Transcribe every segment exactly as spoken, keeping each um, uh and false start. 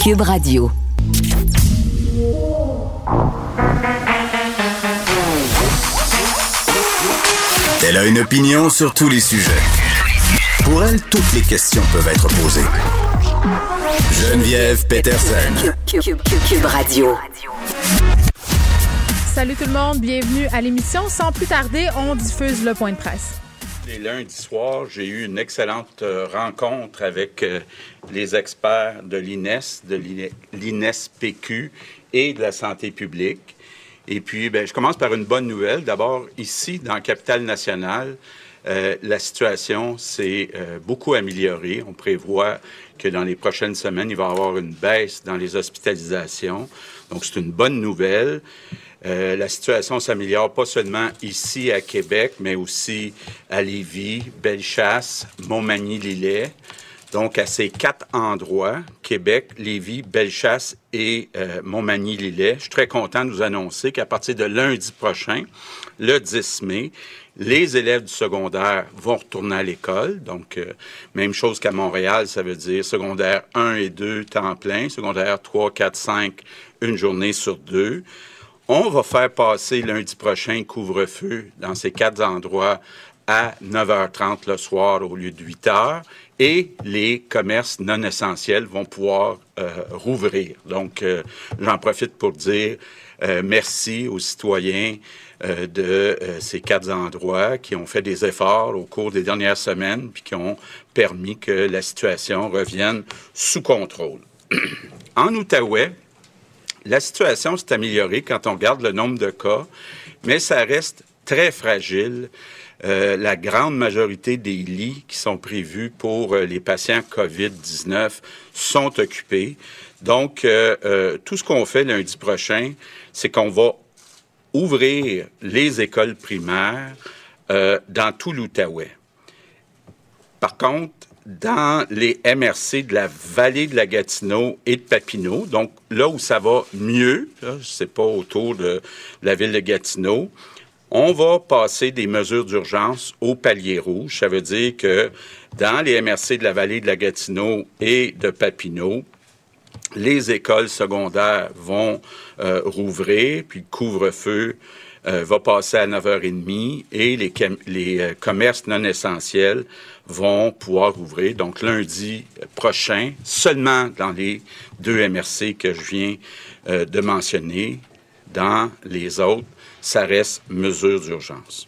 Cube Radio. Elle a une opinion sur tous les sujets. Pour elle, toutes les questions peuvent être posées. Geneviève Peterson. Cube, Cube, Cube, Cube Radio. Salut tout le monde, bienvenue à l'émission. Sans plus tarder, on diffuse le point de presse. Les lundis soirs, j'ai eu une excellente euh, rencontre avec euh, les experts de l'I N E S, de l'I N E S P Q et de la santé publique. Et puis, ben, je commence par une bonne nouvelle. D'abord, ici, dans la capitale nationale, euh, la situation s'est euh, beaucoup améliorée. On prévoit que dans les prochaines semaines, il va y avoir une baisse dans les hospitalisations. Donc, c'est une bonne nouvelle. Euh, la situation s'améliore pas seulement ici à Québec, mais aussi à Lévis, Bellechasse, Montmagny-Lillet. Donc, à ces quatre endroits, Québec, Lévis, Bellechasse et euh, Montmagny-Lillet, je suis très content de vous annoncer qu'à partir de lundi prochain, le dix mai, les élèves du secondaire vont retourner à l'école. Donc, euh, même chose qu'à Montréal, ça veut dire secondaire un et deux, temps plein, secondaire trois, quatre, cinq, une journée sur deux. On va faire passer lundi prochain couvre-feu dans ces quatre endroits à neuf heures trente le soir au lieu de huit heures et les commerces non essentiels vont pouvoir euh, rouvrir. Donc, euh, j'en profite pour dire euh, merci aux citoyens euh, de euh, ces quatre endroits qui ont fait des efforts au cours des dernières semaines puis qui ont permis que la situation revienne sous contrôle. En Outaouais, la situation s'est améliorée quand on regarde le nombre de cas, mais ça reste très fragile. Euh, la grande majorité des lits qui sont prévus pour euh, les patients covid dix-neuf sont occupés. Donc, euh, euh, tout ce qu'on fait lundi prochain, c'est qu'on va ouvrir les écoles primaires euh, dans tout l'Outaouais. Par contre, dans les M R C de la vallée de la Gatineau et de Papineau, donc là où ça va mieux, là, c'est pas autour de la ville de Gatineau, on va passer des mesures d'urgence au palier rouge. Ça veut dire que dans les M R C de la vallée de la Gatineau et de Papineau, les écoles secondaires vont euh, rouvrir, puis le couvre-feu euh, va passer à neuf heures trente et les, les euh, commerces non essentiels vont pouvoir ouvrir. Donc, lundi prochain, seulement dans les deux M R C que je viens euh, de mentionner. Dans les autres, ça reste mesure d'urgence.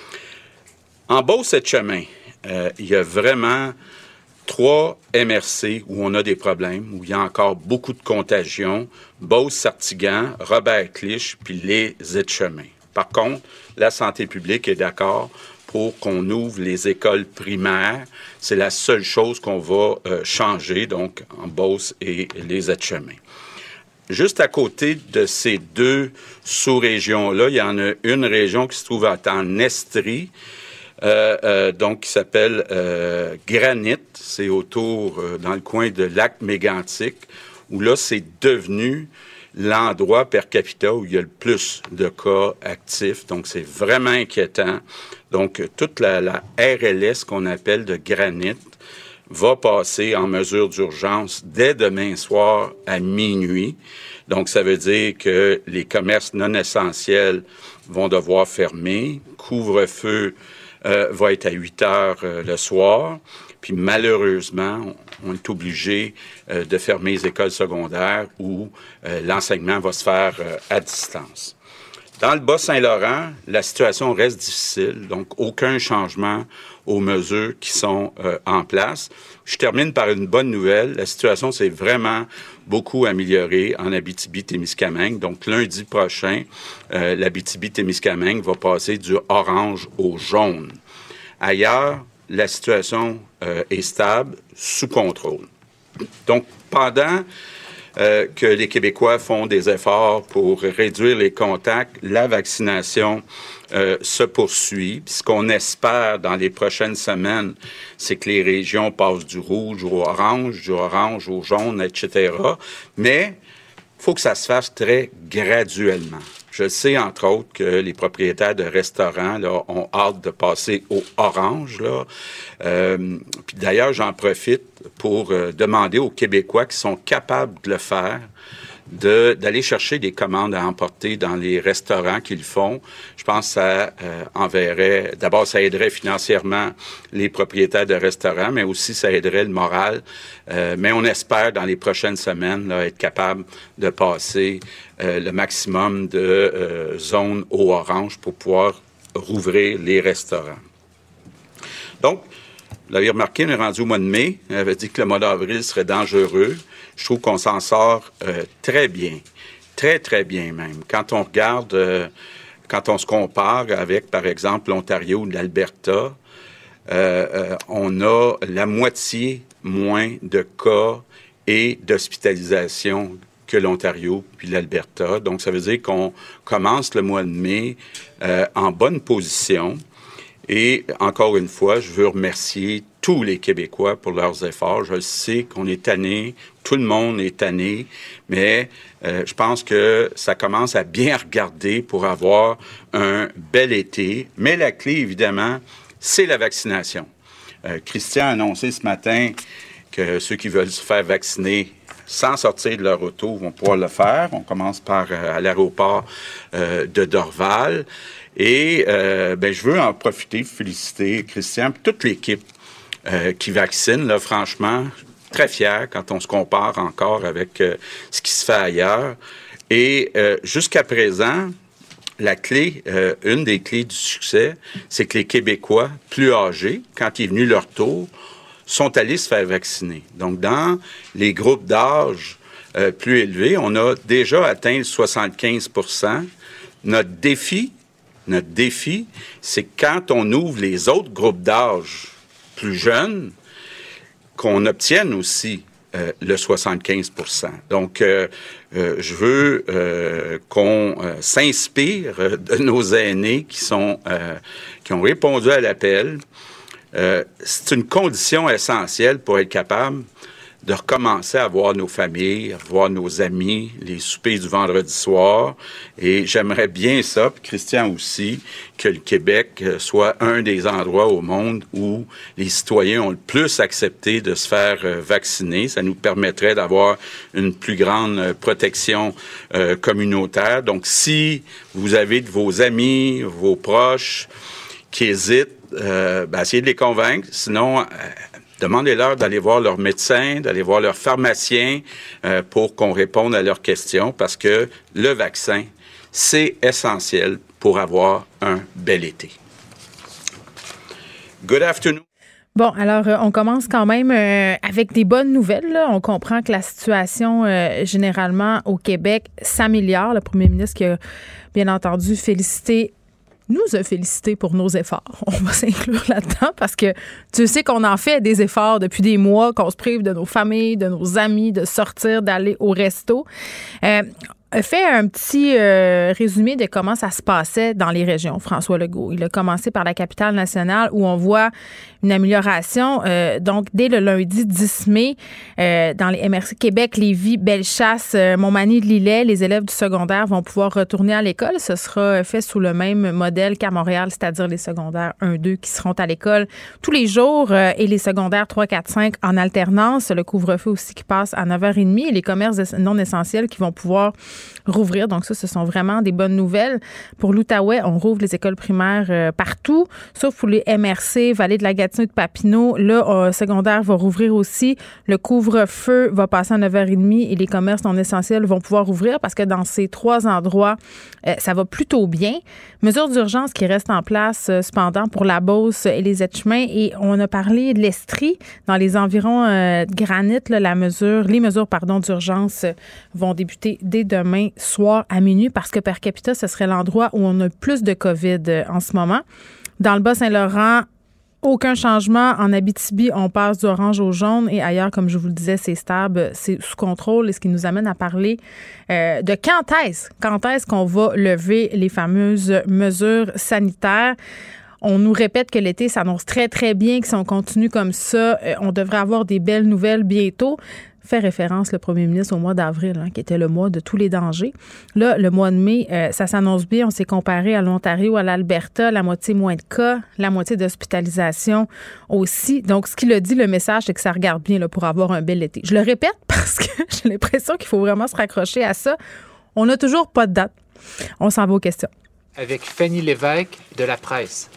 En Beauce-et-Chemin, euh, il y a vraiment trois M R C où on a des problèmes, où il y a encore beaucoup de contagions. Beauce-Sartigan, Robert-Clich, puis les Etchemins. Par contre, la santé publique est d'accord pour qu'on ouvre les écoles primaires. C'est la seule chose qu'on va euh, changer, donc, en Beauce et les Etchemins. Juste à côté de ces deux sous-régions-là, il y en a une région qui se trouve en Estrie, euh, euh, donc qui s'appelle euh, Granit. C'est autour, euh, dans le coin de Lac-Mégantic, où là, c'est devenu l'endroit per capita où il y a le plus de cas actifs. Donc, c'est vraiment inquiétant. Donc, toute la, la R L S qu'on appelle de Granit va passer en mesure d'urgence dès demain soir à minuit. Donc, ça veut dire que les commerces non essentiels vont devoir fermer. Couvre-feu euh, va être à huit heures euh, le soir. Puis, malheureusement, on est obligé euh, de fermer les écoles secondaires où euh, l'enseignement va se faire euh, à distance. Dans le Bas-Saint-Laurent, la situation reste difficile, donc aucun changement aux mesures qui sont euh, en place. Je termine par une bonne nouvelle. La situation s'est vraiment beaucoup améliorée en Abitibi-Témiscamingue. Donc, lundi prochain, euh, l'Abitibi-Témiscamingue va passer du orange au jaune. Ailleurs, la situation euh, est stable, sous contrôle. Donc, pendant euh, que les Québécois font des efforts pour réduire les contacts, la vaccination euh, se poursuit. Puis ce qu'on espère dans les prochaines semaines, c'est que les régions passent du rouge au orange, du orange au jaune, et cetera. Mais il faut que ça se fasse très graduellement. Je sais, entre autres, que les propriétaires de restaurants là, ont hâte de passer au orange. Là. Euh, puis d'ailleurs, j'en profite pour euh, demander aux Québécois qui sont capables de le faire de, d'aller chercher des commandes à emporter dans les restaurants qu'ils font. Je pense que ça euh, enverrait... D'abord, ça aiderait financièrement les propriétaires de restaurants, mais aussi ça aiderait le moral. Euh, mais on espère, dans les prochaines semaines, là, être capable de passer euh, le maximum de euh, zones au orange pour pouvoir rouvrir les restaurants. Donc, vous l'avez remarqué, on est rendu au mois de mai. On avait dit que le mois d'avril serait dangereux. Je trouve qu'on s'en sort euh, très bien. Très, très bien même. Quand on regarde, euh, quand on se compare avec, par exemple, l'Ontario ou l'Alberta, euh, euh, on a la moitié moins de cas et d'hospitalisation que l'Ontario puis l'Alberta. Donc, ça veut dire qu'on commence le mois de mai euh, en bonne position. Et encore une fois, je veux remercier tous les Québécois pour leurs efforts. Je sais qu'on est tanné, tout le monde est tanné, mais euh, je pense que ça commence à bien regarder pour avoir un bel été. Mais la clé, évidemment, c'est la vaccination. Euh, Christian a annoncé ce matin que ceux qui veulent se faire vacciner sans sortir de leur auto vont pouvoir le faire. On commence par euh, à l'aéroport euh, de Dorval. Et euh, ben, je veux en profiter pour féliciter Christian et toute l'équipe euh, qui vaccine. Là, franchement, très fier quand on se compare encore avec euh, ce qui se fait ailleurs. Et euh, jusqu'à présent, la clé, euh, une des clés du succès, c'est que les Québécois plus âgés, quand il est venu leur tour, sont allés se faire vacciner. Donc, dans les groupes d'âge euh, plus élevés, on a déjà atteint soixante-quinze pour cent. Notre défi, Notre défi, c'est quand on ouvre les autres groupes d'âge plus jeunes, qu'on obtienne aussi euh, le soixante-quinze pour cent. Donc, euh, euh, je veux euh, qu'on euh, s'inspire de nos aînés qui sont euh, qui ont répondu à l'appel. Euh, c'est une condition essentielle pour être capable de recommencer à voir nos familles, à voir nos amis, les soupers du vendredi soir. Et j'aimerais bien ça, puis Christian aussi, que le Québec soit un des endroits au monde où les citoyens ont le plus accepté de se faire euh, vacciner. Ça nous permettrait d'avoir une plus grande euh, protection euh, communautaire. Donc, si vous avez de vos amis, vos proches qui hésitent, euh, ben, essayez de les convaincre. Sinon, euh, demandez-leur d'aller voir leur médecin, d'aller voir leur pharmacien euh, pour qu'on réponde à leurs questions parce que le vaccin, c'est essentiel pour avoir un bel été. Good afternoon. Bon, alors, euh, on commence quand même euh, avec des bonnes nouvelles. Là. On comprend que la situation, euh, généralement, au Québec s'améliore. Le premier ministre qui a, bien entendu, félicité nous a félicité pour nos efforts. On va s'inclure là-dedans parce que tu sais qu'on en fait des efforts depuis des mois, qu'on se prive de nos familles, de nos amis, de sortir, d'aller au resto. Euh, fait un petit euh, résumé de comment ça se passait dans les régions, François Legault. Il a commencé par la capitale nationale où on voit une amélioration. Euh, donc, dès le lundi dix mai, euh, dans les M R C Québec, Lévis, Bellechasse, euh, Montmagny-de-Lillet, les élèves du secondaire vont pouvoir retourner à l'école. Ce sera fait sous le même modèle qu'à Montréal, c'est-à-dire les secondaires un deux qui seront à l'école tous les jours euh, et les secondaires trois, quatre, cinq en alternance. Le couvre-feu aussi qui passe à neuf heures trente et les commerces non essentiels qui vont pouvoir rouvrir. Donc ça, ce sont vraiment des bonnes nouvelles. Pour l'Outaouais, on rouvre les écoles primaires euh, partout, sauf pour les M R C, Vallée de la Gatineau et de Papineau. Le euh, secondaire va rouvrir aussi. Le couvre-feu va passer à neuf heures trente et les commerces non essentiels vont pouvoir rouvrir parce que dans ces trois endroits, euh, ça va plutôt bien. Mesures d'urgence qui restent en place euh, cependant pour la Beauce et les Etchemins. Et on a parlé de l'Estrie dans les environs euh, de Granit. Là, la mesure, les mesures pardon, d'urgence euh, vont débuter dès demain soir à minuit parce que per capita, ce serait l'endroit où on a plus de COVID euh, en ce moment. Dans le Bas-Saint-Laurent, aucun changement. En Abitibi, on passe du orange au jaune et ailleurs, comme je vous le disais, c'est stable, c'est sous contrôle. Et ce qui nous amène à parler euh, de quand est-ce, quand est-ce qu'on va lever les fameuses mesures sanitaires. On nous répète que l'été s'annonce très, très bien, que si on continue comme ça, euh, on devrait avoir des belles nouvelles bientôt. fait référence, le premier ministre, au mois d'avril, hein, qui était le mois de tous les dangers. Là, le mois de mai, euh, ça s'annonce bien. On s'est comparé à l'Ontario, à l'Alberta, la moitié moins de cas, la moitié d'hospitalisation aussi. Donc, ce qu'il a dit, le message, c'est que ça regarde bien là, pour avoir un bel été. Je le répète parce que j'ai l'impression qu'il faut vraiment se raccrocher à ça. On n'a toujours pas de date. On s'en va aux questions. Avec Fanny Lévesque de La Presse.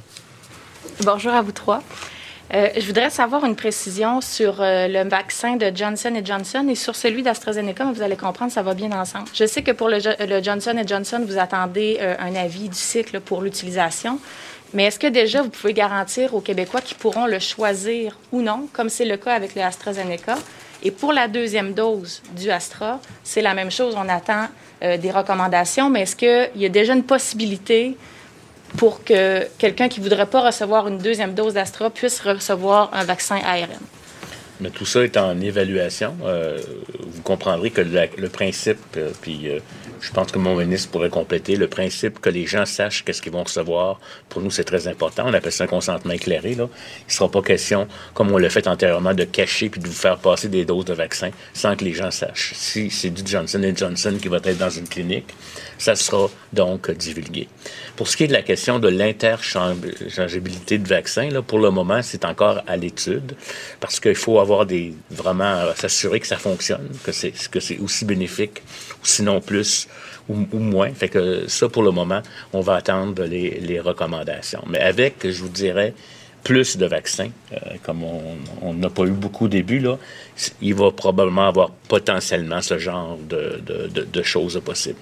Bonjour à vous trois. Euh, je voudrais savoir une précision sur euh, le vaccin de Johnson and Johnson et sur celui d'AstraZeneca, mais vous allez comprendre, ça va bien ensemble. Je sais que pour le, le Johnson and Johnson, vous attendez euh, un avis du cycle pour l'utilisation, mais est-ce que déjà vous pouvez garantir aux Québécois qu'ils pourront le choisir ou non, comme c'est le cas avec le AstraZeneca? Et pour la deuxième dose du Astra, c'est la même chose, on attend euh, des recommandations, mais est-ce qu'il y a déjà une possibilité pour que quelqu'un qui ne voudrait pas recevoir une deuxième dose d'Astra puisse recevoir un vaccin A R N? Mais tout ça est en évaluation. Euh, vous comprendrez que la, le principe, euh, puis euh, je pense que mon ministre pourrait compléter, le principe que les gens sachent qu'est-ce qu'ils vont recevoir, pour nous, c'est très important. On appelle ça un consentement éclairé. Là. Il ne sera pas question, comme on l'a fait antérieurement, de cacher puis de vous faire passer des doses de vaccins sans que les gens sachent. Si c'est du Johnson and Johnson qui va être dans une clinique, ça sera donc divulgué. Pour ce qui est de la question de l'interchangeabilité de vaccins, là, pour le moment, c'est encore à l'étude parce qu'il faut avoir des vraiment euh, s'assurer que ça fonctionne, que c'est que c'est aussi bénéfique, ou sinon plus ou, ou moins. Fait que ça, pour le moment, on va attendre les, les recommandations. Mais avec, je vous dirais, plus de vaccins, euh, comme on n'a pas eu beaucoup au début, là, il va probablement avoir potentiellement ce genre de, de, de, de choses possibles.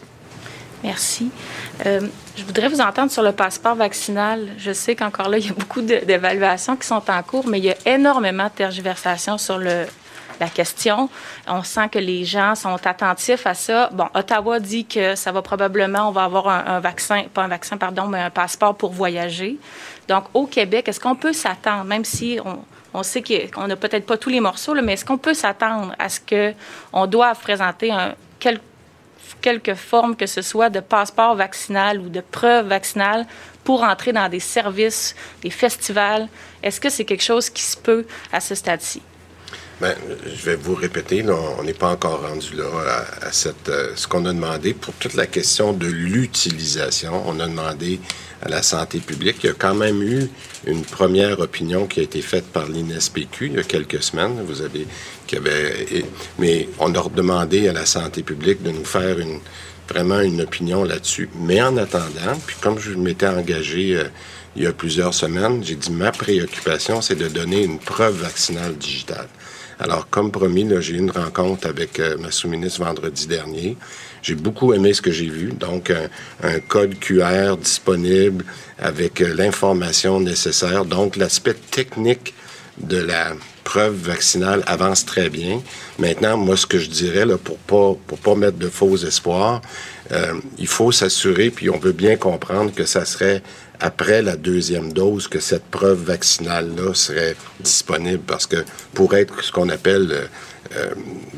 Merci. Euh, je voudrais vous entendre sur le passeport vaccinal. Je sais qu'encore là, il y a beaucoup de, d'évaluations qui sont en cours, mais il y a énormément de tergiversations sur le, la question. On sent que les gens sont attentifs à ça. Bon, Ottawa dit que ça va probablement, on va avoir un, un vaccin, pas un vaccin, pardon, mais un passeport pour voyager. Donc, au Québec, est-ce qu'on peut s'attendre, même si on, on sait qu'on n'a peut-être pas tous les morceaux, là, mais est-ce qu'on peut s'attendre à ce qu'on doive présenter un, quel, quelque forme que ce soit de passeport vaccinal ou de preuve vaccinale pour entrer dans des services, des festivals? Est-ce que c'est quelque chose qui se peut à ce stade-ci? Bien, je vais vous répéter, là, on n'est pas encore rendu là à, à cette, euh, ce qu'on a demandé. Pour toute la question de l'utilisation, on a demandé à la santé publique. Il y a quand même eu une première opinion qui a été faite par l'I N S P Q il y a quelques semaines. Vous avez, qui avait, mais on a demandé à la santé publique de nous faire une, vraiment une opinion là-dessus. Mais en attendant, puis comme je m'étais engagé euh, il y a plusieurs semaines, j'ai dit ma préoccupation, c'est de donner une preuve vaccinale digitale. Alors, comme promis, là, j'ai eu une rencontre avec euh, ma sous-ministre vendredi dernier. J'ai beaucoup aimé ce que j'ai vu. Donc, un, un code Q R disponible avec euh, l'information nécessaire. Donc, l'aspect technique de la preuve vaccinale avance très bien. Maintenant, moi, ce que je dirais, là, pour pas pour pas mettre de faux espoirs, euh, il faut s'assurer, puis on veut bien comprendre que ça serait après la deuxième dose que cette preuve vaccinale-là serait disponible. Parce que pour être ce qu'on appelle euh, euh,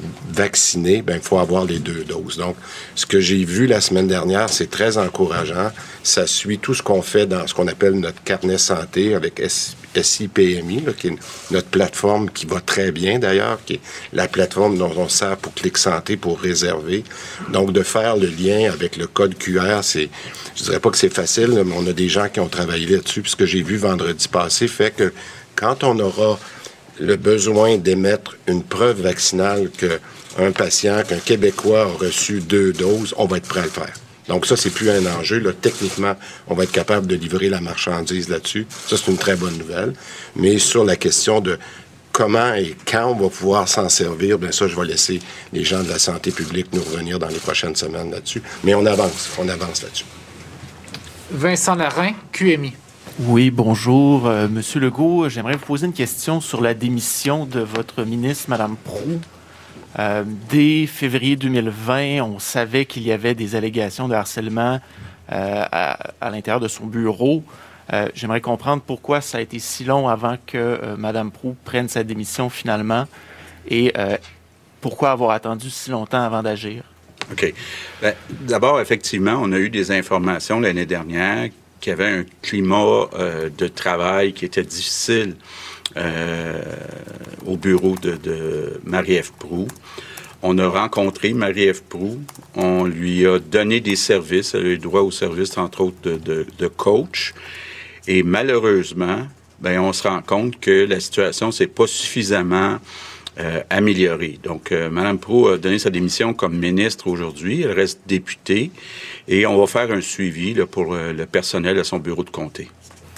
vacciné, ben il faut avoir les deux doses. Donc, ce que j'ai vu la semaine dernière, c'est très encourageant. Ça suit tout ce qu'on fait dans ce qu'on appelle notre carnet santé avec S I P M I, là, qui est notre plateforme qui va très bien d'ailleurs, qui est la plateforme dont on sert pour Clic Santé pour réserver. Donc, de faire le lien avec le code Q R, c'est, je dirais pas que c'est facile, mais on a des gens qui ont travaillé là-dessus. Puis ce que j'ai vu vendredi passé fait que quand on aura le besoin d'émettre une preuve vaccinale qu'un patient, qu'un Québécois a reçu deux doses, on va être prêt à le faire. Donc ça, c'est plus un enjeu. Là, techniquement, on va être capable de livrer la marchandise là-dessus. Ça, c'est une très bonne nouvelle. Mais sur la question de comment et quand on va pouvoir s'en servir, bien ça, je vais laisser les gens de la santé publique nous revenir dans les prochaines semaines là-dessus. Mais on avance, on avance là-dessus. Vincent Larrain, Q M I. Oui, bonjour. Euh, Monsieur Legault, j'aimerais vous poser une question sur la démission de votre ministre, Mme Proulx. Euh, dès février deux mille vingt, on savait qu'il y avait des allégations de harcèlement euh, à, à l'intérieur de son bureau. Euh, j'aimerais comprendre pourquoi ça a été si long avant que euh, Mme Proulx prenne sa démission finalement et euh, pourquoi avoir attendu si longtemps avant d'agir. OK. Bien, d'abord, effectivement, on a eu des informations l'année dernière qu'il y avait un climat euh, de travail qui était difficile euh, au bureau de, de Marie-Ève Proulx. On a rencontré Marie-Ève Proulx. On lui a donné des services. Elle a eu droit aux services, entre autres, de, de, de coach. Et malheureusement, ben, on se rend compte que la situation s'est pas suffisamment euh, améliorée. Donc, euh, Mme Proulx a donné sa démission comme ministre aujourd'hui. Elle reste députée. Et on va faire un suivi là, pour euh, le personnel à son bureau de comté.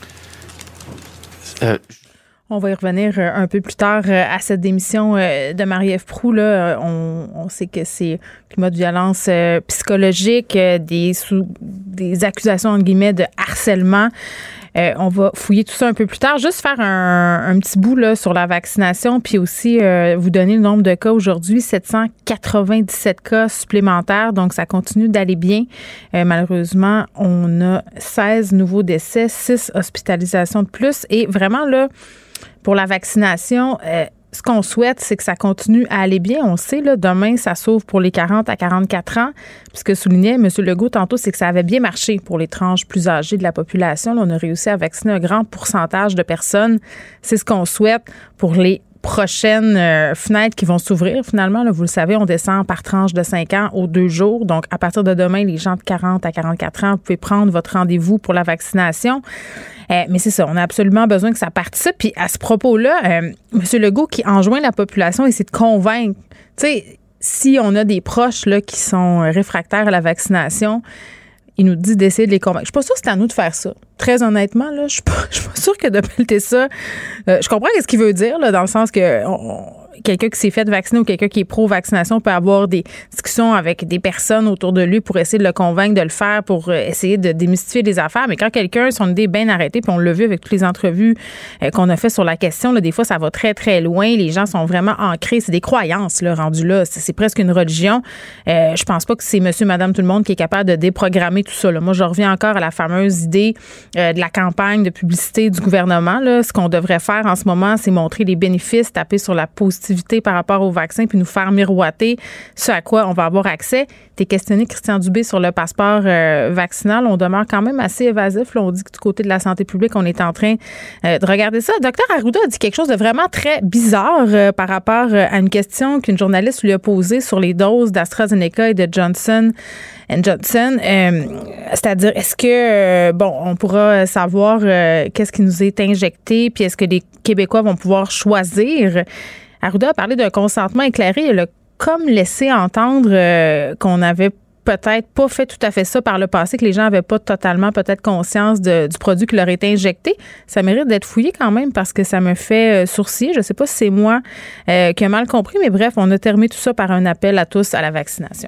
Euh, On va y revenir un peu plus tard à cette démission de Marie-Ève Proulx. Là, on, on sait que c'est un climat de violence psychologique, des, sous, des accusations, entre guillemets, de harcèlement. Euh, on va fouiller tout ça un peu plus tard. Juste faire un, un petit bout là, sur la vaccination, puis aussi euh, vous donner le nombre de cas aujourd'hui, sept cent quatre-vingt-dix-sept cas supplémentaires. Donc, ça continue d'aller bien. Euh, malheureusement, on a seize nouveaux décès, six hospitalisations de plus. Et vraiment, là, pour la vaccination, euh, ce qu'on souhaite, c'est que ça continue à aller bien. On sait, là, demain, ça s'ouvre pour les quarante à quarante-quatre ans. Puis ce que soulignait M. Legault tantôt, c'est que ça avait bien marché pour les tranches plus âgées de la population. Là, on a réussi à vacciner un grand pourcentage de personnes. C'est ce qu'on souhaite pour les prochaines euh, fenêtres qui vont s'ouvrir. Finalement, là, vous le savez, on descend par tranche de cinq ans aux deux jours. Donc, à partir de demain, les gens de quarante à quarante-quatre ans, vous pouvez prendre votre rendez-vous pour la vaccination. Euh, mais c'est ça, on a absolument besoin que ça participe. Puis à ce propos-là, euh, M. Legault qui enjoint la population, et c'est de convaincre. Tu sais, si on a des proches là, qui sont réfractaires à la vaccination, il nous dit d'essayer de les convaincre. Je suis pas sûre que c'est à nous de faire ça. Très honnêtement, là, je suis pas, je suis pas sûre que de pelleter ça. Euh, je comprends ce qu'il veut dire, là, dans le sens que on, quelqu'un qui s'est fait vacciner ou quelqu'un qui est pro-vaccination peut avoir des discussions avec des personnes autour de lui pour essayer de le convaincre de le faire, pour essayer de démystifier les affaires. Mais quand quelqu'un, son idée est bien arrêtée, puis on l'a vu avec toutes les entrevues euh, qu'on a fait sur la question, là, des fois, ça va très, très loin. Les gens sont vraiment ancrés. C'est des croyances, là, rendues là. C'est, c'est presque une religion. Euh, je pense pas que c'est monsieur, madame, tout le monde qui est capable de déprogrammer tout ça, là. Moi, je reviens encore à la fameuse idée euh, de la campagne de publicité du gouvernement, là. Ce qu'on devrait faire en ce moment, c'est montrer les bénéfices, taper sur la positivité par rapport au vaccin, puis nous faire miroiter ce à quoi on va avoir accès. T'es questionné, Christian Dubé, sur le passeport euh, vaccinal. On demeure quand même assez évasif. Là, on dit que du côté de la santé publique, on est en train euh, de regarder ça. Docteur Arruda a dit quelque chose de vraiment très bizarre euh, par rapport euh, à une question qu'une journaliste lui a posée sur les doses d'AstraZeneca et de Johnson and Johnson. Euh, c'est-à-dire, est-ce que, euh, bon, on pourra savoir euh, qu'est-ce qui nous est injecté, puis est-ce que les Québécois vont pouvoir choisir? Arruda a parlé d'un consentement éclairé. Il a comme laissé entendre euh, qu'on n'avait peut-être pas fait tout à fait ça par le passé, que les gens n'avaient pas totalement peut-être conscience de, du produit qui leur était injecté. Ça mérite d'être fouillé quand même parce que ça me fait euh, sourciller. Je ne sais pas si c'est moi euh, qui ai mal compris, mais bref, on a terminé tout ça par un appel à tous à la vaccination.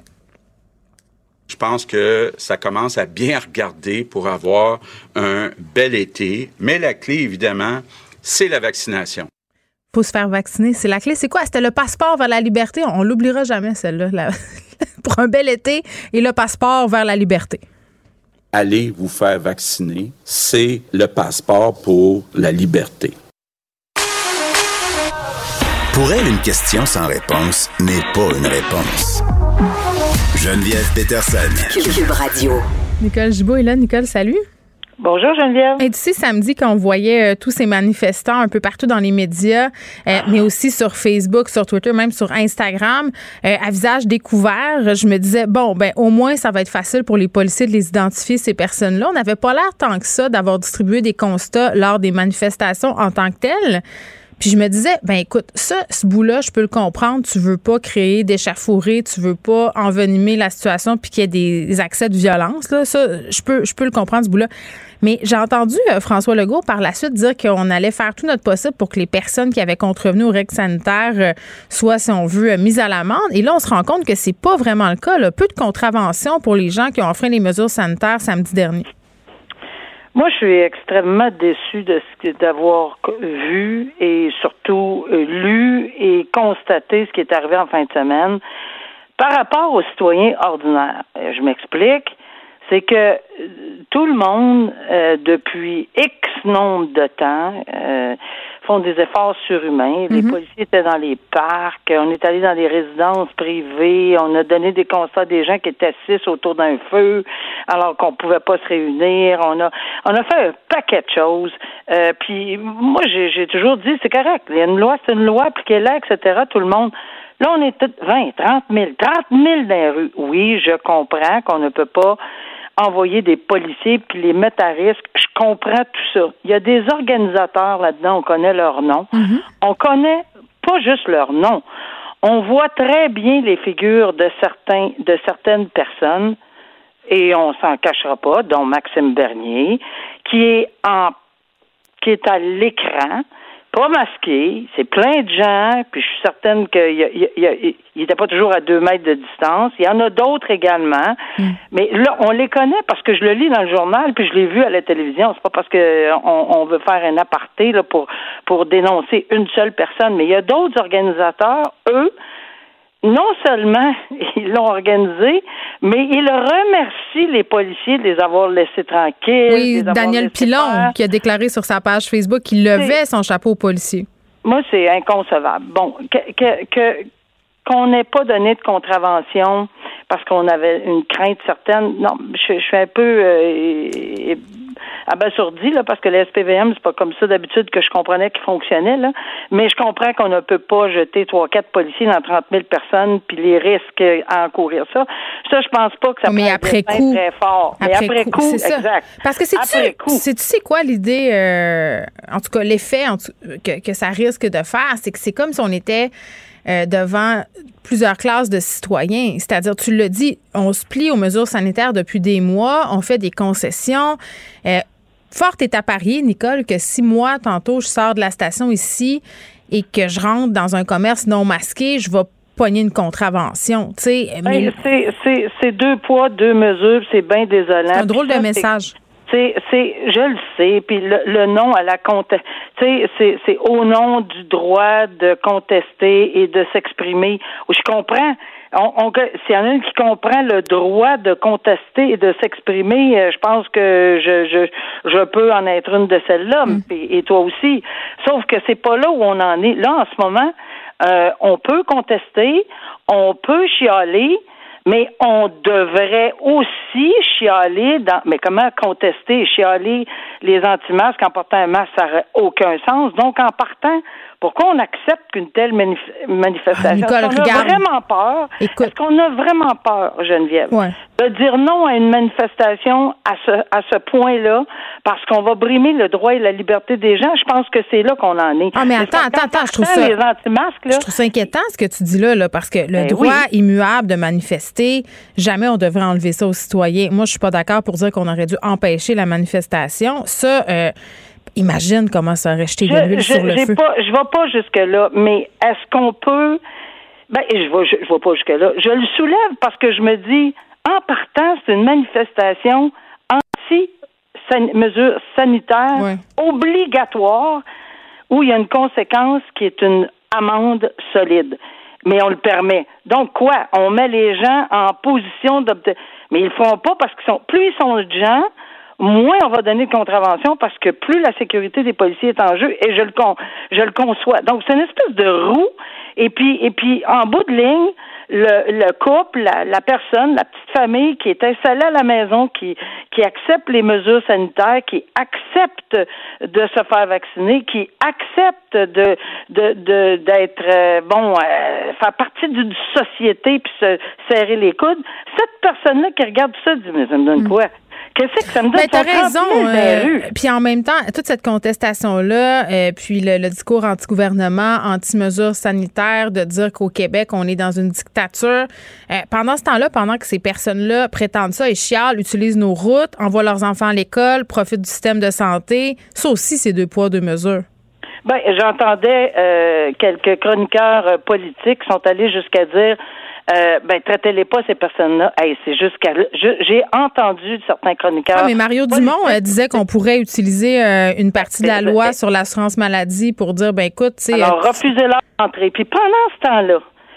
Je pense que ça commence à bien regarder pour avoir un bel été. Mais la clé, évidemment, c'est la vaccination. Faut se faire vacciner, c'est la clé. C'est quoi? C'était le passeport vers la liberté. On l'oubliera jamais, celle-là. La... pour un bel été et le passeport vers la liberté. Allez vous faire vacciner, c'est le passeport pour la liberté. Pour elle, une question sans réponse n'est pas une réponse. Geneviève Peterson. Cube Radio. Nicole Gibault est là. Nicole, salut. Bonjour Geneviève. Et tu sais, samedi, quand on voyait euh, tous ces manifestants un peu partout dans les médias, euh, mais aussi sur Facebook, sur Twitter, même sur Instagram, euh, à visage découvert, je me disais, bon, ben au moins, ça va être facile pour les policiers de les identifier, ces personnes-là. On n'avait pas l'air tant que ça d'avoir distribué des constats lors des manifestations en tant que telles. Puis je me disais, ben écoute, ça, ce bout-là, je peux le comprendre. Tu veux pas créer d'échauffourée, tu veux pas envenimer la situation puis qu'il y ait des accès de violence. Là. Ça, je peux, je peux le comprendre, ce bout-là. Mais j'ai entendu euh, François Legault par la suite dire qu'on allait faire tout notre possible pour que les personnes qui avaient contrevenu aux règles sanitaires euh, soient, si on veut, euh, mises à l'amende. Et là, on se rend compte que c'est pas vraiment le cas. Là. Peu de contraventions pour les gens qui ont enfreint les mesures sanitaires samedi dernier. Moi, je suis extrêmement déçue de ce que d'avoir vu et surtout euh, lu et constaté ce qui est arrivé en fin de semaine par rapport aux citoyens ordinaires. Je m'explique. C'est que euh, tout le monde, euh, depuis X nombre de temps, euh, font des efforts surhumains. Les mm-hmm. policiers étaient dans les parcs, on est allé dans des résidences privées, on a donné des constats des gens qui étaient assis autour d'un feu alors qu'on pouvait pas se réunir. On a on a fait un paquet de choses. Euh, puis moi, j'ai, j'ai toujours dit, c'est correct, il y a une loi, c'est une loi, appliquez-la, et cetera, tout le monde. Là, on est tous vingt, trente mille, trente mille dans les rues. Oui, je comprends qu'on ne peut pas envoyer des policiers puis les mettre à risque. Je comprends tout ça. Il y a des organisateurs là-dedans, on connaît leur nom. Mm-hmm. On connaît pas juste leur nom. On voit très bien les figures de certains, de certaines personnes, et on s'en cachera pas, dont Maxime Bernier, qui est en, qui est à l'écran, pas masqué, c'est plein de gens, puis je suis certaine qu'il n'était pas toujours à deux mètres de distance. Il y en a d'autres également, mm. mais là, on les connaît parce que je le lis dans le journal, puis je l'ai vu à la télévision. C'est pas parce que on, on veut faire un aparté là, pour, pour dénoncer une seule personne, mais il y a d'autres organisateurs, eux, non seulement ils l'ont organisé, mais ils remercient les policiers de les avoir laissés tranquilles. Oui, Daniel Pilon, faire. qui a déclaré sur sa page Facebook qu'il levait son chapeau aux policiers. Moi, c'est inconcevable. Bon, que, que, que, qu'on n'ait pas donné de contravention parce qu'on avait une crainte certaine. Non, je, je suis un peu euh, abasourdi là, parce que le S P V M, c'est pas comme ça d'habitude que je comprenais qu'il fonctionnait là. Mais je comprends qu'on ne peut pas jeter trois, quatre policiers dans trente mille personnes puis les risques à encourir ça. Ça, je pense pas que ça peut être après coup, très fort. Mais après, après coup, coup c'est exact. Ça. Parce que c'est tu, c'est tu sais quoi l'idée, euh, en tout cas l'effet en tout, que, que ça risque de faire, c'est que c'est comme si on était Euh, devant plusieurs classes de citoyens. C'est-à-dire, tu l'as dit, on se plie aux mesures sanitaires depuis des mois, on fait des concessions. Euh, fort est à parier, Nicole, que si moi, tantôt, je sors de la station ici et que je rentre dans un commerce non masqué, je vais pogner une contravention. Tu sais, mais... c'est, c'est, c'est deux poids, deux mesures, c'est bien désolant. C'est un drôle de message. C'est, c'est, je le sais, puis le, le nom à la contestation, c'est, c'est au nom du droit de contester et de s'exprimer. Je comprends. On, on, s'il y en a une qui comprend le droit de contester et de s'exprimer, je pense que je, je, je peux en être une de celles-là, mm. et, et toi aussi. Sauf que c'est pas là où on en est. Là, en ce moment, euh, on peut contester, on peut chialer, mais on devrait aussi chialer dans, mais comment contester et chialer les anti-masques en portant un masque, ça n'aurait aucun sens. Donc, en partant, pourquoi on accepte qu'une telle manif- manifestation? Ah, Nicole, Est-ce qu'on regarde. a vraiment peur? Écoute. Est-ce qu'on a vraiment peur, Geneviève, ouais. de dire non à une manifestation à ce, à ce point-là parce qu'on va brimer le droit et la liberté des gens? Je pense que c'est là qu'on en est. Ah, mais attends, mais attends, attends, je trouve ça... Les anti-masques, là, je trouve ça inquiétant, ce que tu dis là, là parce que le ben droit oui. immuable de manifester, jamais on devrait enlever ça aux citoyens. Moi, je suis pas d'accord pour dire qu'on aurait dû empêcher la manifestation. Ça... Euh, Imagine comment ça aurait jeté de l'huile sur le feu. Pas, je ne vais pas jusque-là, mais est-ce qu'on peut... Ben, je ne vais, je, je vais pas jusque-là. Je le soulève parce que je me dis, en partant, c'est une manifestation anti-mesures sanitaires ouais. obligatoire où il y a une conséquence qui est une amende solide. Mais on le permet. Donc, quoi? On met les gens en position d'obtenir... Mais ils le font pas parce qu'ils sont... Plus ils sont de gens... moins on va donner de contraventions parce que plus la sécurité des policiers est en jeu, et je le con, je le conçois. Donc, c'est une espèce de roue, et puis, et puis en bout de ligne, le, le couple, la, la personne, la petite famille qui est installée à la maison, qui, qui accepte les mesures sanitaires, qui accepte de se faire vacciner, qui accepte de, de, de d'être, euh, bon, euh, faire partie d'une société puis se serrer les coudes, cette personne-là qui regarde tout ça dit, mais ça me donne quoi? Qu'est-ce que ça me donne? Ben, t'as raison. Euh, puis en même temps, toute cette contestation-là, euh, puis le, le discours anti-gouvernement, anti-mesures sanitaires, de dire qu'au Québec, on est dans une dictature. Euh, pendant ce temps-là, pendant que ces personnes-là prétendent ça et chialent, utilisent nos routes, envoient leurs enfants à l'école, profitent du système de santé, ça aussi, c'est deux poids, deux mesures. Ben, j'entendais euh, quelques chroniqueurs euh, politiques sont allés jusqu'à dire Euh, ben, traitez-les pas, ces personnes-là. Hey, c'est jusqu'à je, j'ai entendu certains chroniqueurs. Ah, mais Mario Dumont euh, disait qu'on pourrait utiliser euh, une partie de la loi ben, sur l'assurance maladie pour dire, ben écoute, tu sais. Alors, euh, refusez-leur d'entrer. Puis pendant ce temps-là,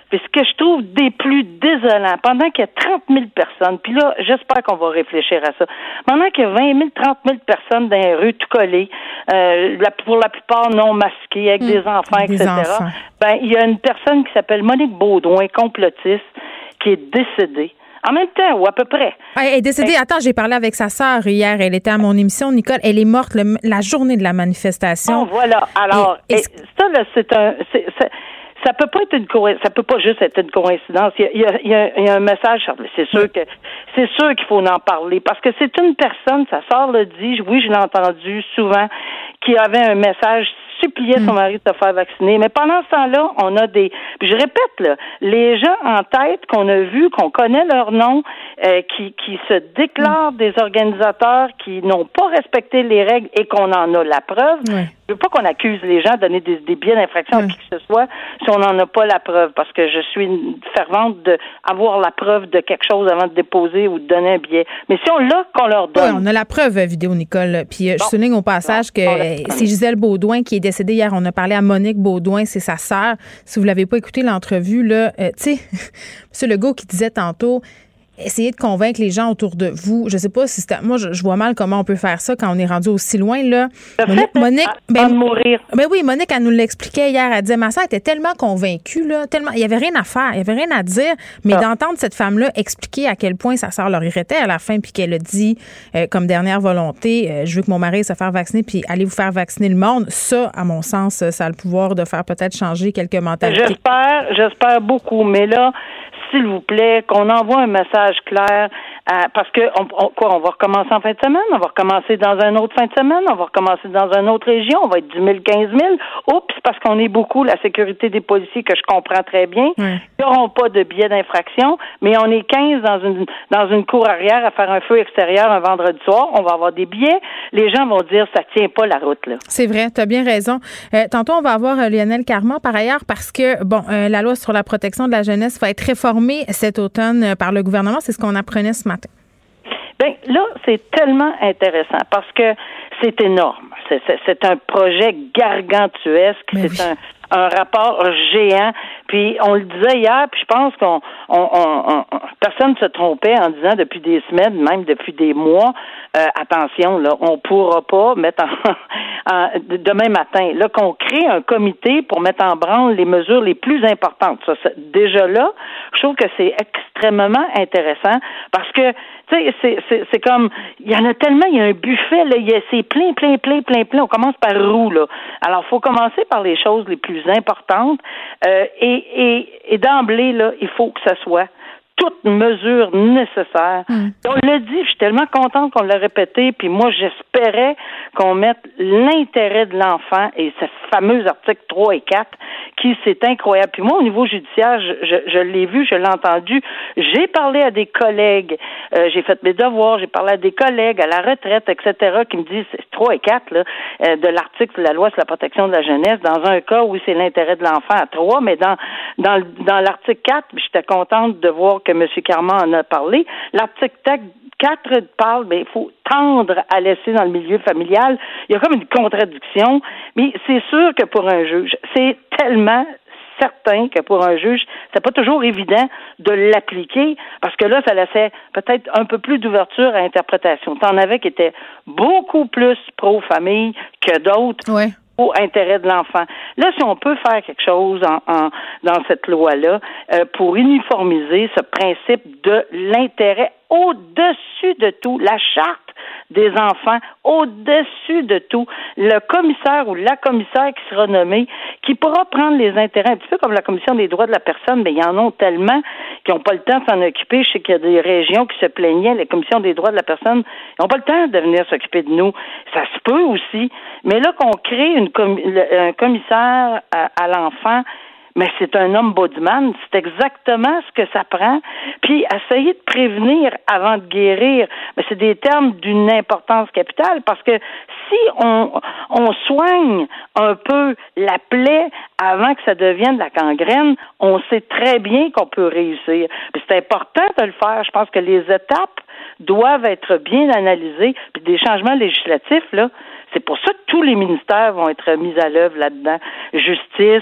Puis ce que je trouve des plus désolants, pendant qu'il y a trente mille personnes, puis là, j'espère qu'on va réfléchir à ça, pendant qu'il y a vingt mille, trente mille personnes dans les rues tout collées, euh, la, pour la plupart non masquées, avec mmh, des enfants, et cetera, enfants. Ben, il y a une personne qui s'appelle Monique Baudouin, complotiste, qui est décédée. En même temps, ou à peu près. Elle est décédée. Elle... Attends, j'ai parlé avec sa sœur hier. Elle était à mon émission, Nicole. Elle est morte le, la journée de la manifestation. Oh, voilà. Alors, et, et... ça, là, c'est un... C'est, c'est, ça peut pas être une coïncidence. Ça peut pas juste être une coïncidence. Il y a, il y a, il y a un message. C'est sûr que c'est sûr qu'il faut en parler parce que c'est une personne. Sa sœur l'a dit. Oui, je l'ai entendu souvent, qui avait un message. Suppliait son mari de se faire vacciner. Mais pendant ce temps-là, on a des... Puis je répète, là, les gens en tête qu'on a vus, qu'on connaît leur nom, euh, qui, qui se déclarent des organisateurs qui n'ont pas respecté les règles et qu'on en a la preuve. Oui. Je veux pas qu'on accuse les gens de donner des, des billets d'infraction oui. à qui que ce soit si on n'en a pas la preuve, parce que je suis une fervente d'avoir la preuve de quelque chose avant de déposer ou de donner un billet. Mais si on l'a, qu'on leur donne. Oui, on a la preuve vidéo, Nicole. Puis bon. je souligne au passage bon. que c'est Gisèle Baudouin qui est décédée hier. On a parlé à Monique Baudouin, c'est sa sœur. Si vous l'avez pas écouté l'entrevue, là, euh, tu sais, M. Legault qui disait tantôt, essayez de convaincre les gens autour de vous. Je sais pas si c'est... Moi, je, je vois mal comment on peut faire ça quand on est rendu aussi loin, là. Monique, Monique ben, de mourir. Ben oui, Monique, elle nous l'expliquait hier. Elle disait, ma soeur était tellement convaincue, là, tellement... Il y avait rien à faire, il y avait rien à dire, mais ah. d'entendre cette femme-là expliquer à quel point sa sœur leur irritait à la fin, puis qu'elle a dit, euh, comme dernière volonté, euh, je veux que mon mari se fasse vacciner, puis allez vous faire vacciner le monde. Ça, à mon sens, ça a le pouvoir de faire peut-être changer quelques mentalités. J'espère, j'espère beaucoup, mais là, s'il vous plaît, qu'on envoie un message clair, à, parce que on, on, quoi, on va recommencer en fin de semaine, on va recommencer dans un autre fin de semaine, on va recommencer dans une autre région, on va être dix mille, quinze mille. Oups, parce qu'on est beaucoup, la sécurité des policiers, que je comprends très bien. Oui. Ils n'auront pas de billets d'infraction, mais on est quinze dans une dans une cour arrière à faire un feu extérieur un vendredi soir, on va avoir des billets. Les gens vont dire, ça tient pas la route, là. C'est vrai, tu as bien raison. Euh, tantôt, on va avoir euh, Lionel Carman, par ailleurs, parce que, bon, euh, la loi sur la protection de la jeunesse va être réformée cet automne par le gouvernement. C'est ce qu'on apprenait ce matin. Bien, là, c'est tellement intéressant parce que c'est énorme. C'est, c'est, c'est un projet gargantuesque. Mais c'est oui. un, un rapport géant. Puis, on le disait hier, puis je pense qu'on on, on, on, personne ne se trompait en disant depuis des semaines, même depuis des mois, euh, attention, là, on pourra pas mettre en, en demain matin, là, qu'on crée un comité pour mettre en branle les mesures les plus importantes. Ça, ça, déjà là, je trouve que c'est extrêmement intéressant parce que, tu sais, c'est, c'est, c'est comme, il y en a tellement, il y a un buffet, là, il y a, c'est plein, plein, plein, plein, plein. On commence par roue, là. Alors, il faut commencer par les choses les plus importantes euh, et, et, et d'emblée, là, il faut que ça soit toute mesure nécessaire. Mmh. On l'a dit, je suis tellement contente qu'on l'a répété, puis moi, j'espérais qu'on mette l'intérêt de l'enfant et ce fameux article trois et quatre, qui, c'est incroyable. Puis moi, au niveau judiciaire, je, je, je l'ai vu, je l'ai entendu. J'ai parlé à des collègues, euh, j'ai fait mes devoirs, j'ai parlé à des collègues à la retraite, et cetera, qui me disent, c'est trois et quatre, là, euh, de l'article de la loi sur la protection de la jeunesse, dans un cas où c'est l'intérêt de l'enfant à trois, mais dans, dans, dans l'article quatre, j'étais contente de voir que M. Carman en a parlé. L'article quatre parle, ben, il faut tendre à laisser dans le milieu familial. Il y a comme une contradiction, mais c'est sûr que pour un juge, c'est tellement certain que pour un juge, c'est pas toujours évident de l'appliquer, parce que là, ça laissait peut-être un peu plus d'ouverture à l'interprétation. T'en avais qui étaient beaucoup plus pro-famille que d'autres. Ouais. Au intérêt de l'enfant. Là, si on peut faire quelque chose en, en dans cette loi-là euh, pour uniformiser ce principe de l'intérêt au-dessus de tout, la charte des enfants au-dessus de tout, le commissaire ou la commissaire qui sera nommée, qui pourra prendre les intérêts, un petit peu comme la Commission des droits de la personne, mais il y en a tellement qui n'ont pas le temps de s'en occuper. Je sais qu'il y a des régions qui se plaignaient, les commissions des droits de la personne, ils n'ont pas le temps de venir s'occuper de nous. Ça se peut aussi, mais là qu'on crée une com- un commissaire à, à l'enfant, mais c'est un ombudsman, c'est exactement ce que ça prend. Puis, essayer de prévenir avant de guérir, mais c'est des termes d'une importance capitale, parce que si on, on soigne un peu la plaie avant que ça devienne la gangrène, on sait très bien qu'on peut réussir. Puis c'est important de le faire. Je pense que les étapes doivent être bien analysées. Puis des changements législatifs, là, c'est pour ça que tous les ministères vont être mis à l'œuvre là-dedans. Justice,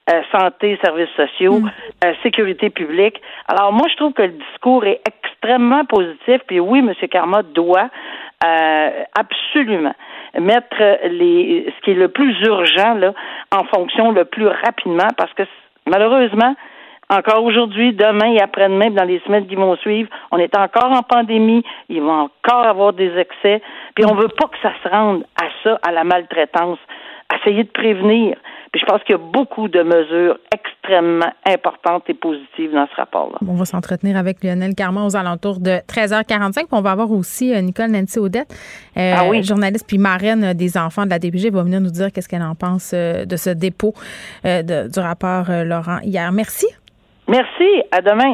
euh, santé, services sociaux, mmh. euh, sécurité publique. Alors moi, je trouve que le discours est extrêmement positif. Puis oui, M. Carma doit euh, absolument mettre les ce qui est le plus urgent là en fonction le plus rapidement, parce que malheureusement, encore aujourd'hui, demain et après-demain, dans les semaines qui vont suivre, on est encore en pandémie, il va encore avoir des excès, puis on veut pas que ça se rende à ça, à la maltraitance. Essayer de prévenir. Puis je pense qu'il y a beaucoup de mesures extrêmement importantes et positives dans ce rapport-là. On va s'entretenir avec Lionel Carman aux alentours de treize heures quarante-cinq. Puis on va avoir aussi Nicole Nancy Audette, euh, ah oui. journaliste puis marraine des enfants de la D P J, va venir nous dire qu'est-ce qu'elle en pense euh, de ce dépôt euh, de, du rapport euh, Laurent hier. Merci. Merci. À demain.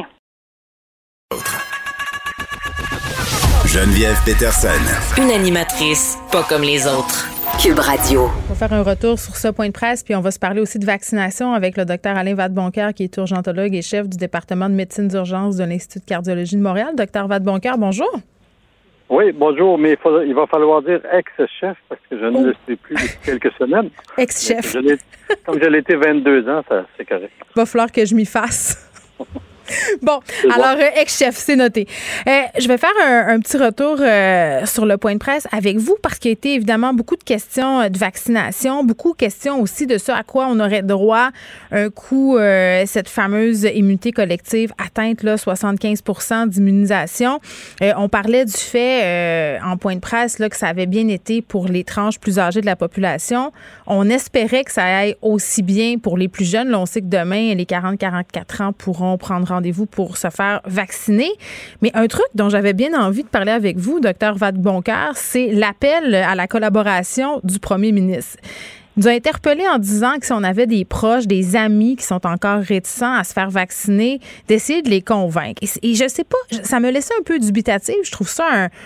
Geneviève Peterson. Une animatrice pas comme les autres. Cube Radio. On va faire un retour sur ce point de presse, puis on va se parler aussi de vaccination avec le docteur Alain Vadeboncoeur, qui est urgentologue et chef du département de médecine d'urgence de l'Institut de cardiologie de Montréal. Docteur Vadeboncoeur, bonjour. Oui, bonjour, mais il, faut, il va falloir dire ex-chef, parce que je ne oh. le sais plus depuis quelques semaines. Ex-chef. Je comme je l'étais vingt-deux ans, ça, c'est correct. Il va falloir que je m'y fasse. Bon, alors, bon. ex-chef, c'est noté. Euh, je vais faire un, un petit retour euh, sur le point de presse avec vous, parce qu'il y a été évidemment beaucoup de questions de vaccination, beaucoup de questions aussi de ce à quoi on aurait droit un coup, euh, cette fameuse immunité collective atteinte, là, soixante-quinze pour cent d'immunisation. Euh, on parlait du fait, euh, en point de presse, là, que ça avait bien été pour les tranches plus âgées de la population. On espérait que ça aille aussi bien pour les plus jeunes. Là, on sait que demain, les quarante à quarante-quatre ans pourront prendre rendez-vous pour se faire vacciner. Mais un truc dont j'avais bien envie de parler avec vous, docteur Vadeboncoeur, c'est l'appel à la collaboration du premier ministre. Il nous a interpellés en disant que si on avait des proches, des amis qui sont encore réticents à se faire vacciner, d'essayer de les convaincre. Et, et je sais pas, ça me laissait un peu dubitatif. Je trouve ça un,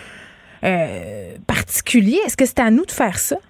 euh, particulier. Est-ce que c'est à nous de faire ça?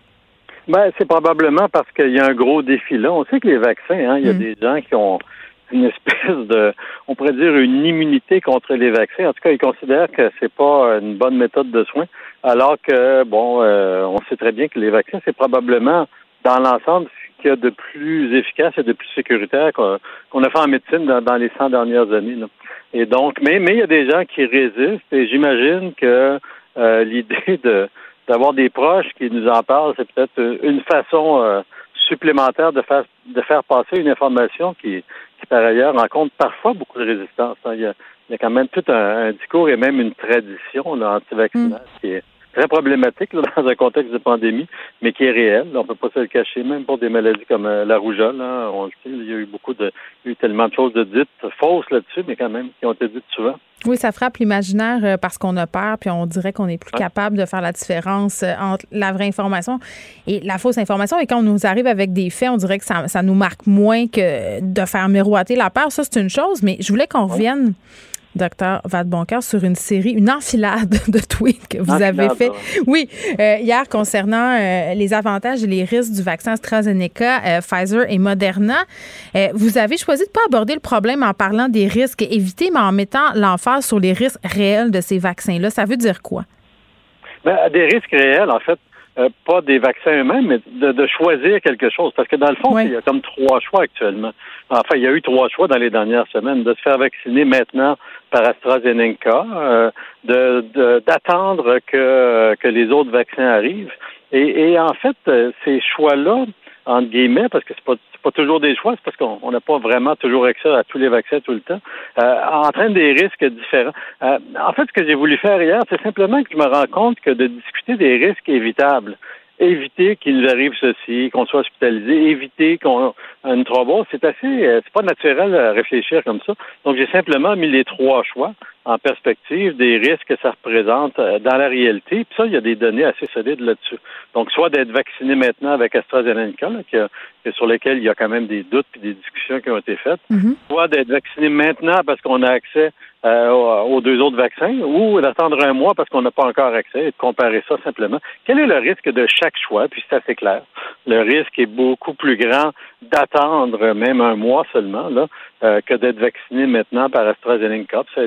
Ben, c'est probablement parce qu'il y a un gros défi là. On sait que les vaccins, hein, il y a mmh. des gens qui ont une espèce de, on pourrait dire, une immunité contre les vaccins. En tout cas, ils considèrent que c'est pas une bonne méthode de soins, alors que, bon, euh, on sait très bien que les vaccins, c'est probablement, dans l'ensemble, ce qu'il y a de plus efficace et de plus sécuritaire qu'on, qu'on a fait en médecine dans, dans les cent dernières années, là. Et donc, mais, mais il y a des gens qui résistent, et j'imagine que euh, l'idée de d'avoir des proches qui nous en parlent, c'est peut-être une façon euh, supplémentaire de faire de faire passer une information qui qui par ailleurs rencontre parfois beaucoup de résistance. Il y a, il y a quand même tout un, un discours et même une tradition là, anti-vaccinale mmh. qui est très problématique là, dans un contexte de pandémie, mais qui est réelle. On ne peut pas se le cacher, même pour des maladies comme euh, la rougeole. Hein, on le sait, il y a eu beaucoup de, il y a eu tellement de choses de dites fausses là-dessus, mais quand même qui ont été dites souvent. Oui, ça frappe l'imaginaire parce qu'on a peur, puis on dirait qu'on n'est plus ouais. capable de faire la différence entre la vraie information et la fausse information. Et quand on nous arrive avec des faits, on dirait que ça, ça nous marque moins que de faire miroiter la peur. Ça, c'est une chose, mais je voulais qu'on revienne, docteur Vadeboncoeur, sur une série, une enfilade de tweets que vous enfilade, avez fait. Ouais. Oui, euh, hier, concernant euh, les avantages et les risques du vaccin AstraZeneca, euh, Pfizer et Moderna. Euh, vous avez choisi de ne pas aborder le problème en parlant des risques évités, mais en mettant l'emphase sur les risques réels de ces vaccins-là. Ça veut dire quoi? Ben, des risques réels, en fait. Euh, pas des vaccins eux-mêmes, mais de, de choisir quelque chose. Parce que dans le fond, oui. il y a comme trois choix actuellement. Enfin, il y a eu trois choix dans les dernières semaines. De se faire vacciner maintenant par AstraZeneca, euh, de, de, d'attendre que, que les autres vaccins arrivent. Et, et en fait, ces choix-là, entre guillemets, parce que c'est pas, c'est pas toujours des choix, c'est parce qu'on n'a pas vraiment toujours accès à tous les vaccins tout le temps, euh, entraîne des risques différents. Euh, en fait, ce que j'ai voulu faire hier, c'est simplement que je me rends compte que de discuter des risques évitables, éviter qu'il nous arrive ceci, qu'on soit hospitalisé, éviter qu'on ait une thrombose, c'est assez, c'est pas naturel à réfléchir comme ça. Donc, j'ai simplement mis les trois choix en perspective des risques que ça représente dans la réalité. Puis ça, il y a des données assez solides là-dessus. Donc, soit d'être vacciné maintenant avec AstraZeneca, là, qui a, sur lesquels il y a quand même des doutes et des discussions qui ont été faites, mm-hmm. soit d'être vacciné maintenant parce qu'on a accès euh, aux deux autres vaccins, ou d'attendre un mois parce qu'on n'a pas encore accès, et de comparer ça simplement. Quel est le risque de chaque choix? Puis c'est assez clair. Le risque est beaucoup plus grand d'attendre même un mois seulement là, euh, que d'être vacciné maintenant par AstraZeneca. Puis ça a été quand même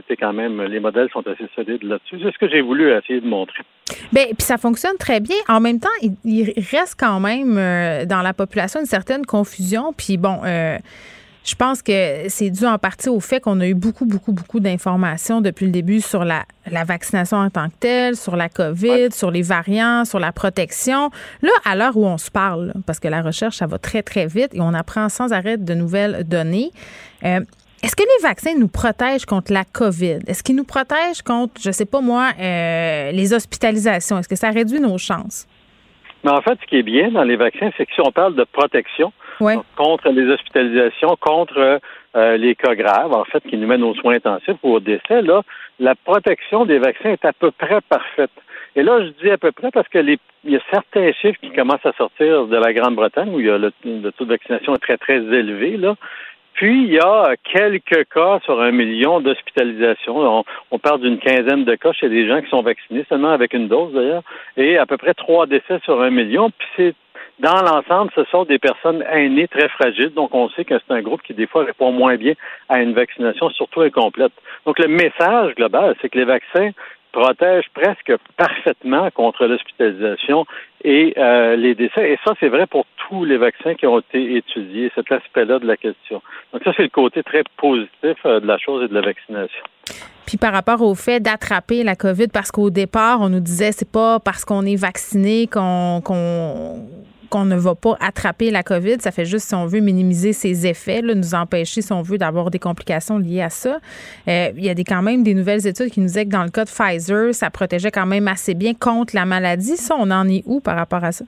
même, les modèles sont assez solides là-dessus. C'est ce que j'ai voulu essayer de montrer. Bien, puis ça fonctionne très bien. En même temps, il, il reste quand même euh, dans la population une certaine confusion. Puis bon, euh, je pense que c'est dû en partie au fait qu'on a eu beaucoup, beaucoup, beaucoup d'informations depuis le début sur la, la vaccination en tant que telle, sur la COVID, ouais. sur les variants, sur la protection. Là, à l'heure où on se parle, parce que la recherche, ça va très, très vite et on apprend sans arrêt de nouvelles données, euh, est-ce que les vaccins nous protègent contre la COVID? Est-ce qu'ils nous protègent contre, je sais pas moi, euh, les hospitalisations? Est-ce que ça réduit nos chances? Mais en fait, ce qui est bien dans les vaccins, c'est que si on parle de protection ouais. contre les hospitalisations, contre euh, les cas graves, en fait, qui nous mènent aux soins intensifs ou au décès, là, la protection des vaccins est à peu près parfaite. Et là, je dis à peu près parce que les, il y a certains chiffres qui commencent à sortir de la Grande-Bretagne où il y a le, le taux de vaccination est très, très élevé, là. Puis, il y a quelques cas sur un million d'hospitalisations. On, on parle d'une quinzaine de cas chez des gens qui sont vaccinés, seulement avec une dose d'ailleurs, et à peu près trois décès sur un million. Puis, c'est dans l'ensemble, ce sont des personnes aînées très fragiles. Donc, on sait que c'est un groupe qui, des fois, répond moins bien à une vaccination, surtout incomplète. Donc, le message global, c'est que les vaccins protègent presque parfaitement contre l'hospitalisation et euh, les décès. Et ça, c'est vrai pour tous les vaccins qui ont été étudiés, cet aspect-là de la question. Donc ça, c'est le côté très positif euh, de la chose et de la vaccination. Puis par rapport au fait d'attraper la COVID, parce qu'au départ, on nous disait c'est pas parce qu'on est vacciné qu'on qu'on qu'on ne va pas attraper la COVID. Ça fait juste, si on veut, minimiser ses effets, là, nous empêcher, si on veut, d'avoir des complications liées à ça. Euh, il y a des, quand même des nouvelles études qui nous disaient que dans le cas de Pfizer, ça protégeait quand même assez bien contre la maladie. Ça, on en est où par rapport à ça?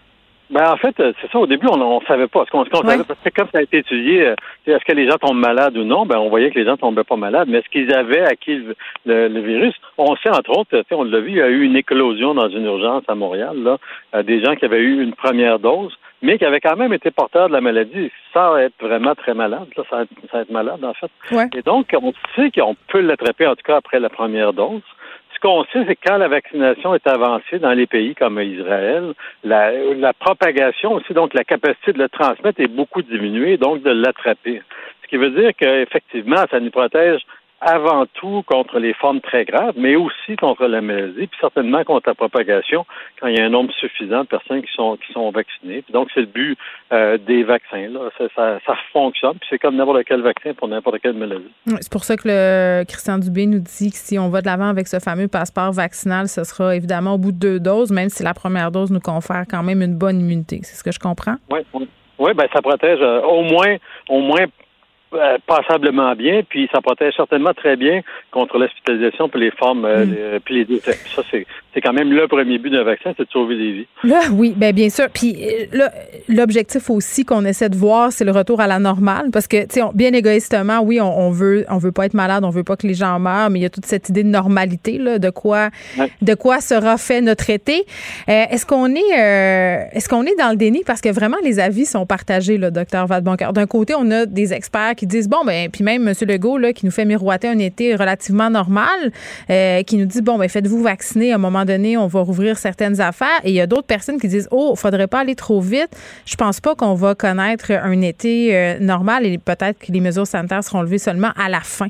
Ben en fait, c'est ça. Au début, on ne savait pas. Ce qu'on, ce qu'on ouais. savait, parce que comme ça a été étudié, euh, est-ce que les gens tombent malades ou non? Ben on voyait que les gens tombaient pas malades. Mais est-ce qu'ils avaient acquis le, le, le virus? On sait entre autres, on l'a vu, il y a eu une éclosion dans une urgence à Montréal, là, euh, des gens qui avaient eu une première dose, mais qui avaient quand même été porteurs de la maladie sans être vraiment très malades, là, sans, être, sans être malades en fait. Ouais. Et donc, on sait qu'on peut l'attraper en tout cas après la première dose. Ce qu'on sait, c'est que quand la vaccination est avancée dans les pays comme Israël, la, la propagation aussi, donc la capacité de le transmettre est beaucoup diminuée, donc de l'attraper. Ce qui veut dire qu'effectivement, ça nous protège avant tout contre les formes très graves, mais aussi contre la maladie, puis certainement contre la propagation quand il y a un nombre suffisant de personnes qui sont qui sont vaccinées. Puis donc, c'est le but euh, des vaccins. Là. Ça, ça, ça fonctionne, puis c'est comme n'importe quel vaccin pour n'importe quelle maladie. C'est pour ça que le Christian Dubé nous dit que si on va de l'avant avec ce fameux passeport vaccinal, ce sera évidemment au bout de deux doses, même si la première dose nous confère quand même une bonne immunité. C'est ce que je comprends? Oui, oui. Oui, ben ça protège euh, au moins au moins Euh, passablement bien, puis ça protège certainement très bien contre l'hospitalisation puis les formes, euh, mm. les, puis les décès. Ça, c'est, c'est quand même le premier but d'un vaccin, c'est de sauver des vies. Là, oui, bien, bien sûr. Puis là, l'objectif aussi qu'on essaie de voir, c'est le retour à la normale, parce que, tu sais, bien égoïstement, oui, on, on veut, on veut pas être malade, on veut pas que les gens meurent, mais il y a toute cette idée de normalité, là, de quoi, ouais. de quoi sera fait notre été. Euh, est-ce qu'on est, euh, est-ce qu'on est dans le déni, parce que vraiment les avis sont partagés, là, docteur Vadeboncoeur. D'un côté, on a des experts qui disent, bon, ben, puis même M. Legault, là, qui nous fait miroiter un été relativement normal, euh, qui nous dit, bon, ben, faites-vous vacciner, à un moment donné, on va rouvrir certaines affaires. Et il y a d'autres personnes qui disent, oh, faudrait pas aller trop vite. Je pense pas qu'on va connaître un été euh, normal et peut-être que les mesures sanitaires seront levées seulement à la fin.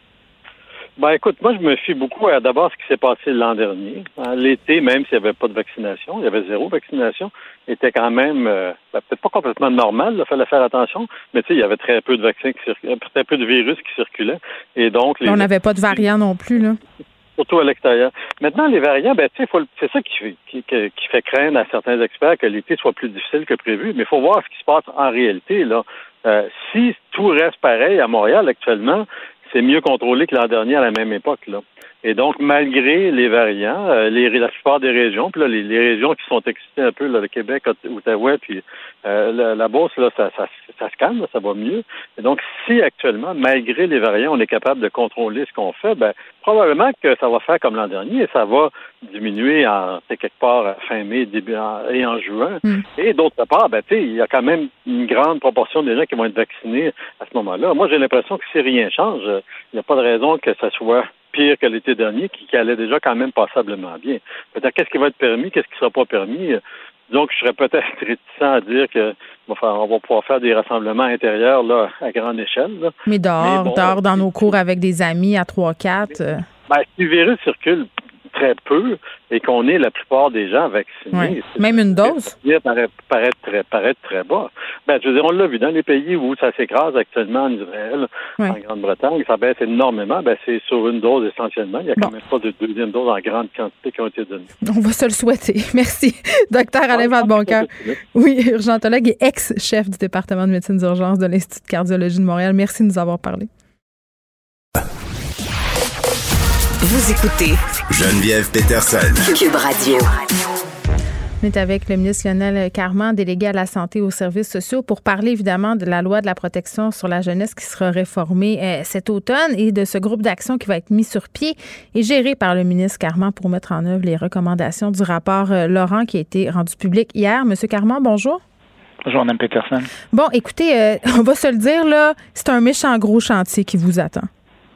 Ben écoute, moi je me fie beaucoup à d'abord ce qui s'est passé l'an dernier. L'été, même s'il n'y avait pas de vaccination, il y avait zéro vaccination, était quand même euh, ben, peut-être pas complètement normal, il fallait faire attention, mais tu sais, il y avait très peu de vaccins qui circulaient, très peu de virus qui circulaient. Et donc les... On n'avait pas de variants non plus, là. Surtout à l'extérieur. Maintenant, les variants, ben tu sais, c'est ça qui, qui, qui fait craindre à certains experts que l'été soit plus difficile que prévu, mais il faut voir ce qui se passe en réalité, là. Euh, si tout reste pareil à Montréal actuellement, c'est mieux contrôlé que l'an dernier à la même époque, là. Et donc, malgré les variants, euh, les, la plupart des régions, puis là, les, les régions qui sont excitées un peu, là, le Québec, Outaouais, puis euh, la, la Beauce, là, ça, ça, ça se calme, là, ça va mieux. Et donc, si actuellement, malgré les variants, on est capable de contrôler ce qu'on fait, ben probablement que ça va faire comme l'an dernier, et ça va diminuer en quelque part à fin mai, début en, et en juin. Mm. Et d'autre part, ben tu sais, il y a quand même une grande proportion des gens qui vont être vaccinés à ce moment-là. Moi, j'ai l'impression que si rien change, il n'y a pas de raison que ça soit pire que l'été dernier, qui, qui allait déjà quand même passablement bien. Peut-être qu'est-ce qui va être permis, qu'est-ce qui ne sera pas permis, Donc, je serais peut-être réticent à dire que on va pouvoir faire des rassemblements intérieurs là, à grande échelle. Là. Mais dehors, Mais bon, dehors dans nos cours avec des amis à trois quatre. Euh... Ben, si le virus circule très peu et qu'on est la plupart des gens vaccinés. Ouais. Même une dose? Ça paraît, paraît, très, paraît très bas. Ben, je veux dire, on l'a vu dans les pays où ça s'écrase actuellement en Israël, ouais. en Grande-Bretagne, ça baisse énormément. Ben, c'est sur une dose essentiellement. Il n'y a bon. quand même pas de deuxième dose en grande quantité qui ont été données. On va se le souhaiter. Merci. Docteur Alain Vadeboncoeur. Oui, urgentologue et ex-chef du département de médecine d'urgence de l'Institut de cardiologie de Montréal. Merci de nous avoir parlé. Vous écoutez Geneviève Peterson. Cube Radio. On est avec le ministre Lionel Carman, délégué à la santé et aux services sociaux, pour parler évidemment de la loi de la protection sur la jeunesse qui sera réformée euh, cet automne et de ce groupe d'action qui va être mis sur pied et géré par le ministre Carman pour mettre en œuvre les recommandations du rapport euh, Laurent qui a été rendu public hier. Monsieur Carman, bonjour. Bonjour, Mme Peterson. Bon, écoutez, euh, on va se le dire, là, c'est un méchant gros chantier qui vous attend.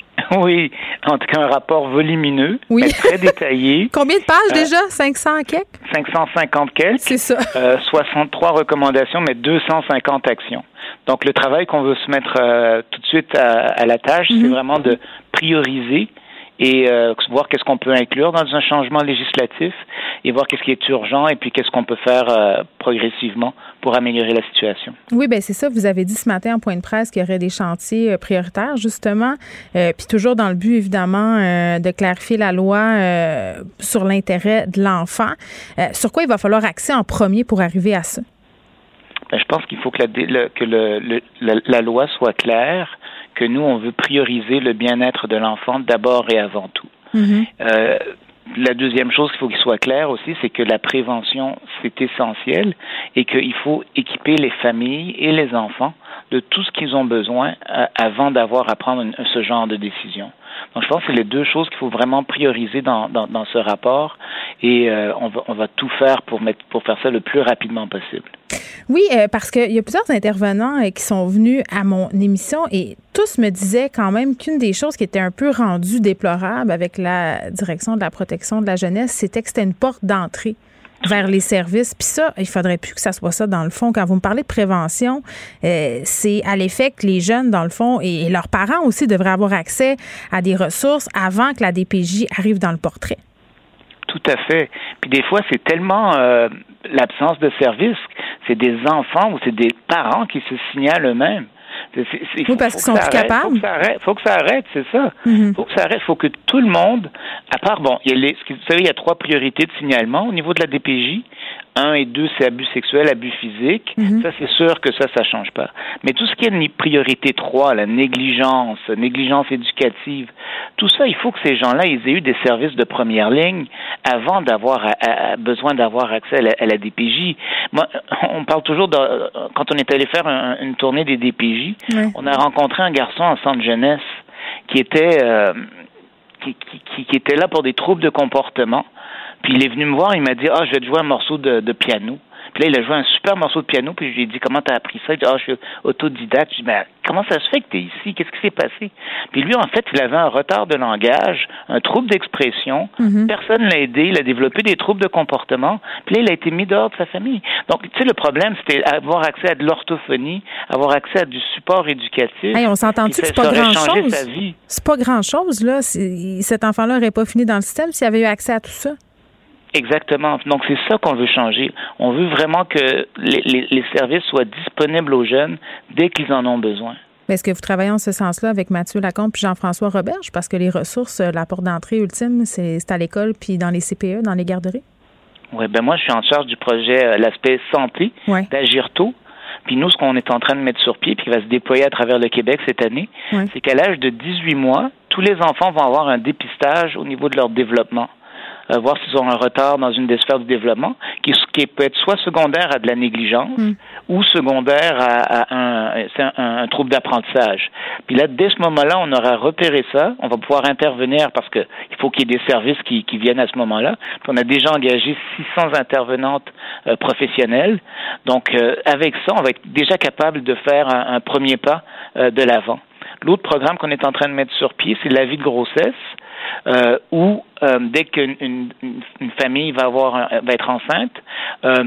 Oui, en tout cas, un rapport volumineux, oui. mais très détaillé. Combien de pages euh, déjà? cinq cents quelques? cinq cent cinquante quelques. C'est ça. Euh, soixante-trois recommandations, mais deux cent cinquante actions. Donc, le travail qu'on veut se mettre euh, tout de suite à, à la tâche, mm-hmm. c'est vraiment de prioriser et euh, voir qu'est-ce qu'on peut inclure dans un changement législatif et voir qu'est-ce qui est urgent et puis qu'est-ce qu'on peut faire euh, progressivement pour améliorer la situation. Oui, bien c'est ça. Vous avez dit ce matin en point de presse qu'il y aurait des chantiers euh, prioritaires, justement, euh, puis toujours dans le but, évidemment, euh, de clarifier la loi euh, sur l'intérêt de l'enfant. Euh, sur quoi il va falloir axer en premier pour arriver à ça? Bien, je pense qu'il faut que, la, le, que le, le, la, la loi soit claire, que nous, on veut prioriser le bien-être de l'enfant d'abord et avant tout. Mm-hmm. Euh, la deuxième chose qu'il faut qu'il soit clair aussi, c'est que la prévention, c'est essentiel et qu'il faut équiper les familles et les enfants de tout ce qu'ils ont besoin euh, avant d'avoir à prendre une, ce genre de décision. Donc, je pense que c'est les deux choses qu'il faut vraiment prioriser dans, dans, dans ce rapport et euh, on va, on va tout faire pour, mettre, pour faire ça le plus rapidement possible. Oui, euh, parce qu'il y a plusieurs intervenants euh, qui sont venus à mon émission et tous me disaient quand même qu'une des choses qui était un peu rendue déplorable avec la direction de la protection de la jeunesse, c'était que c'était une porte d'entrée vers les services. Puis ça, il faudrait plus que ça soit ça dans le fond. Quand vous me parlez de prévention, euh, c'est à l'effet que les jeunes, dans le fond, et, et leurs parents aussi devraient avoir accès à des ressources avant que la D P J arrive dans le portrait. Tout à fait. Puis des fois, c'est tellement euh, l'absence de service, c'est des enfants ou c'est des parents qui se signalent eux-mêmes. C'est, c'est, c'est, oui, parce qu'ils sont plus capables. Faut que ça arrête, faut que ça arrête, c'est ça. Mm-hmm. Faut que ça arrête, faut que tout le monde, à part, bon, il y a les, vous savez, il y a trois priorités de signalement au niveau de la D P J. Un et deux, c'est abus sexuel, abus physique. Mm-hmm. Ça, c'est sûr que ça, ça change pas. Mais tout ce qui est une priorité trois, la négligence, négligence éducative, tout ça, il faut que ces gens-là, ils aient eu des services de première ligne avant d'avoir à, à, besoin d'avoir accès à la, à la D P J. Moi, on parle toujours de, quand on est allé faire un, une tournée des D P J, oui. on a rencontré un garçon en centre jeunesse qui était euh, qui, qui, qui était là pour des troubles de comportement. Puis il est venu me voir, il m'a dit « Ah, je vais te jouer un morceau de, de piano. » Puis là, il a joué un super morceau de piano, puis je lui ai dit « Comment t'as appris ça? » Il dit « Ah, je suis autodidacte. » Je lui ai dit « Mais comment ça se fait que t'es ici? Qu'est-ce qui s'est passé? » Puis lui, en fait, il avait un retard de langage, un trouble d'expression. Mm-hmm. Personne l'a aidé. Il a développé des troubles de comportement. Puis là, il a été mis dehors de sa famille. Donc, tu sais, le problème, c'était avoir accès à de l'orthophonie, avoir accès à du support éducatif. Hey, on s'entend-tu que c'est pas grand-chose? C'est pas grand-chose, là. C'est... Cet enfant-là n'aurait pas fini dans le système s'il avait eu accès à tout ça. Exactement. Donc, c'est ça qu'on veut changer. On veut vraiment que les, les, les services soient disponibles aux jeunes dès qu'ils en ont besoin. Mais est-ce que vous travaillez en ce sens-là avec Mathieu Lacombe puis Jean-François Roberge? Parce que les ressources, la porte d'entrée ultime, c'est, c'est à l'école puis dans les C P E, dans les garderies? Oui, ben moi, je suis en charge du projet, euh, l'aspect santé, ouais. d'Agir tôt. Puis nous, ce qu'on est en train de mettre sur pied puis qui va se déployer à travers le Québec cette année, ouais. c'est qu'à l'âge de dix-huit mois, tous les enfants vont avoir un dépistage au niveau de leur développement. Euh, voir s'ils ont un retard dans une des sphères du développement, qui, qui peut être soit secondaire à de la négligence mm. ou secondaire à, à un, c'est un, un, un trouble d'apprentissage. Puis là, dès ce moment-là, on aura repéré ça, on va pouvoir intervenir parce que il faut qu'il y ait des services qui, qui viennent à ce moment-là. Puis on a déjà engagé six cents intervenantes euh, professionnelles. Donc, euh, avec ça, on va être déjà capable de faire un, un premier pas euh, de l'avant. L'autre programme qu'on est en train de mettre sur pied, c'est l'avis de grossesse. Euh, où euh, dès qu'une une, une famille va avoir un, va être enceinte, euh,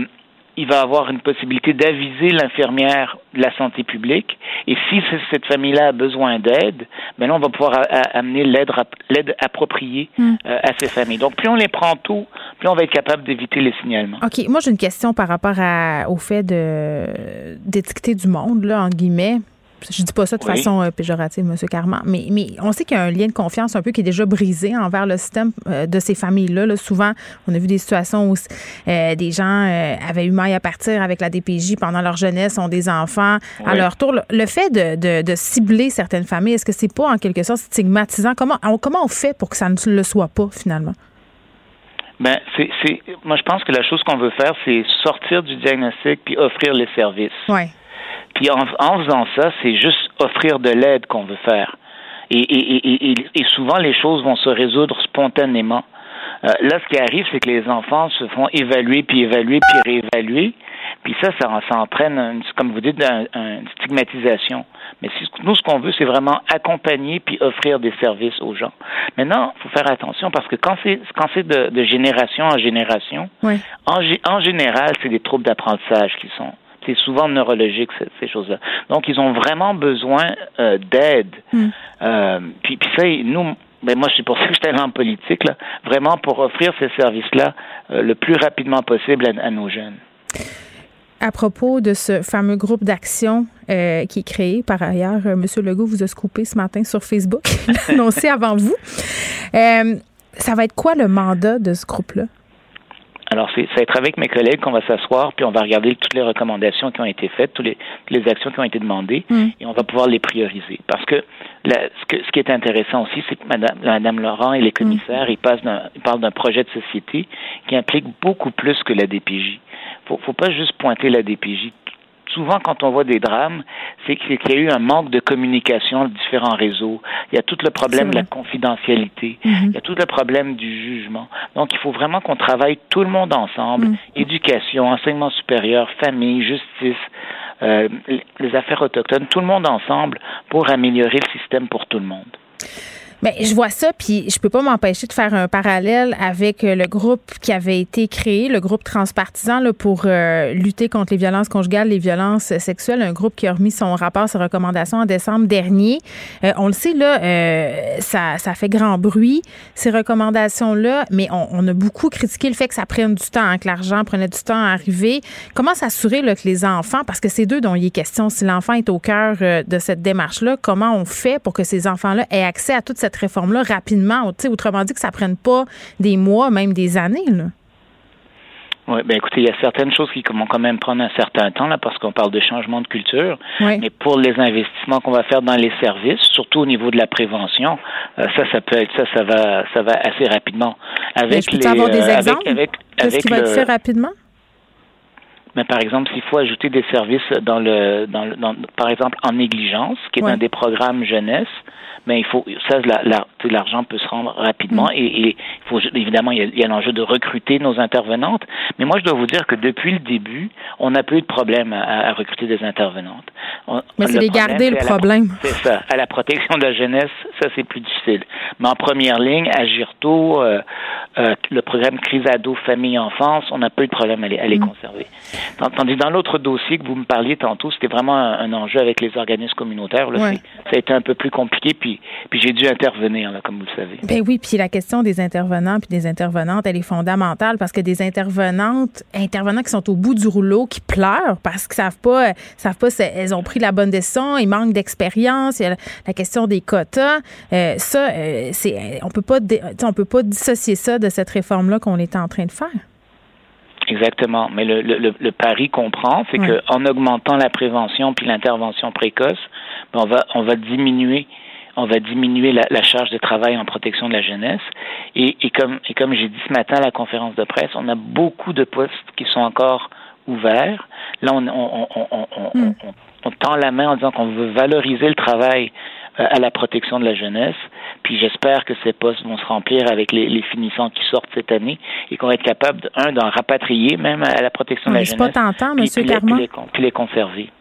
il va avoir une possibilité d'aviser l'infirmière de la santé publique. Et si cette famille-là a besoin d'aide, ben là, on va pouvoir a, a, amener l'aide, l'aide appropriée mm. euh, à ces familles. Donc, plus on les prend tôt, plus on va être capable d'éviter les signalements. OK. Moi, j'ai une question par rapport à, au fait de, d'étiqueter du monde, là, en guillemets. Je dis pas ça de oui. façon euh, péjorative, M. Carman, mais, mais on sait qu'il y a un lien de confiance un peu qui est déjà brisé envers le système euh, de ces familles-là. Là, souvent, on a vu des situations où euh, des gens euh, avaient eu maille à partir avec la D P J pendant leur jeunesse, ont des enfants oui. à leur tour. Le fait de, de, de cibler certaines familles, est-ce que c'est pas en quelque sorte stigmatisant? Comment on, comment on fait pour que ça ne le soit pas, finalement? Ben, c'est, c'est, moi, je pense que la chose qu'on veut faire, c'est sortir du diagnostic puis offrir les services. Oui. Puis en, en faisant ça, c'est juste offrir de l'aide qu'on veut faire. Et, et, et, et, et souvent, les choses vont se résoudre spontanément. Euh, là, ce qui arrive, c'est que les enfants se font évaluer, puis évaluer, puis réévaluer. Puis ça, ça, ça entraîne, une, comme vous dites, un, une stigmatisation. Mais si, nous, ce qu'on veut, c'est vraiment accompagner puis offrir des services aux gens. Maintenant, il faut faire attention parce que quand c'est, quand c'est de, de génération en génération, oui. en, en général, c'est des troubles d'apprentissage qui sont... C'est souvent neurologique, ces, ces choses-là. Donc, ils ont vraiment besoin euh, d'aide. Mm. Euh, puis, puis ça, nous, ben moi, c'est pour ça que j'étais allé en politique, là, vraiment pour offrir ces services-là euh, le plus rapidement possible à, à nos jeunes. À propos de ce fameux groupe d'action euh, qui est créé, par ailleurs, euh, M. Legault vous a scoopé ce matin sur Facebook, annoncé avant vous. Euh, ça va être quoi le mandat de ce groupe-là? Alors, c'est, ça va être avec mes collègues qu'on va s'asseoir, puis on va regarder toutes les recommandations qui ont été faites, toutes les, toutes les actions qui ont été demandées, mm. et on va pouvoir les prioriser. Parce que, la, ce, que ce qui est intéressant aussi, c'est que Mme, Mme Laurent et les commissaires, mm. ils, passent d'un, ils parlent d'un projet de société qui implique beaucoup plus que la D P J. Faut, faut pas juste pointer la D P J. Souvent, quand on voit des drames, c'est qu'il y a eu un manque de communication de différents réseaux. Il y a tout le problème de la confidentialité. Mm-hmm. Il y a tout le problème du jugement. Donc, il faut vraiment qu'on travaille tout le monde ensemble. Mm. Éducation, enseignement supérieur, famille, justice, euh, les affaires autochtones, tout le monde ensemble pour améliorer le système pour tout le monde. Bien, je vois ça, puis je peux pas m'empêcher de faire un parallèle avec le groupe qui avait été créé, le groupe transpartisan là, pour euh, lutter contre les violences conjugales, les violences sexuelles, un groupe qui a remis son rapport, ses recommandations en décembre dernier. Euh, on le sait, là, euh, ça, ça fait grand bruit, ces recommandations-là, mais on, on a beaucoup critiqué le fait que ça prenne du temps, hein, que l'argent prenait du temps à arriver. Comment s'assurer là, que les enfants, parce que c'est d'eux dont il est question, si l'enfant est au cœur euh, de cette démarche-là, comment on fait pour que ces enfants-là aient accès à toute cette réforme-là rapidement, autrement dit que ça ne prenne pas des mois, même des années, là? Oui, bien écoutez, il y a certaines choses qui vont quand même prendre un certain temps, là, parce qu'on parle de changement de culture. Oui. Mais pour les investissements qu'on va faire dans les services, surtout au niveau de la prévention, euh, ça, ça peut être ça, ça va ça va assez rapidement. Avec je peux les, avoir des euh, exemples avec, avec, de avec ce qui va le, être fait rapidement? Mais par exemple, s'il faut ajouter des services dans le, dans le dans, par exemple, en négligence, qui est oui. dans des programmes jeunesse, mais il faut ça la, la, l'argent peut se rendre rapidement mmh. et, et il faut évidemment il y, a, il y a l'enjeu de recruter nos intervenantes, mais moi je dois vous dire que depuis le début on n'a pas eu de problème à, à recruter des intervenantes. On, mais c'est les garder le problème. La, c'est ça, à la protection de la jeunesse, ça c'est plus difficile. Mais en première ligne, agir tôt, euh, euh, le programme Crise Ado Famille Enfance, on n'a pas eu de problème à les, à les mmh. conserver. Tandis dans l'autre dossier que vous me parliez tantôt, c'était vraiment un, un enjeu avec les organismes communautaires. Là, ouais. Ça a été un peu plus compliqué, puis Puis j'ai dû intervenir, là, comme vous le savez. Ben oui, puis la question des intervenants puis des intervenantes, elle est fondamentale parce que des intervenantes, intervenants qui sont au bout du rouleau, qui pleurent parce qu'ils savent pas, savent pas si elles ont pris la bonne décision, ils manquent d'expérience, il y a la question des quotas. Euh, ça, euh, c'est, on peut pas, on peut pas dissocier ça de cette réforme-là qu'on est en train de faire. Exactement. Mais le, le, le pari qu'on prend, c'est ouais. qu'en augmentant la prévention puis l'intervention précoce, ben on va, on va diminuer on va diminuer la, la charge de travail en protection de la jeunesse. Et, et, comme, et comme j'ai dit ce matin à la conférence de presse, on a beaucoup de postes qui sont encore ouverts. Là, on, on, on, on, on, mm. on, on tend la main en disant qu'on veut valoriser le travail euh, à la protection de la jeunesse. Puis j'espère que ces postes vont se remplir avec les, les finissants qui sortent cette année et qu'on va être capable, un, d'en rapatrier même à la protection oui, de la c'est jeunesse. C'est pas tentant, M. Carman. Puis les, puis les conserver.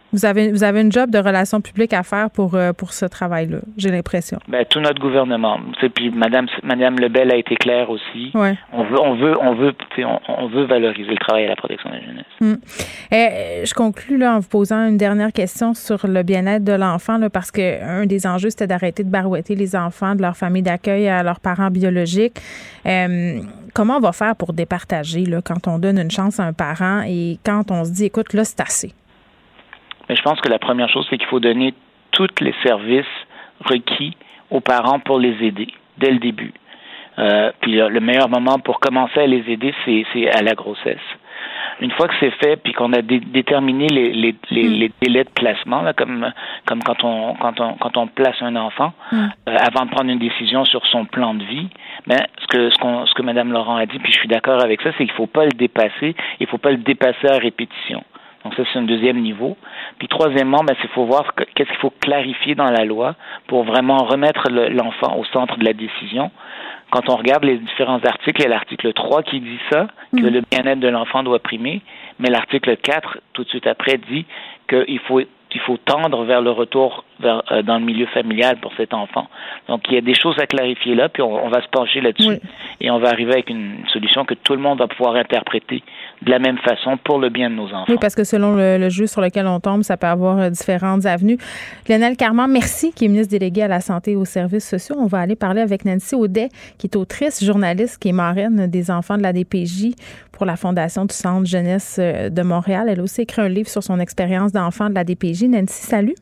Vous avez, vous avez une job de relations publiques à faire pour, euh, pour ce travail-là, j'ai l'impression. Ben, tout notre gouvernement. Puis Madame, Madame Lebel a été claire aussi. Ouais. On veut, on veut, on veut, on, on veut valoriser le travail à la protection de la jeunesse. Hum. Eh, je conclue là, en vous posant une dernière question sur le bien-être de l'enfant, là, parce que un des enjeux, c'était d'arrêter de barouetter les enfants de leur famille d'accueil à leurs parents biologiques. Euh, comment on va faire pour départager là, quand on donne une chance à un parent et quand on se dit, écoute, là, c'est assez? Mais je pense que la première chose, c'est qu'il faut donner tous les services requis aux parents pour les aider dès le début. Euh, puis le meilleur moment pour commencer à les aider, c'est, c'est à la grossesse. Une fois que c'est fait, puis qu'on a dé- déterminé les, les, les, mm. les délais de placement, là, comme, comme quand on, quand on, quand on place un enfant, mm. euh, avant de prendre une décision sur son plan de vie, ben, ce que, ce qu'on, ce que Mme Laurent a dit, puis je suis d'accord avec ça, c'est qu'il faut pas le dépasser, il faut pas le dépasser à répétition. Donc ça, c'est un deuxième niveau. Puis troisièmement, ben, il faut voir que, qu'est-ce qu'il faut clarifier dans la loi pour vraiment remettre le, l'enfant au centre de la décision. Quand on regarde les différents articles, il y a l'article trois qui dit ça, que mmh. le bien-être de l'enfant doit primer, mais l'article quatre, tout de suite après, dit qu'il faut il faut tendre vers le retour vers, euh, dans le milieu familial pour cet enfant. Donc, il y a des choses à clarifier là, puis on, on va se pencher là-dessus oui. et on va arriver avec une solution que tout le monde va pouvoir interpréter de la même façon pour le bien de nos enfants. Oui, parce que selon le, le jeu sur lequel on tombe, ça peut avoir euh, différentes avenues. Lionel Carman, merci, qui est ministre délégué à la Santé et aux services sociaux. On va aller parler avec Nancy Audet, qui est autrice, journaliste, qui est marraine des enfants de la D P J pour la Fondation du Centre Jeunesse de Montréal. Elle a aussi écrit un livre sur son expérience d'enfant de la D P J. Nancy, salut.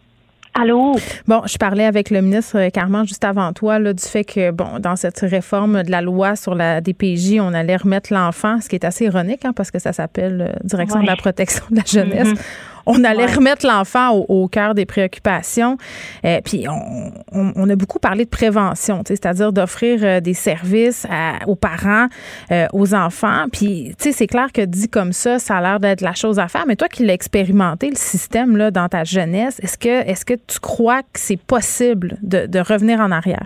Allô? Bon, je parlais avec le ministre Carman juste avant toi là, du fait que, bon, dans cette réforme de la loi sur la D P J, on allait remettre l'enfant, ce qui est assez ironique, hein, parce que ça s'appelle euh, Direction ouais. de la protection de la jeunesse. Mm-hmm. On allait ouais. remettre l'enfant au, au cœur des préoccupations. Euh, puis, on, on, on a beaucoup parlé de prévention, c'est-à-dire d'offrir euh, des services à, aux parents, euh, aux enfants. Puis, tu sais, c'est clair que dit comme ça, ça a l'air d'être la chose à faire. Mais toi qui l'as expérimenté, le système, là, dans ta jeunesse, est-ce que, est-ce que tu crois que c'est possible de, de revenir en arrière?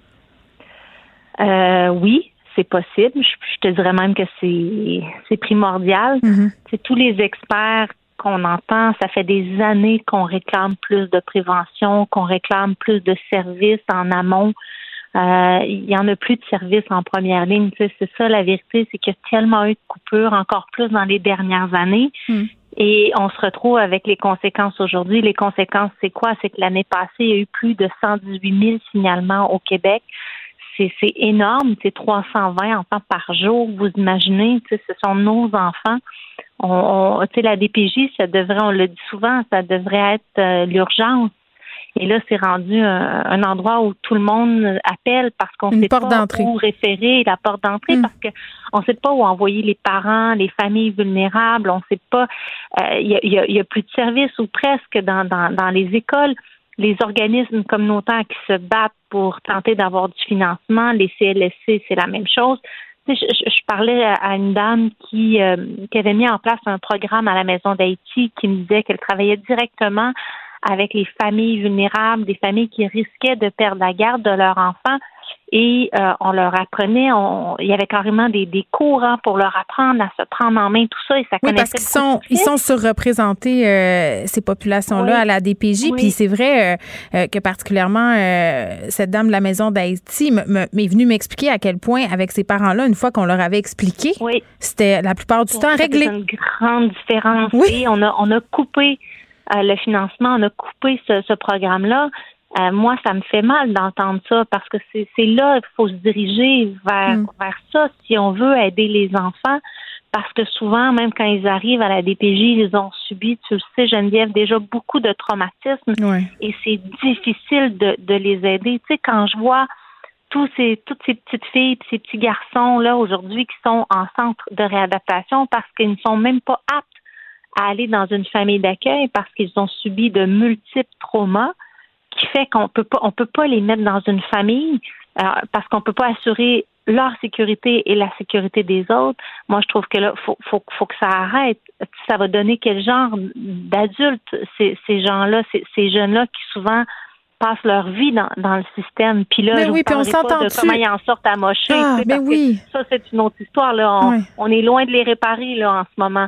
Euh, oui. C'est possible. Je, je te dirais même que c'est, c'est primordial. Mm-hmm. C'est tous les experts qu'on entend, ça fait des années qu'on réclame plus de prévention, qu'on réclame plus de services en amont. Euh, il y en a plus de services en première ligne. Tu sais, c'est ça la vérité, c'est qu'il y a tellement eu de coupures, encore plus dans les dernières années. Mm. Et on se retrouve avec les conséquences aujourd'hui. Les conséquences, c'est quoi? C'est que l'année passée, il y a eu plus de cent dix-huit mille signalements au Québec. C'est, c'est énorme, c'est trois cent vingt enfants par jour. Vous imaginez, tu sais, ce sont nos enfants. On, on, tu sais, la D P J, ça devrait, on le dit souvent, ça devrait être euh, l'urgence. Et là, c'est rendu un, un endroit où tout le monde appelle parce qu'on ne sait pas d'entrée. Où référer, la porte d'entrée, mmh. parce que on ne sait pas où envoyer les parents, les familles vulnérables. On ne sait pas. Il euh, y, a, y a plus de services ou presque dans, dans, dans les écoles. Les organismes communautaires qui se battent pour tenter d'avoir du financement, les C L S C, c'est la même chose. Tu sais, je, je parlais à une dame qui, euh, qui avait mis en place un programme à la Maison d'Haïti qui me disait qu'elle travaillait directement avec les familles vulnérables, des familles qui risquaient de perdre la garde de leurs enfants. Et euh, on leur apprenait, on, il y avait carrément des, des cours hein, pour leur apprendre à se prendre en main, tout ça. Et ça oui, parce qu'ils sont, ils sont surreprésentés, euh, ces populations-là, oui. à la D P J. Oui. Puis c'est vrai euh, que particulièrement, euh, cette dame de la Maison d'Haïti m- m- m'est venue m'expliquer à quel point, avec ces parents-là, une fois qu'on leur avait expliqué, oui. c'était la plupart du oui, temps réglé. C'est une grande différence. Oui. Et on a, on a coupé euh, le financement, on a coupé ce, ce programme-là. Euh, moi, ça me fait mal d'entendre ça parce que c'est, c'est là qu'il faut se diriger vers, mm. vers ça si on veut aider les enfants. Parce que souvent, même quand ils arrivent à la D P J, ils ont subi, tu le sais, Geneviève, déjà beaucoup de traumatismes. Ouais. Et c'est difficile de, de les aider. Tu sais, quand je vois tous ces, toutes ces petites filles et ces petits garçons-là aujourd'hui qui sont en centre de réadaptation parce qu'ils ne sont même pas aptes à aller dans une famille d'accueil parce qu'ils ont subi de multiples traumas, qui fait qu'on peut pas, on peut pas les mettre dans une famille euh, parce qu'on peut pas assurer leur sécurité et la sécurité des autres. Moi, je trouve que là, faut, faut, faut que ça arrête. Ça va donner quel genre d'adultes ces, ces gens-là, ces, ces jeunes-là qui souvent passent leur vie dans, dans le système. Puis là, mais je oui, vous parlerai puis on pas de comment ils en sortent amochés. Ah, mais oui. Ça, c'est une autre histoire. Là. On, oui. on est loin de les réparer là en ce moment.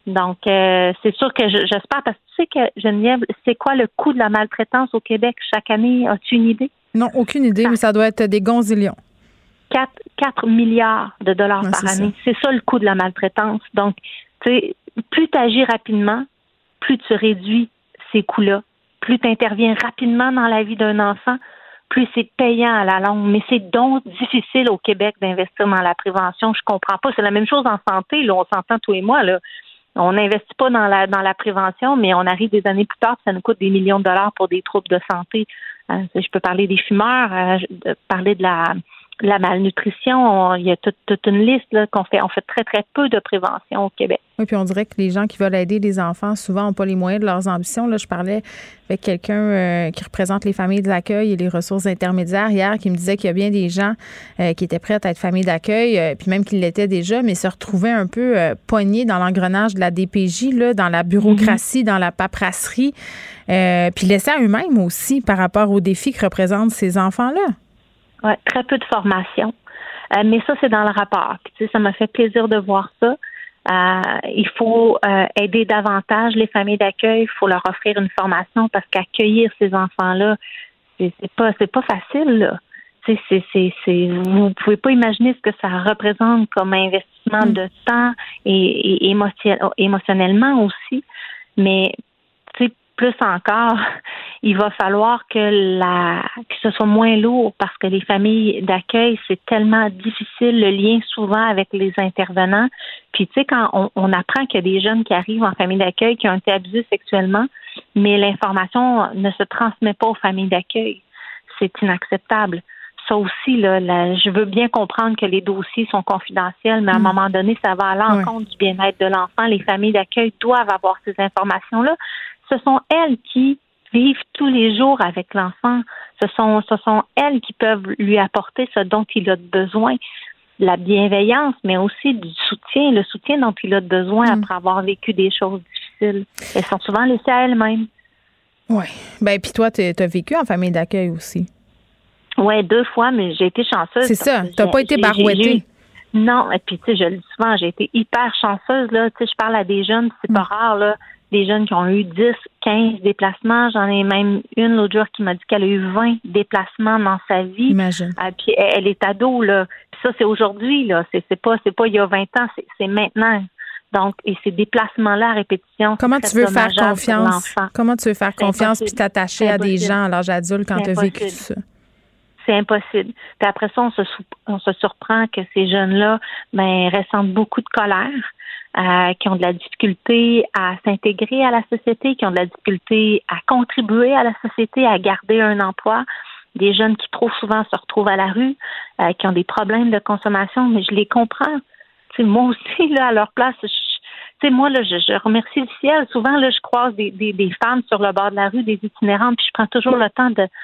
Donc, euh, c'est sûr que je, j'espère, parce que tu sais que, Geneviève, c'est quoi le coût de la maltraitance au Québec chaque année? As-tu une idée? Non, aucune idée, ça, mais ça doit être des gonzillions. quatre milliards de dollars ouais, par année. Ça. C'est ça le coût de la maltraitance. Donc, tu sais, plus tu agis rapidement, plus tu réduis ces coûts-là. Plus tu interviens rapidement dans la vie d'un enfant, plus c'est payant à la longue. Mais c'est donc difficile au Québec d'investir dans la prévention. Je comprends pas. C'est la même chose en santé. Là, on s'entend tous et moi, là. On n'investit pas dans la dans la prévention, mais on arrive des années plus tard, ça nous coûte des millions de dollars pour des troubles de santé. Euh, je peux parler des fumeurs, euh, je, parler de la, la malnutrition. On, il y a toute, toute une liste là, qu'on fait. On fait très, très peu de prévention au Québec. Oui, puis on dirait que les gens qui veulent aider les enfants, souvent, n'ont pas les moyens de leurs ambitions. Là, je parlais avec quelqu'un euh, qui représente les familles d'accueil et les ressources intermédiaires hier, qui me disait qu'il y a bien des gens euh, qui étaient prêts à être familles d'accueil, euh, puis même qu'ils l'étaient déjà, mais se retrouvaient un peu euh, poignés dans l'engrenage de la D P J, là, dans la bureaucratie, mm-hmm. dans la paperasserie, euh, puis laissés à eux-mêmes aussi par rapport aux défis que représentent ces enfants-là. Oui, très peu de formation. Euh, mais ça, c'est dans le rapport. Puis, tu sais, ça m'a fait plaisir de voir ça. Euh, il faut euh, aider davantage les familles d'accueil. Il faut leur offrir une formation parce qu'accueillir ces enfants-là, c'est, c'est pas c'est pas facile, là. Tu sais, c'est, c'est, c'est, vous pouvez pas imaginer ce que ça représente comme investissement mmh. de temps et, et émotion, émotionnellement aussi. Mais tu sais, plus encore, il va falloir que la que ce soit moins lourd parce que les familles d'accueil, c'est tellement difficile, le lien souvent avec les intervenants. Puis tu sais, quand on, on apprend qu'il y a des jeunes qui arrivent en famille d'accueil qui ont été abusés sexuellement, mais l'information ne se transmet pas aux familles d'accueil. C'est inacceptable. Ça aussi, là, là, je veux bien comprendre que les dossiers sont confidentiels, mais à un mmh. moment donné, ça va à l'encontre ouais. du bien-être de l'enfant. Les familles d'accueil doivent avoir ces informations-là. Ce sont elles qui vivent tous les jours avec l'enfant. Ce sont, ce sont elles qui peuvent lui apporter ce dont il a besoin. La bienveillance, mais aussi du soutien, le soutien dont il a besoin mmh. après avoir vécu des choses difficiles. Elles sont souvent laissées à elles-mêmes. Oui. Ben puis toi, tu as vécu en famille d'accueil aussi. Oui, deux fois, mais j'ai été chanceuse. C'est ça. Tu n'as pas été barouettée. Non, et puis tu sais, je le dis souvent, j'ai été hyper chanceuse. Là. Tu sais, je parle à des jeunes, c'est mmh. pas rare, là. Des jeunes qui ont eu dix, quinze déplacements. J'en ai même une l'autre jour qui m'a dit qu'elle a eu vingt déplacements dans sa vie. Imagine. Euh, puis elle, elle est ado, là. Puis ça, c'est aujourd'hui, là. C'est, c'est pas, c'est pas il y a vingt ans, c'est, c'est maintenant. Donc, et ces déplacements-là à répétition. Comment tu veux faire confiance? Comment tu veux faire c'est confiance impossible. Puis t'attacher à des gens à l'âge adulte quand tu as vécu ça? C'est impossible. Puis après ça, on se, on se surprend que ces jeunes-là, ben, ressentent beaucoup de colère. Euh, qui ont de la difficulté à s'intégrer à la société, qui ont de la difficulté à contribuer à la société, à garder un emploi. Des jeunes qui trop souvent se retrouvent à la rue, euh, qui ont des problèmes de consommation, mais je les comprends. T'sais, moi aussi, là, à leur place, je, t'sais, moi, là, je, je remercie le ciel. Souvent, là, je croise des, des, des femmes sur le bord de la rue, des itinérantes, puis je prends toujours le temps de,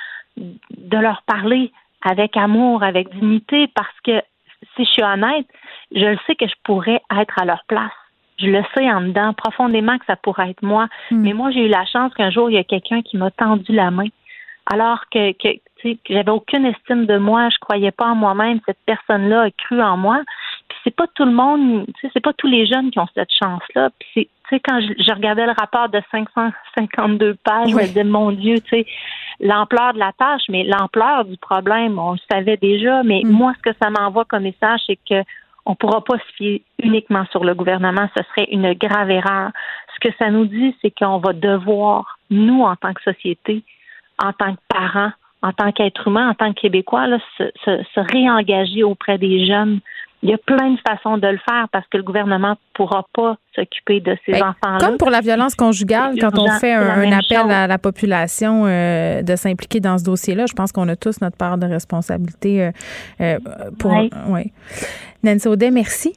de leur parler avec amour, avec dignité, parce que si je suis honnête, je le sais que je pourrais être à leur place. Je le sais en dedans, profondément, que ça pourrait être moi. Mm. Mais moi, j'ai eu la chance qu'un jour, il y a quelqu'un qui m'a tendu la main. Alors que, que, tu sais, que j'avais aucune estime de moi, je croyais pas en moi-même. Cette personne-là a cru en moi. Puis c'est pas tout le monde, tu sais, c'est pas tous les jeunes qui ont cette chance-là. Puis c'est, tu sais, quand je, je regardais le rapport de cinq cent cinquante-deux pages, oui. je me disais, mon Dieu, tu sais, l'ampleur de la tâche, mais l'ampleur du problème, on le savait déjà. Mais mm. moi, ce que ça m'envoie comme message, c'est que on ne pourra pas se fier uniquement sur le gouvernement. Ce serait une grave erreur. Ce que ça nous dit, c'est qu'on va devoir, nous, en tant que société, en tant que parents, en tant qu'être humain, en tant que Québécois, là, se, se, se réengager auprès des jeunes. Il y a plein de façons de le faire parce que le gouvernement ne pourra pas s'occuper de ces ben, enfants-là. Comme pour la violence conjugale, quand on fait un, un appel chose. à la population euh, de s'impliquer dans ce dossier-là, je pense qu'on a tous notre part de responsabilité euh, euh, pour. Oui. Ouais. Nancy Audet, merci.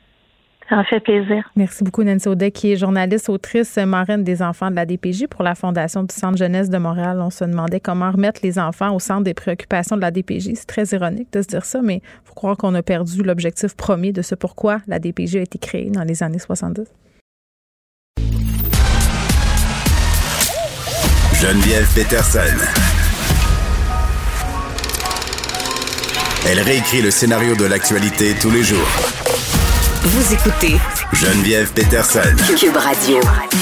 Ça me fait plaisir. Merci beaucoup, Nancy Audet, qui est journaliste, autrice, marraine des enfants de la D P J pour la Fondation du Centre jeunesse de Montréal. On se demandait comment remettre les enfants au centre des préoccupations de la D P J. C'est très ironique de se dire ça, mais il faut croire qu'on a perdu l'objectif premier de ce pourquoi la D P J a été créée dans les années soixante-dix. Geneviève Peterson. Elle réécrit le scénario de l'actualité tous les jours. Vous écoutez Geneviève Peterson. Cube Radio.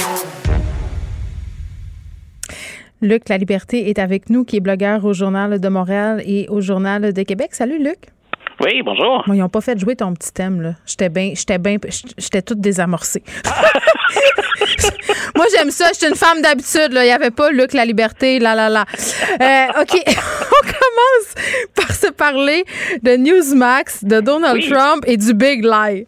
Luc Laliberté est avec nous, qui est blogueur au Journal de Montréal et au Journal de Québec. Salut, Luc. Oui, bonjour. Bon, ils n'ont pas fait jouer ton petit thème, là. J'étais bien, j'étais bien, j'étais toute désamorcée. Moi, j'aime ça. J'étais une femme d'habitude, là. Il n'y avait pas Luc Laliberté, là, là, là. Euh, OK. On commence par se parler de Newsmax, de Donald oui. Trump et du Big Lie.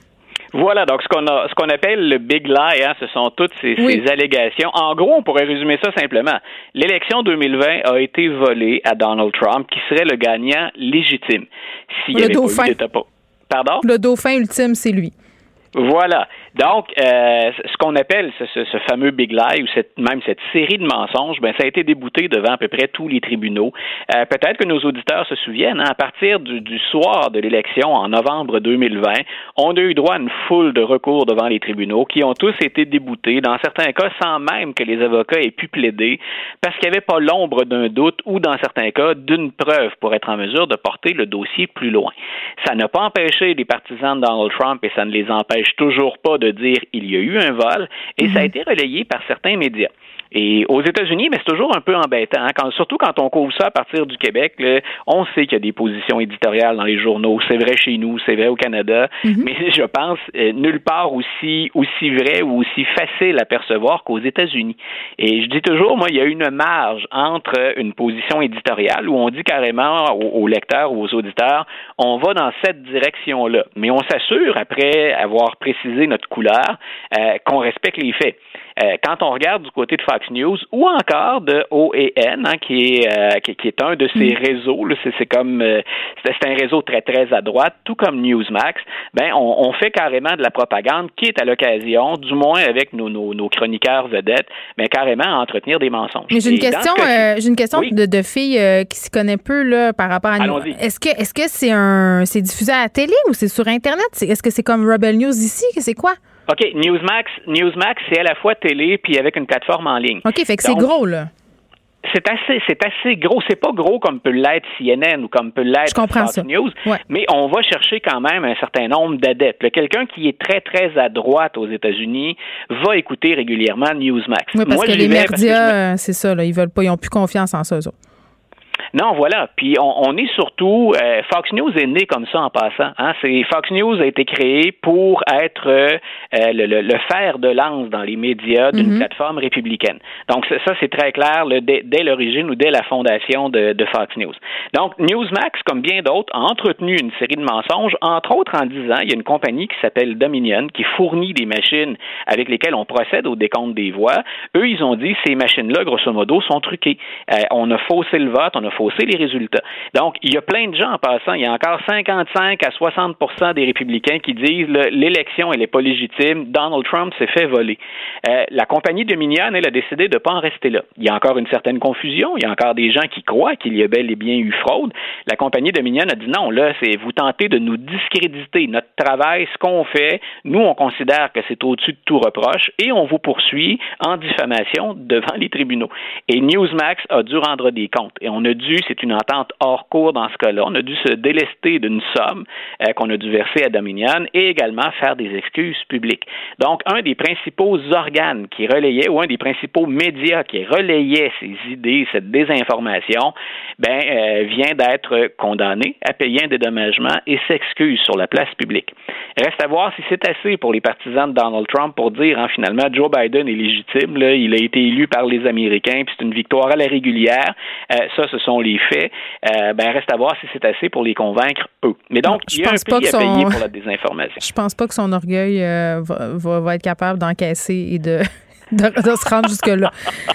Voilà, donc ce qu'on a, ce qu'on appelle le Big Lie, hein, ce sont toutes ces, oui. ces allégations. En gros, on pourrait résumer ça simplement. L'élection deux mille vingt a été volée à Donald Trump, qui serait le gagnant légitime. S'il le avait dauphin. Pas eu d'état... Pardon? Le dauphin ultime, c'est lui. Voilà. Donc, euh, ce qu'on appelle ce, ce, ce fameux Big Lie, ou cette, même cette série de mensonges, ben, ça a été débouté devant à peu près tous les tribunaux. Euh, peut-être que nos auditeurs se souviennent, hein, à partir du, du soir de l'élection en novembre deux mille vingt, on a eu droit à une foule de recours devant les tribunaux qui ont tous été déboutés, dans certains cas sans même que les avocats aient pu plaider, parce qu'il n'y avait pas l'ombre d'un doute ou, dans certains cas, d'une preuve pour être en mesure de porter le dossier plus loin. Ça n'a pas empêché les partisans de Donald Trump, et ça ne les empêche toujours pas de dire il y a eu un vol, et mm-hmm. ça a été relayé par certains médias. Et aux États-Unis, mais c'est toujours un peu embêtant, hein, quand, surtout quand on couvre ça à partir du Québec, là, on sait qu'il y a des positions éditoriales dans les journaux, c'est vrai chez nous, c'est vrai au Canada, mm-hmm. mais je pense euh, nulle part aussi aussi vrai ou aussi facile à percevoir qu'aux États-Unis. Et je dis toujours, moi, il y a une marge entre une position éditoriale où on dit carrément aux, aux lecteurs ou aux auditeurs, on va dans cette direction-là, mais on s'assure, après avoir précisé notre couleur, euh, qu'on respecte les faits. Euh, quand on regarde du côté de Fox News ou encore de O A N, hein, qui est euh, qui, qui est un de ces mm. réseaux, là, c'est, c'est comme euh, c'est, c'est un réseau très très à droite, tout comme Newsmax. Ben on, on fait carrément de la propagande qui est à l'occasion, du moins avec nos nos, nos chroniqueurs vedettes, mais carrément à entretenir des mensonges. Mais j'ai une Et question, euh, j'ai une question oui. de, de fille euh, qui s'y connaît peu là par rapport à Allons-y. Est-ce que est-ce que c'est un c'est diffusé à la télé ou c'est sur Internet? C'est, est-ce que c'est comme Rebel News ici? C'est quoi? OK, Newsmax, Newsmax, c'est à la fois télé puis avec une plateforme en ligne. OK, fait que Donc, c'est gros, là. C'est assez, c'est assez gros. C'est pas gros comme peut l'être C N N ou comme peut l'être Fox ça. News, ouais. mais on va chercher quand même un certain nombre d'adeptes. Là, quelqu'un qui est très, très à droite aux États-Unis va écouter régulièrement Newsmax. Oui, parce Moi, que les médias, me... c'est ça, là, ils veulent pas, ils ont plus confiance en ça, eux autres. Non, voilà. Puis on, on est surtout euh, Fox News est né comme ça en passant. Hein? C'est Fox News a été créé pour être euh, le, le, le fer de lance dans les médias d'une mm-hmm. plateforme républicaine. Donc ça, c'est très clair là, dès, dès l'origine ou dès la fondation de, de Fox News. Donc Newsmax, comme bien d'autres, a entretenu une série de mensonges, entre autres en disant il y a une compagnie qui s'appelle Dominion qui fournit des machines avec lesquelles on procède au décompte des voix. Eux, ils ont dit ces machines-là, grosso modo, sont truquées. Euh, on a faussé le vote, on a faussé les résultats. Donc, il y a plein de gens en passant. Il y a encore cinquante-cinq à soixante pour cent des républicains qui disent là, l'élection, elle n'est pas légitime. Donald Trump s'est fait voler. Euh, la compagnie Dominion, elle a décidé de ne pas en rester là. Il y a encore une certaine confusion. Il y a encore des gens qui croient qu'il y a bel et bien eu fraude. La compagnie Dominion a dit non, là, c'est vous tentez de nous discréditer. Notre travail, ce qu'on fait, nous, on considère que c'est au-dessus de tout reproche et on vous poursuit en diffamation devant les tribunaux. Et Newsmax a dû rendre des comptes. Et on a dû, c'est une entente hors cours dans ce cas-là, on a dû se délester d'une somme euh, qu'on a dû verser à Dominion et également faire des excuses publiques. Donc, un des principaux organes qui relayait, ou un des principaux médias qui relayait ces idées, cette désinformation, ben, euh, vient d'être condamné à payer un dédommagement et s'excuse sur la place publique. Reste à voir si c'est assez pour les partisans de Donald Trump pour dire, hein, finalement, Joe Biden est légitime, là, il a été élu par les Américains, puis c'est une victoire à la régulière. Euh, ça, ce sont les faits. Euh, ben, reste à voir si c'est assez pour les convaincre, eux. Mais donc, non, il y a un prix à son... payer pour la désinformation. Je pense pas que son orgueil euh, va, va, va être capable d'encaisser et de... De, de se rendre jusque-là.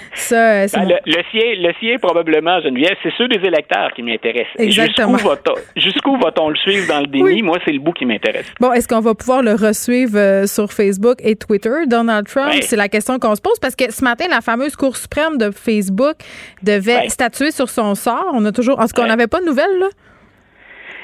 Ça, c'est ben, bon. le, le, sien, le sien, probablement, Geneviève, c'est ceux des électeurs qui m'intéressent. Exactement. Jusqu'où va-t-on, jusqu'où va-t-on le suivre dans le déni? Oui. Moi, c'est le bout qui m'intéresse. Bon, est-ce qu'on va pouvoir le resuivre euh, sur Facebook et Twitter, Donald Trump? Ouais. C'est la question qu'on se pose parce que ce matin, la fameuse Cour suprême de Facebook devait ouais. statuer sur son sort. On a toujours... En tout cas, ouais. on n'avait pas de nouvelles, là?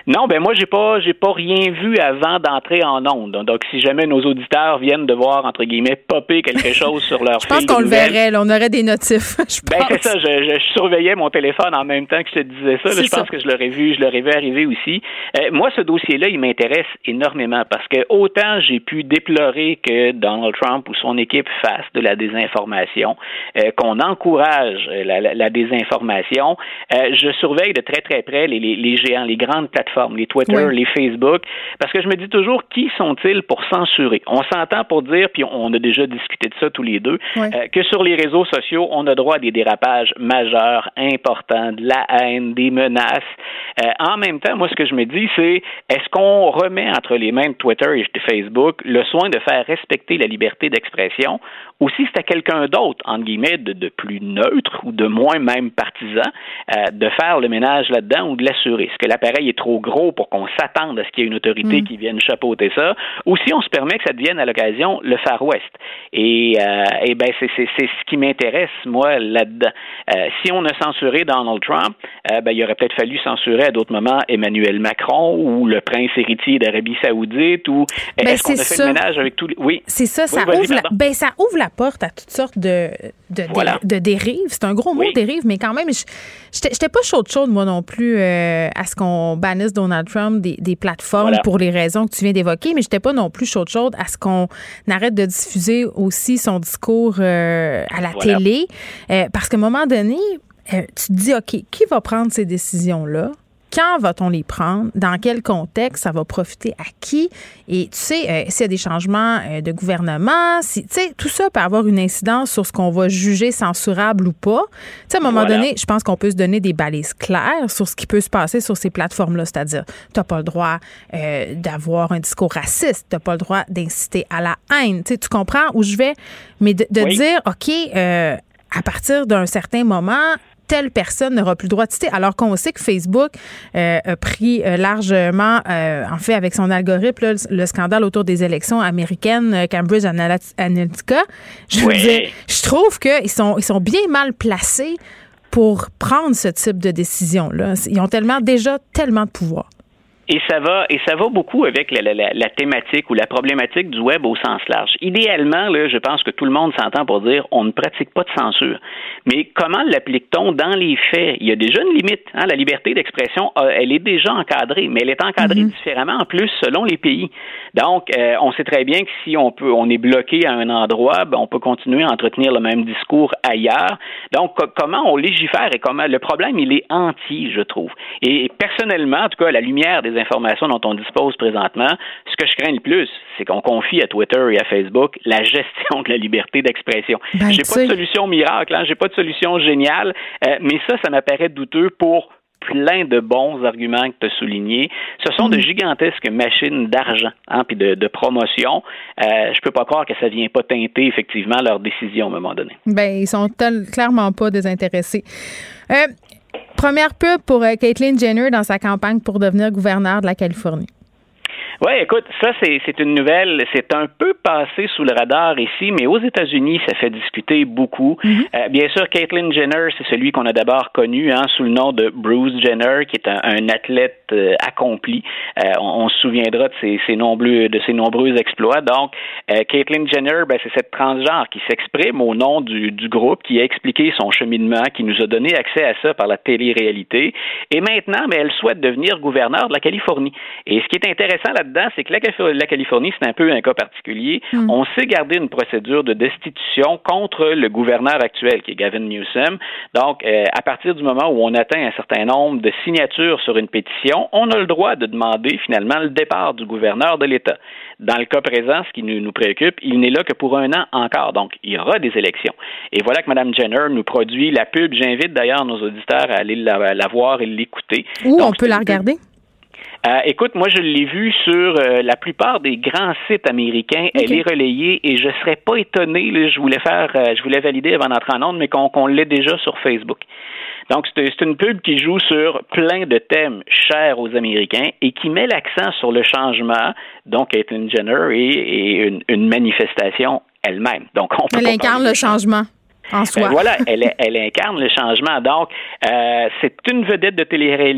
Non, ben moi j'ai pas j'ai pas rien vu avant d'entrer en onde. Donc si jamais nos auditeurs viennent de voir entre guillemets popper quelque chose sur leur fil de Je pense qu'on le verrait, là, on aurait des notifs. Je ben pense. c'est ça, je, je, je surveillais mon téléphone en même temps que je te disais ça. Là, je pense ça. que je l'aurais vu, je l'aurais vu arriver aussi. Euh, moi ce dossier-là, il m'intéresse énormément parce que autant j'ai pu déplorer que Donald Trump ou son équipe fasse de la désinformation, euh, qu'on encourage la, la, la désinformation, euh, je surveille de très très près les, les, les géants, les grandes plateformes, les Twitter, oui. les Facebook, parce que je me dis toujours, qui sont-ils pour censurer? On s'entend pour dire, puis on a déjà discuté de ça tous les deux, oui. euh, que sur les réseaux sociaux, on a droit à des dérapages majeurs, importants, de la haine, des menaces. Euh, en même temps, moi, ce que je me dis, c'est, est-ce qu'on remet entre les mains de Twitter et de Facebook le soin de faire respecter la liberté d'expression, ou si c'est à quelqu'un d'autre, entre guillemets, de, de plus neutre ou de moins même partisan, euh, de faire le ménage là-dedans ou de l'assurer? Est-ce que l'appareil est trop gros pour qu'on s'attende à ce qu'il y ait une autorité mmh. qui vienne chapeauter ça, ou si on se permet que ça devienne à l'occasion le Far West? Et, euh, et ben c'est, c'est, c'est ce qui m'intéresse, moi, là-dedans. Euh, si on a censuré Donald Trump, euh, ben il aurait peut-être fallu censurer à d'autres moments Emmanuel Macron ou le prince héritier d'Arabie Saoudite, ou ben est-ce qu'on a fait ça. le ménage avec tous les... Oui. C'est ça, ça, oui, ouvre la... ben, ça ouvre la porte à toutes sortes de, de, voilà. de, de dérives. C'est un gros mot, oui. dérive, mais quand même, je, j'étais, j'étais pas chaude chaude, moi non plus, euh, à ce qu'on bannisse Donald Trump des, des plateformes voilà. pour les raisons que tu viens d'évoquer, mais j'étais pas non plus chaude chaude à ce qu'on arrête de diffuser aussi son discours euh, à la voilà. télé, euh, parce qu'à un moment donné, euh, tu te dis, OK, qui va prendre ces décisions-là? Quand va-t-on les prendre? Dans quel contexte? Ça va profiter à qui? Et tu sais, euh, s'il y a des changements euh, de gouvernement, si, tu sais, tout ça peut avoir une incidence sur ce qu'on va juger censurable ou pas. Tu sais, à un moment voilà. donné, je pense qu'on peut se donner des balises claires sur ce qui peut se passer sur ces plateformes-là. C'est-à-dire, tu n'as pas le droit euh, d'avoir un discours raciste, tu n'as pas le droit d'inciter à la haine. Tu sais, tu comprends où je vais? Mais de, de oui. dire, OK, euh, à partir d'un certain moment, telle personne n'aura plus le droit de citer, alors qu'on sait que Facebook euh, a pris euh, largement, euh, en fait, avec son algorithme, là, le, le scandale autour des élections américaines, euh, Cambridge Analytica. Je veux oui. dire, je trouve qu'ils sont, ils sont bien mal placés pour prendre ce type de décision-là. Ils ont tellement, déjà tellement de pouvoir. Et ça va, et ça va beaucoup avec la, la, la thématique ou la problématique du web au sens large. Idéalement, là, je pense que tout le monde s'entend pour dire on ne pratique pas de censure. Mais comment l'applique-t-on dans les faits? Il y a déjà une limite. Hein? La liberté d'expression, elle est déjà encadrée, mais elle est encadrée mm-hmm. différemment en plus selon les pays. Donc, euh, on sait très bien que si on peut, on est bloqué à un endroit, ben, on peut continuer à entretenir le même discours ailleurs. Donc, co- comment on légifère et comment le problème, il est entier, je trouve. Et, et personnellement, en tout cas, à la lumière des informations dont on dispose présentement, ce que je crains le plus, c'est qu'on confie à Twitter et à Facebook la gestion de la liberté d'expression. Ben, j'ai pas de solution miracle, hein, j'ai pas de solution géniale, euh, mais ça, ça m'apparaît douteux pour plein de bons arguments que tu as soulignés. Ce sont mmh. de gigantesques machines d'argent hein, puis de, de promotion. Euh, je peux pas croire que ça vient pas teinter effectivement leurs décisions à un moment donné. Ben, ils sont tel, clairement pas désintéressés. Euh, Première pub pour euh, Caitlyn Jenner dans sa campagne pour devenir gouverneure de la Californie. Oui, écoute, ça, c'est, c'est une nouvelle, c'est un peu passé sous le radar ici, mais aux États-Unis, ça fait discuter beaucoup. Mm-hmm. Euh, bien sûr, Caitlyn Jenner, c'est celui qu'on a d'abord connu hein, sous le nom de Bruce Jenner, qui est un, un athlète euh, accompli. Euh, on, on se souviendra de ses, ses nombreux, de ses nombreux exploits. Donc, euh, Caitlyn Jenner, ben, c'est cette transgenre qui s'exprime au nom du, du groupe, qui a expliqué son cheminement, qui nous a donné accès à ça par la télé-réalité. Et maintenant, ben, elle souhaite devenir gouverneure de la Californie. Et ce qui est intéressant là-dedans, c'est que la, la Californie, c'est un peu un cas particulier. Mm. On sait garder une procédure de destitution contre le gouverneur actuel, qui est Gavin Newsom. Donc, euh, à partir du moment où on atteint un certain nombre de signatures sur une pétition, on a le droit de demander finalement le départ du gouverneur de l'État. Dans le cas présent, ce qui nous, nous préoccupe, il n'est là que pour un an encore. Donc, il y aura des élections. Et voilà que Mme Jenner nous produit la pub. J'invite d'ailleurs nos auditeurs à aller la, la voir et l'écouter. Où Donc, on peut la regarder? Euh, écoute, moi, je l'ai vue sur euh, la plupart des grands sites américains. Okay. Elle est relayée et je serais pas étonné, là, je voulais faire, euh, je voulais valider avant d'entrer en onde, mais qu'on, qu'on l'ait déjà sur Facebook. Donc, c'est, c'est une pub qui joue sur plein de thèmes chers aux Américains et qui met l'accent sur le changement, donc Caitlyn Jenner et, et une, une manifestation elle-même. Donc, on peut Elle incarne le changement. En soi. Ben voilà, elle, elle incarne le changement. Donc, euh, c'est une vedette de télé-réalité.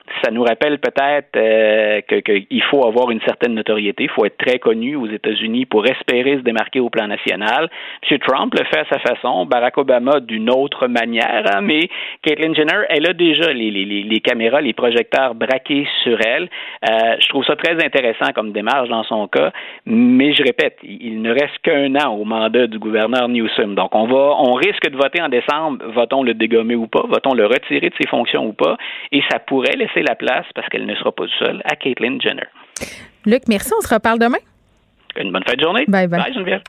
ça nous rappelle peut-être euh, que, qu'il faut avoir une certaine notoriété, il faut être très connu aux États-Unis pour espérer se démarquer au plan national. M. Trump le fait à sa façon, Barack Obama d'une autre manière, hein, mais Caitlyn Jenner, elle a déjà les, les, les caméras, les projecteurs braqués sur elle. Euh, je trouve ça très intéressant comme démarche dans son cas, mais je répète, il ne reste qu'un an au mandat du gouverneur Newsom. Donc, on va, on risque de voter en décembre, va-t-on le dégommer ou pas, va-t-on le retirer de ses fonctions ou pas, et ça pourrait laisser la place, parce qu'elle ne sera pas seule, à Caitlyn Jenner. Luc, merci, on se reparle demain. Une bonne fin de journée. Bye bye. Bye, Geneviève.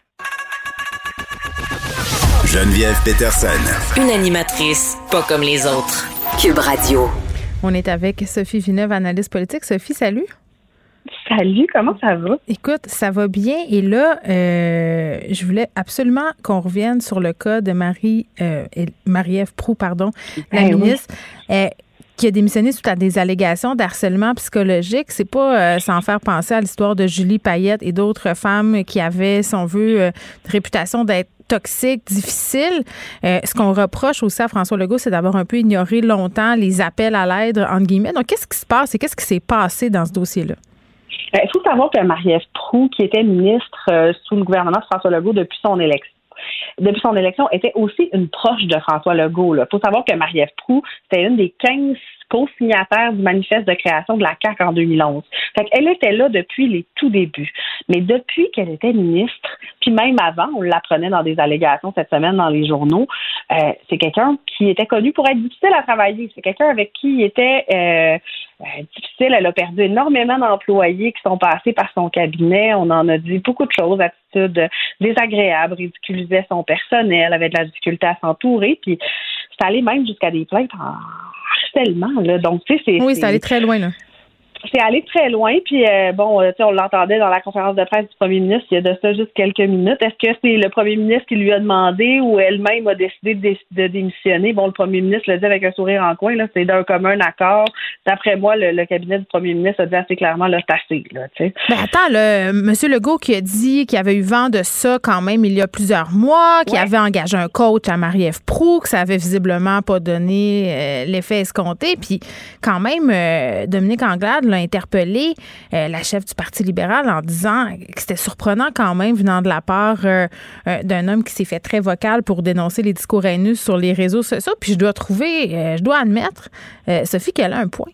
Geneviève Peterson. Une animatrice pas comme les autres. Cube Radio. On est avec Sophie Villeneuve, analyste politique. Sophie, salut. Salut, comment ça va? Écoute, ça va bien. Et là, euh, je voulais absolument qu'on revienne sur le cas de Marie, euh, Marie-Ève Proulx, pardon, la ben ministre, oui. euh, qui a démissionné suite à des allégations d'harcèlement psychologique. C'est pas euh, sans faire penser à l'histoire de Julie Payette et d'autres femmes qui avaient, si on veut, euh, une réputation d'être toxique, difficile. Euh, ce qu'on reproche aussi à François Legault, c'est d'avoir un peu ignoré longtemps les appels à l'aide, entre guillemets. Donc, qu'est-ce qui se passe et qu'est-ce qui s'est passé dans ce dossier-là? Il faut savoir que Marie-Ève Proulx, qui était ministre euh, sous le gouvernement de François Legault depuis son élection, depuis son élection, était aussi une proche de François Legault. Il faut savoir que Marie-Ève Proulx, c'était une des quinze co-signataires du manifeste de création de la C A Q en deux mille onze. Fait qu'elle était là depuis les tout débuts. Mais depuis qu'elle était ministre, puis même avant, on l'apprenait dans des allégations cette semaine dans les journaux, euh, c'est quelqu'un qui était connu pour être difficile à travailler. C'est quelqu'un avec qui il était euh, euh, difficile. Elle a perdu énormément d'employés qui sont passés par son cabinet. On en a dit beaucoup de choses, attitudes désagréables, ridiculisait son personnel, avait de la difficulté à s'entourer, puis c'est allé même jusqu'à des plaintes en harcèlement, là. Donc, tu sais, c'est... Oui, c'est c'est allé très loin, là. C'est allé très loin, puis euh, bon, tu sais, on l'entendait dans la conférence de presse du premier ministre il y a de ça juste quelques minutes. Est-ce que c'est le premier ministre qui lui a demandé ou elle-même a décidé de, dé- de démissionner? Bon, le premier ministre le dit avec un sourire en coin, là, c'est d'un commun accord. D'après moi, le, le cabinet du premier ministre a dit assez clairement, là, c'est assez, là, tu sais. Ben attends, là, M. Legault qui a dit qu'il avait eu vent de ça quand même il y a plusieurs mois, qu'il ouais. avait engagé un coach à Marie-Ève Proulx, que ça avait visiblement pas donné euh, l'effet escompté, puis quand même, euh, Dominique Anglade l'a interpellé, euh, la chef du Parti libéral, en disant que c'était surprenant quand même venant de la part euh, euh, d'un homme qui s'est fait très vocal pour dénoncer les discours haineux sur les réseaux sociaux. Puis je dois trouver, euh, je dois admettre, euh, Sophie, qu'elle a un point.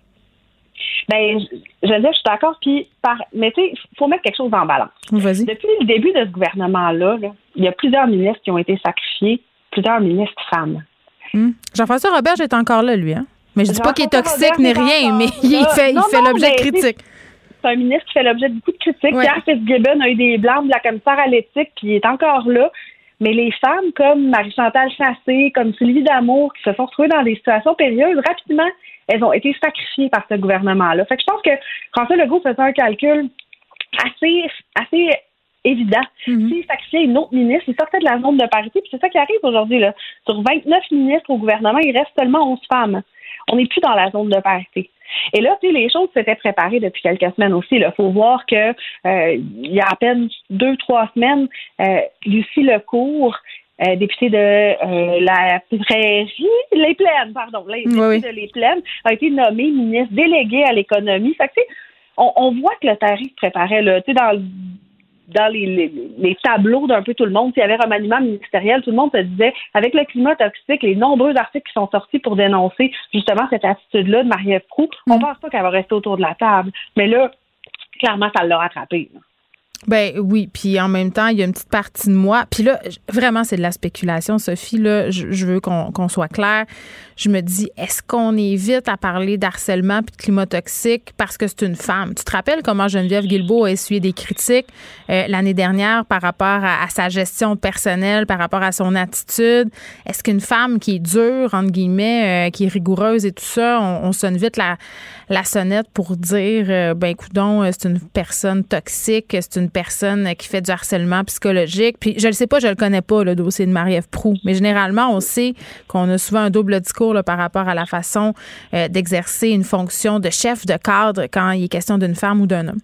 Ben, je, je veux dire, je suis d'accord. Puis, par, mais tu sais, il faut mettre quelque chose en balance. Vas-y. Depuis le début de ce gouvernement-là, là, il y a plusieurs ministres qui ont été sacrifiés, plusieurs ministres femmes. Hum. Jean-François Robert est encore là, lui, hein? Mais je dis pas qu'il est toxique ni rien, mais là. il fait, non, il fait non, l'objet de critiques. C'est un ministre qui fait l'objet de beaucoup de critiques. Ouais. Pierre Fitzgibbon a eu des blâmes de la commissaire à l'éthique, puis il est encore là. Mais les femmes comme Marie-Chantal Chassé, comme Sylvie Damour, qui se sont retrouvées dans des situations périlleuses, rapidement, elles ont été sacrifiées par ce gouvernement-là. Fait que je pense que François Legault faisait un calcul assez, assez évident. Mm-hmm. S'il sacrifiait une autre ministre, il sortait de la zone de parité, puis c'est ça qui arrive aujourd'hui, là. Sur vingt-neuf ministres au gouvernement, il reste seulement onze femmes. On n'est plus dans la zone de parité. Et là, tu sais, les choses s'étaient préparées depuis quelques semaines aussi. Il faut voir que euh, il y a à peine deux, trois semaines, euh, Lucie Lecourt, euh, députée de euh, la Prairie, les Plaines, pardon, la députée oui, oui. de les Plaines, a été nommée ministre déléguée à l'économie. Fait que, tu sais, on, on voit que le tarif se préparait, là, tu sais, dans le dans les, les, les tableaux d'un peu tout le monde, s'il y avait un remaniement ministériel, tout le monde se disait, avec le climat toxique, les nombreux articles qui sont sortis pour dénoncer justement cette attitude-là de Marie-Ève Proulx, mmh. on pense pas qu'elle va rester autour de la table. Mais là, clairement, ça l'a rattrapé. Ben oui, puis en même temps, il y a une petite partie de moi. Puis là, vraiment, c'est de la spéculation, Sophie. Là, je, je veux qu'on, qu'on soit clair. Je me dis, est-ce qu'on évite à parler d'harcèlement puis de climat toxique parce que c'est une femme? Tu te rappelles comment Geneviève Guilbeault a essuyé des critiques euh, l'année dernière par rapport à, à sa gestion personnelle, par rapport à son attitude? Est-ce qu'une femme qui est dure, entre guillemets, euh, qui est rigoureuse et tout ça, on, on sonne vite la, la sonnette pour dire, euh, ben coudonc, c'est une personne toxique, c'est une personne qui fait du harcèlement psychologique. Puis je le sais pas, je le connais pas, le dossier de Marie-Ève Proulx, mais généralement, on sait qu'on a souvent un double discours là, par rapport à la façon euh, d'exercer une fonction de chef de cadre quand il est question d'une femme ou d'un homme.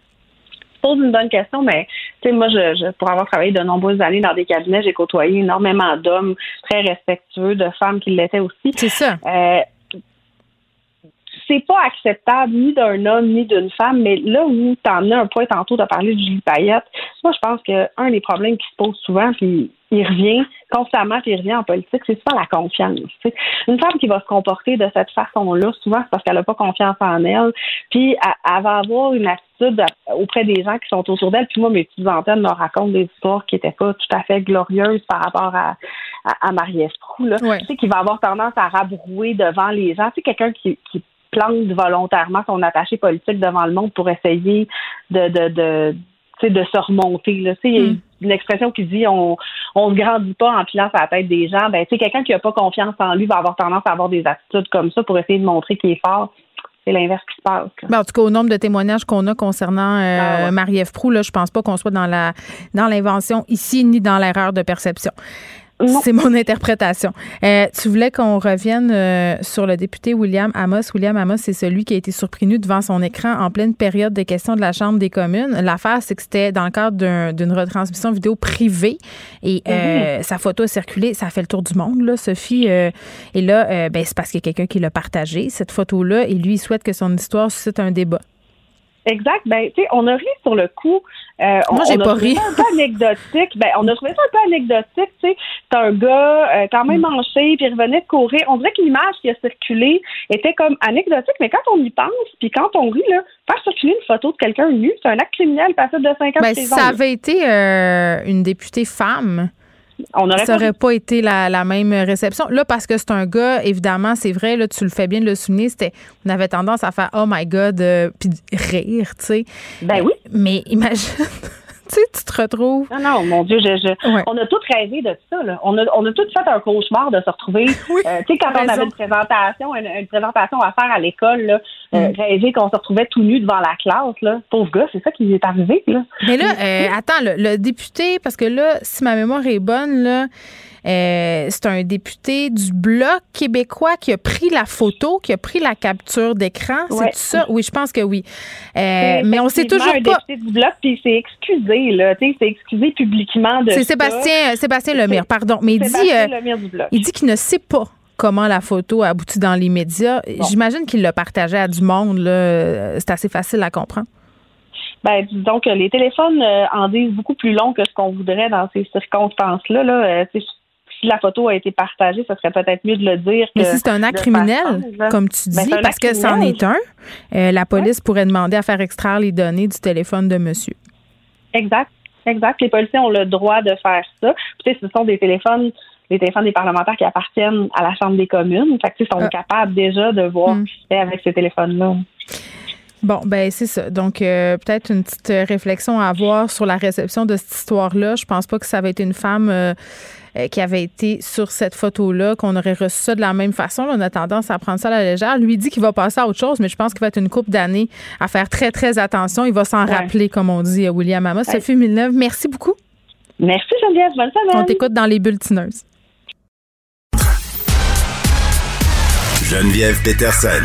Je pose une bonne question, mais tu sais, moi, je, je, pour avoir travaillé de nombreuses années dans des cabinets, j'ai côtoyé énormément d'hommes très respectueux, de femmes qui l'étaient aussi. C'est ça. Euh, c'est pas acceptable ni d'un homme ni d'une femme, mais là où tu en as un point tantôt de parler de Julie Payette, moi je pense qu'un des problèmes qui se posent souvent, puis il revient constamment, puis il revient en politique, c'est souvent la confiance. T'sais. Une femme qui va se comporter de cette façon-là, souvent c'est parce qu'elle n'a pas confiance en elle, puis elle, elle va avoir une attitude auprès des gens qui sont autour d'elle. Puis moi, mes petites antennes me racontent des histoires qui n'étaient pas tout à fait glorieuses par rapport à, à, à Marie-Ève Proulx, là. Ouais. Tu sais, qui va avoir tendance à rabrouer devant les gens. Tu sais, quelqu'un qui, qui plante volontairement son attaché politique devant le monde pour essayer de, de, de tu sais, de se remonter, là. Tu sais, il y a une expression qui dit on on ne grandit pas en pilant sur la tête des gens. Ben, tu sais, quelqu'un qui n'a pas confiance en lui va avoir tendance à avoir des attitudes comme ça pour essayer de montrer qu'il est fort. C'est l'inverse qui se passe. Ben, en tout cas, au nombre de témoignages qu'on a concernant euh, ah ouais. Marie-Ève Proulx, là, je pense pas qu'on soit dans la dans l'invention ici ni dans l'erreur de perception. Non. C'est mon interprétation. Euh, tu voulais qu'on revienne euh, sur le député William Amos. William Amos, c'est celui qui a été surpris nu devant son écran en pleine période de questions de la Chambre des communes. L'affaire, c'est que c'était dans le cadre d'un, d'une retransmission vidéo privée et euh, mm-hmm. sa photo a circulé. Ça a fait le tour du monde, là, Sophie. Euh, et là, euh, ben, c'est parce qu'il y a quelqu'un qui l'a partagé, cette photo-là, et lui, il souhaite que son histoire suscite un débat. Exact. Ben, tu sais, on a ri sur le coup. Euh, Moi, on, j'ai on pas a trouvé ri. Ça un peu anecdotique. Ben, on a trouvé ça un peu anecdotique. Tu sais, c'est un gars euh, quand même manché, puis il revenait de courir. On dirait que l'image qui a circulé était comme anecdotique, mais quand on y pense, puis quand on rit, là, faire circuler une photo de quelqu'un nu, c'est un acte criminel passible de cinq ans de prison. Ben, ça avait été euh, une députée femme. On aurait ça n'aurait pas, pas été la, la même réception. Là, parce que c'est un gars, évidemment, c'est vrai, là, tu le fais bien de le souligner, c'était, on avait tendance à faire « Oh my God euh, », puis rire, tu sais. Ben oui. Mais imagine... Tu sais, tu te retrouves. Non, non, mon Dieu, je, je, ouais. on a tous rêvé de ça, là. On a, on a tous fait un cauchemar de se retrouver. Oui, euh, tu sais, quand on avait une présentation, une, une présentation à faire à l'école, là, mm. euh, rêver qu'on se retrouvait tout nu devant la classe, là. Pauvre gars, c'est ça qui est arrivé, là. Mais là, euh, attends, le, le député, parce que là, si ma mémoire est bonne, là, Euh, c'est un député du Bloc québécois qui a pris la photo, qui a pris la capture d'écran. Ouais. C'est ça? Oui, je pense que oui. Euh, mais on sait toujours un pas. député du Bloc, puis il s'est excusé, là. Tu sais, il s'est excusé publiquement de C'est Sébastien, ça. Sébastien Lemire, pardon. Mais il dit, euh, il dit qu'il ne sait pas comment la photo a abouti dans les médias. Bon. J'imagine qu'il l'a partagé à du monde, là. C'est assez facile à comprendre. Ben, disons que les téléphones euh, en disent beaucoup plus long que ce qu'on voudrait dans ces circonstances-là, là. Euh, si la photo a été partagée, ça serait peut-être mieux de le dire. Mais si c'est un acte criminel, façon, comme tu dis, ben, parce que c'en est un, euh, la police ouais. pourrait demander à faire extraire les données du téléphone de monsieur. Exact, exact. Les policiers ont le droit de faire ça. Tu sais, ce sont des téléphones, les téléphones des parlementaires qui appartiennent à la Chambre des communes. Fait que, ils sont ah. capables déjà de voir hum. ce qu'ils font avec ces téléphones-là. Bon, ben c'est ça. Donc, euh, peut-être une petite réflexion à avoir sur la réception de cette histoire-là. Je pense pas que ça avait été une femme euh, euh, qui avait été sur cette photo-là, qu'on aurait reçu ça de la même façon. Là, on a tendance à prendre ça à la légère. Lui dit qu'il va passer à autre chose, mais je pense qu'il va être une couple d'années à faire très, très attention. Il va s'en ouais. rappeler, comme on dit, William Amos. Ouais. Sophie Villeneuve, merci beaucoup. Merci, Geneviève. Bonne semaine. On t'écoute dans les bulletineuses. Geneviève Peterson.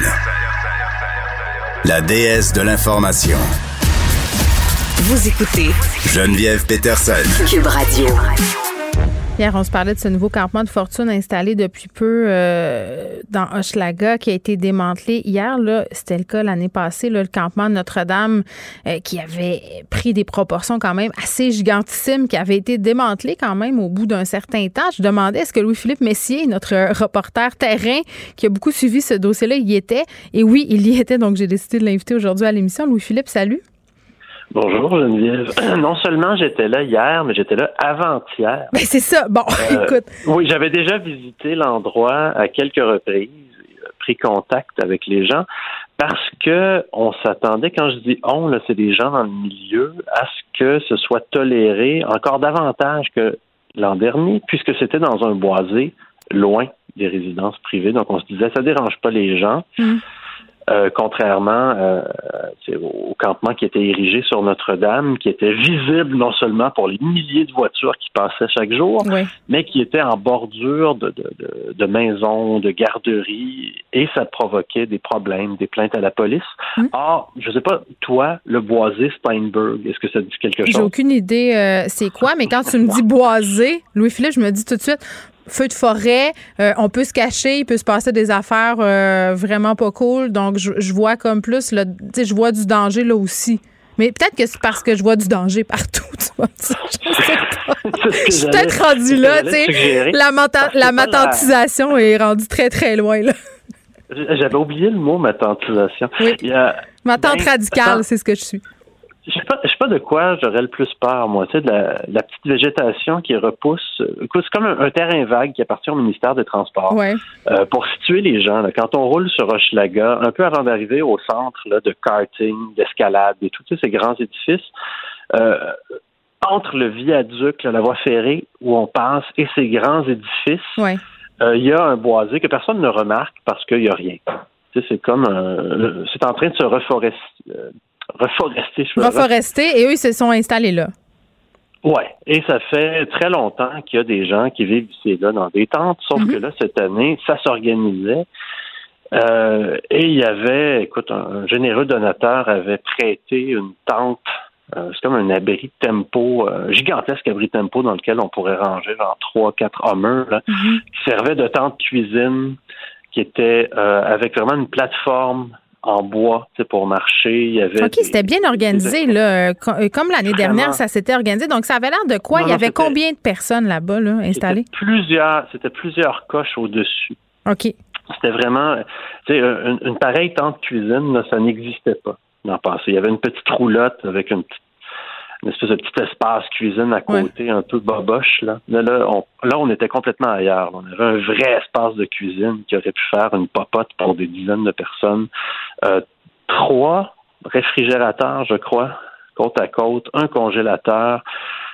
La déesse de l'information. Vous écoutez Geneviève Peterson. Cube Radio. Hier, on se parlait de ce nouveau campement de fortune installé depuis peu euh, dans Hochelaga qui a été démantelé hier. Là, c'était le cas l'année passée, là, le campement de Notre-Dame euh, qui avait pris des proportions quand même assez gigantissimes, qui avait été démantelé quand même au bout d'un certain temps. Je demandais est-ce que Louis-Philippe Messier, notre reporter terrain qui a beaucoup suivi ce dossier-là, y était. Et oui, il y était, donc j'ai décidé de l'inviter aujourd'hui à l'émission. Louis-Philippe, salut. Bonjour Geneviève. Non seulement j'étais là hier, mais j'étais là avant-hier. Ben c'est ça. Bon, euh, écoute. Oui, j'avais déjà visité l'endroit à quelques reprises, pris contact avec les gens, parce que on s'attendait, quand je dis on, là, c'est des gens dans le milieu, à ce que ce soit toléré encore davantage que l'an dernier, puisque c'était dans un boisé loin des résidences privées. Donc on se disait, ça dérange pas les gens. Mmh. Euh, contrairement euh, au campement qui était érigé sur Notre-Dame, qui était visible non seulement pour les milliers de voitures qui passaient chaque jour, oui. mais qui était en bordure de, de, de, de maisons, de garderies, et ça provoquait des problèmes, des plaintes à la police. Hum. Or, je sais pas, toi, le boisé Steinberg, est-ce que ça dit quelque chose? J'ai aucune idée euh, c'est quoi, mais quand tu me dis boisé, Louis-Philippe, je me dis tout de suite... feu de forêt, euh, on peut se cacher, il peut se passer des affaires euh, vraiment pas cool. Donc, je, je vois comme plus, tu sais, je vois du danger là aussi. Mais peut-être que c'est parce que je vois du danger partout, tu vois. Je sais pas. Je suis peut-être rendue là, tu sais. La, mata- la matantisation est rendue très, très loin, là. J'avais oublié le mot matantisation. Oui. Il y a, ma tante ben, radicale, attends, c'est ce que je suis. Je sais pas, je sais pas de quoi j'aurais le plus peur, moi. Tu sais, de la, la petite végétation qui repousse. Écoute, c'est comme un, un terrain vague qui appartient au ministère des Transports. Ouais. Euh, pour situer les gens, là, quand on roule sur Hochelaga, un peu avant d'arriver au centre là, de karting, d'escalade et tout, tu sais, ces grands édifices, euh, entre le viaduc, là, la voie ferrée où on passe, et ces grands édifices, ouais. euh, il y a un boisé que personne ne remarque parce qu'il n'y a rien. Tu sais, c'est comme un, c'est en train de se reforester. Euh, Reforester, je Reforester, et eux, ils se sont installés là. Oui, et ça fait très longtemps qu'il y a des gens qui vivent ici et là dans des tentes, sauf mm-hmm. que là, cette année, ça s'organisait. Euh, et il y avait, écoute, un, un généreux donateur avait prêté une tente, euh, c'est comme un abri tempo, euh, gigantesque abri tempo dans lequel on pourrait ranger genre trois, quatre Hummers, là, mm-hmm. qui servait de tente cuisine, qui était euh, avec vraiment une plateforme en bois, tu sais, pour marcher. Il y avait OK, des, c'était bien organisé, des... là. Comme l'année Vraiment. dernière, ça s'était organisé. Donc, ça avait l'air de quoi? Non, il y avait c'était... combien de personnes là-bas, là, installées? C'était plusieurs, c'était plusieurs coches au-dessus. OK. C'était vraiment, tu sais, une, une pareille tente cuisine, là, ça n'existait pas dans le passé. Il y avait une petite roulotte avec une petite une espèce de petit espace cuisine à côté, ouais. un peu boboche. Là, là, là, on, là, on était complètement ailleurs. On avait un vrai espace de cuisine qui aurait pu faire une popote pour des dizaines de personnes. Euh, trois réfrigérateurs, je crois, côte à côte, un congélateur.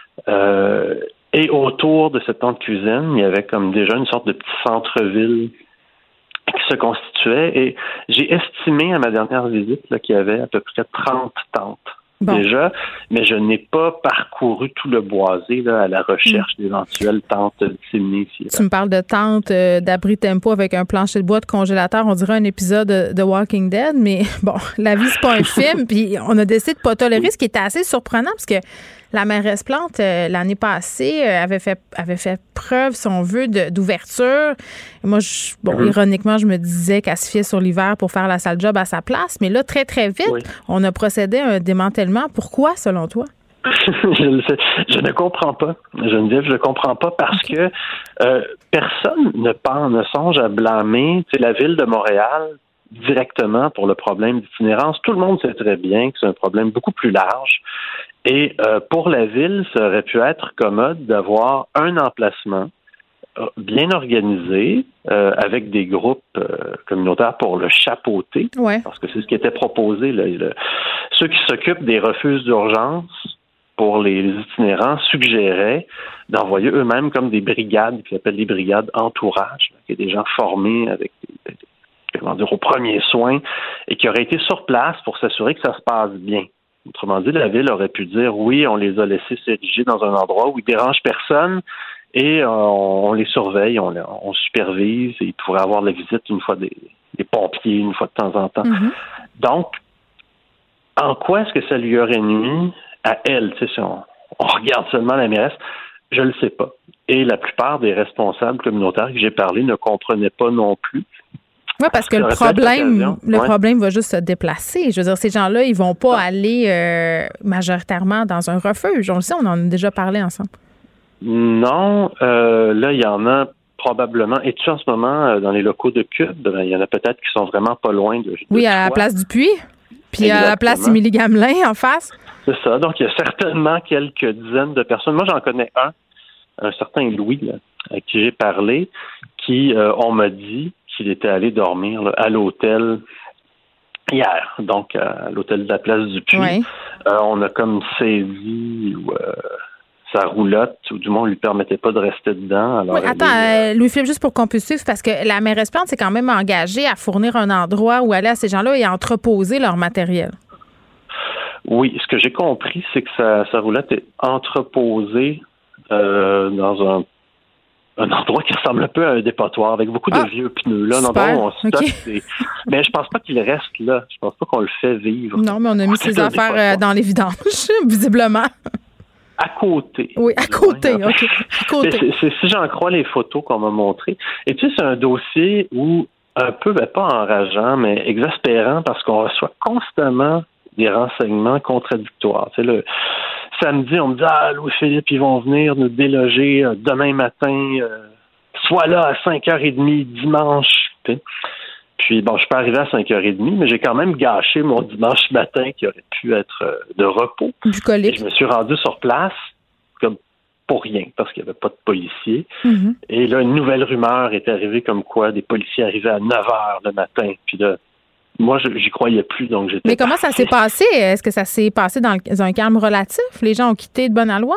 Euh, et autour de cette tente cuisine, il y avait comme déjà une sorte de petit centre-ville qui se constituait. Et j'ai estimé à ma dernière visite là, qu'il y avait à peu près trente tentes. Bon. Déjà, mais je n'ai pas parcouru tout le boisé là, à la recherche mmh. d'éventuelles tentes disséminées ici. Tu me parles de tentes, euh, d'abri tempo avec un plancher de bois, de congélateur. On dirait un épisode de, de Walking Dead, mais bon, la vie, c'est pas un film. Puis on a décidé de pas tolérer, ce qui était assez surprenant, parce que la mairesse Plante, euh, l'année passée, euh, avait fait avait fait preuve, si on veut, de, d'ouverture. Et moi, je, bon, mm-hmm. ironiquement, je me disais qu'elle se fiait sur l'hiver pour faire la sale job à sa place. Mais là, très, très vite, oui. on a procédé à un démantèlement. Pourquoi, selon toi? je, je ne comprends pas. Geneviève, je ne comprends pas parce okay. que euh, personne ne pense, ne songe à blâmer la ville de Montréal directement pour le problème d'itinérance. Tout le monde sait très bien que c'est un problème beaucoup plus large. Et euh, pour la ville, ça aurait pu être commode d'avoir un emplacement bien organisé, euh, avec des groupes euh, communautaires pour le chapeauter, ouais. parce que c'est ce qui était proposé. Là, le, ceux qui s'occupent des refuges d'urgence pour les, les itinérants suggéraient d'envoyer eux-mêmes comme des brigades, qui s'appellent des brigades entourage, là, qui est des gens formés avec des, des, comment dire, aux premiers soins, et qui auraient été sur place pour s'assurer que ça se passe bien. Autrement dit, la ville aurait pu dire, oui, on les a laissés s'ériger dans un endroit où ils dérangent personne et euh, on les surveille, on, on supervise et ils pourraient avoir la visite une fois des, des pompiers, une fois de temps en temps. Mm-hmm. Donc, en quoi est-ce que ça lui aurait nuit à elle? Tu sais, si on, on regarde seulement la mairesse, je ne le sais pas. Et la plupart des responsables communautaires que j'ai parlé ne comprenaient pas non plus. Oui, parce que le problème, le ouais. problème va juste se déplacer. Je veux dire, ces gens-là, ils vont pas ah. aller euh, majoritairement dans un refuge. On le sait, on en a déjà parlé ensemble. Non, euh, là, il y en a probablement. Et tu en ce moment, euh, dans les locaux de Cube, ben, il y en a peut-être qui sont vraiment pas loin de, de Oui, à la place du Puy, puis Exactement. à la place Émilie-Gamelin en face. C'est ça. Donc, il y a certainement quelques dizaines de personnes. Moi, j'en connais un, un certain Louis, là, à qui j'ai parlé, qui, euh, on m'a dit, qu'il était allé dormir là, à l'hôtel hier, donc à l'hôtel de la place du Puy. Oui. Euh, on a comme saisi ou, euh, sa roulotte, ou du moins on ne lui permettait pas de rester dedans. Alors, oui, attends, est, euh, Louis-Philippe, juste pour qu'on puisse suivre, parce que la mairesse Plante s'est quand même engagée à fournir un endroit où aller à ces gens-là et à entreposer leur matériel. Oui, ce que j'ai compris, c'est que sa, sa roulotte est entreposée euh, dans un un endroit qui ressemble un peu à un dépotoir avec beaucoup de ah, vieux pneus. Là, un endroit où on stocke okay. des... Mais je pense pas qu'il reste là. Je pense pas qu'on le fait vivre. Non, mais on a mis ses affaires euh, dans les vidanges, visiblement. à côté. Oui, à côté, loin, OK. À côté. C'est, c'est, si j'en crois les photos qu'on m'a montrées. Et puis, c'est un dossier où, un peu, ben, pas enrageant, mais exaspérant, parce qu'on reçoit constamment des renseignements contradictoires. Tu sais, le samedi, on me dit « Ah, Louis-Philippe, ils vont venir nous déloger euh, demain matin, euh, sois là à cinq heures trente dimanche. » Puis, bon, je peux arriver à cinq heures trente, mais j'ai quand même gâché mon dimanche matin qui aurait pu être euh, de repos. Bucolique. Je me suis rendu sur place comme pour rien, parce qu'il n'y avait pas de policiers. Mm-hmm. Et là, une nouvelle rumeur est arrivée comme quoi des policiers arrivaient à neuf heures le matin. Puis là, moi, je, j'y croyais plus, donc j'étais... Mais comment ça s'est passé? Est-ce que ça s'est passé dans, le, dans un calme relatif? Les gens ont quitté de bonne loi?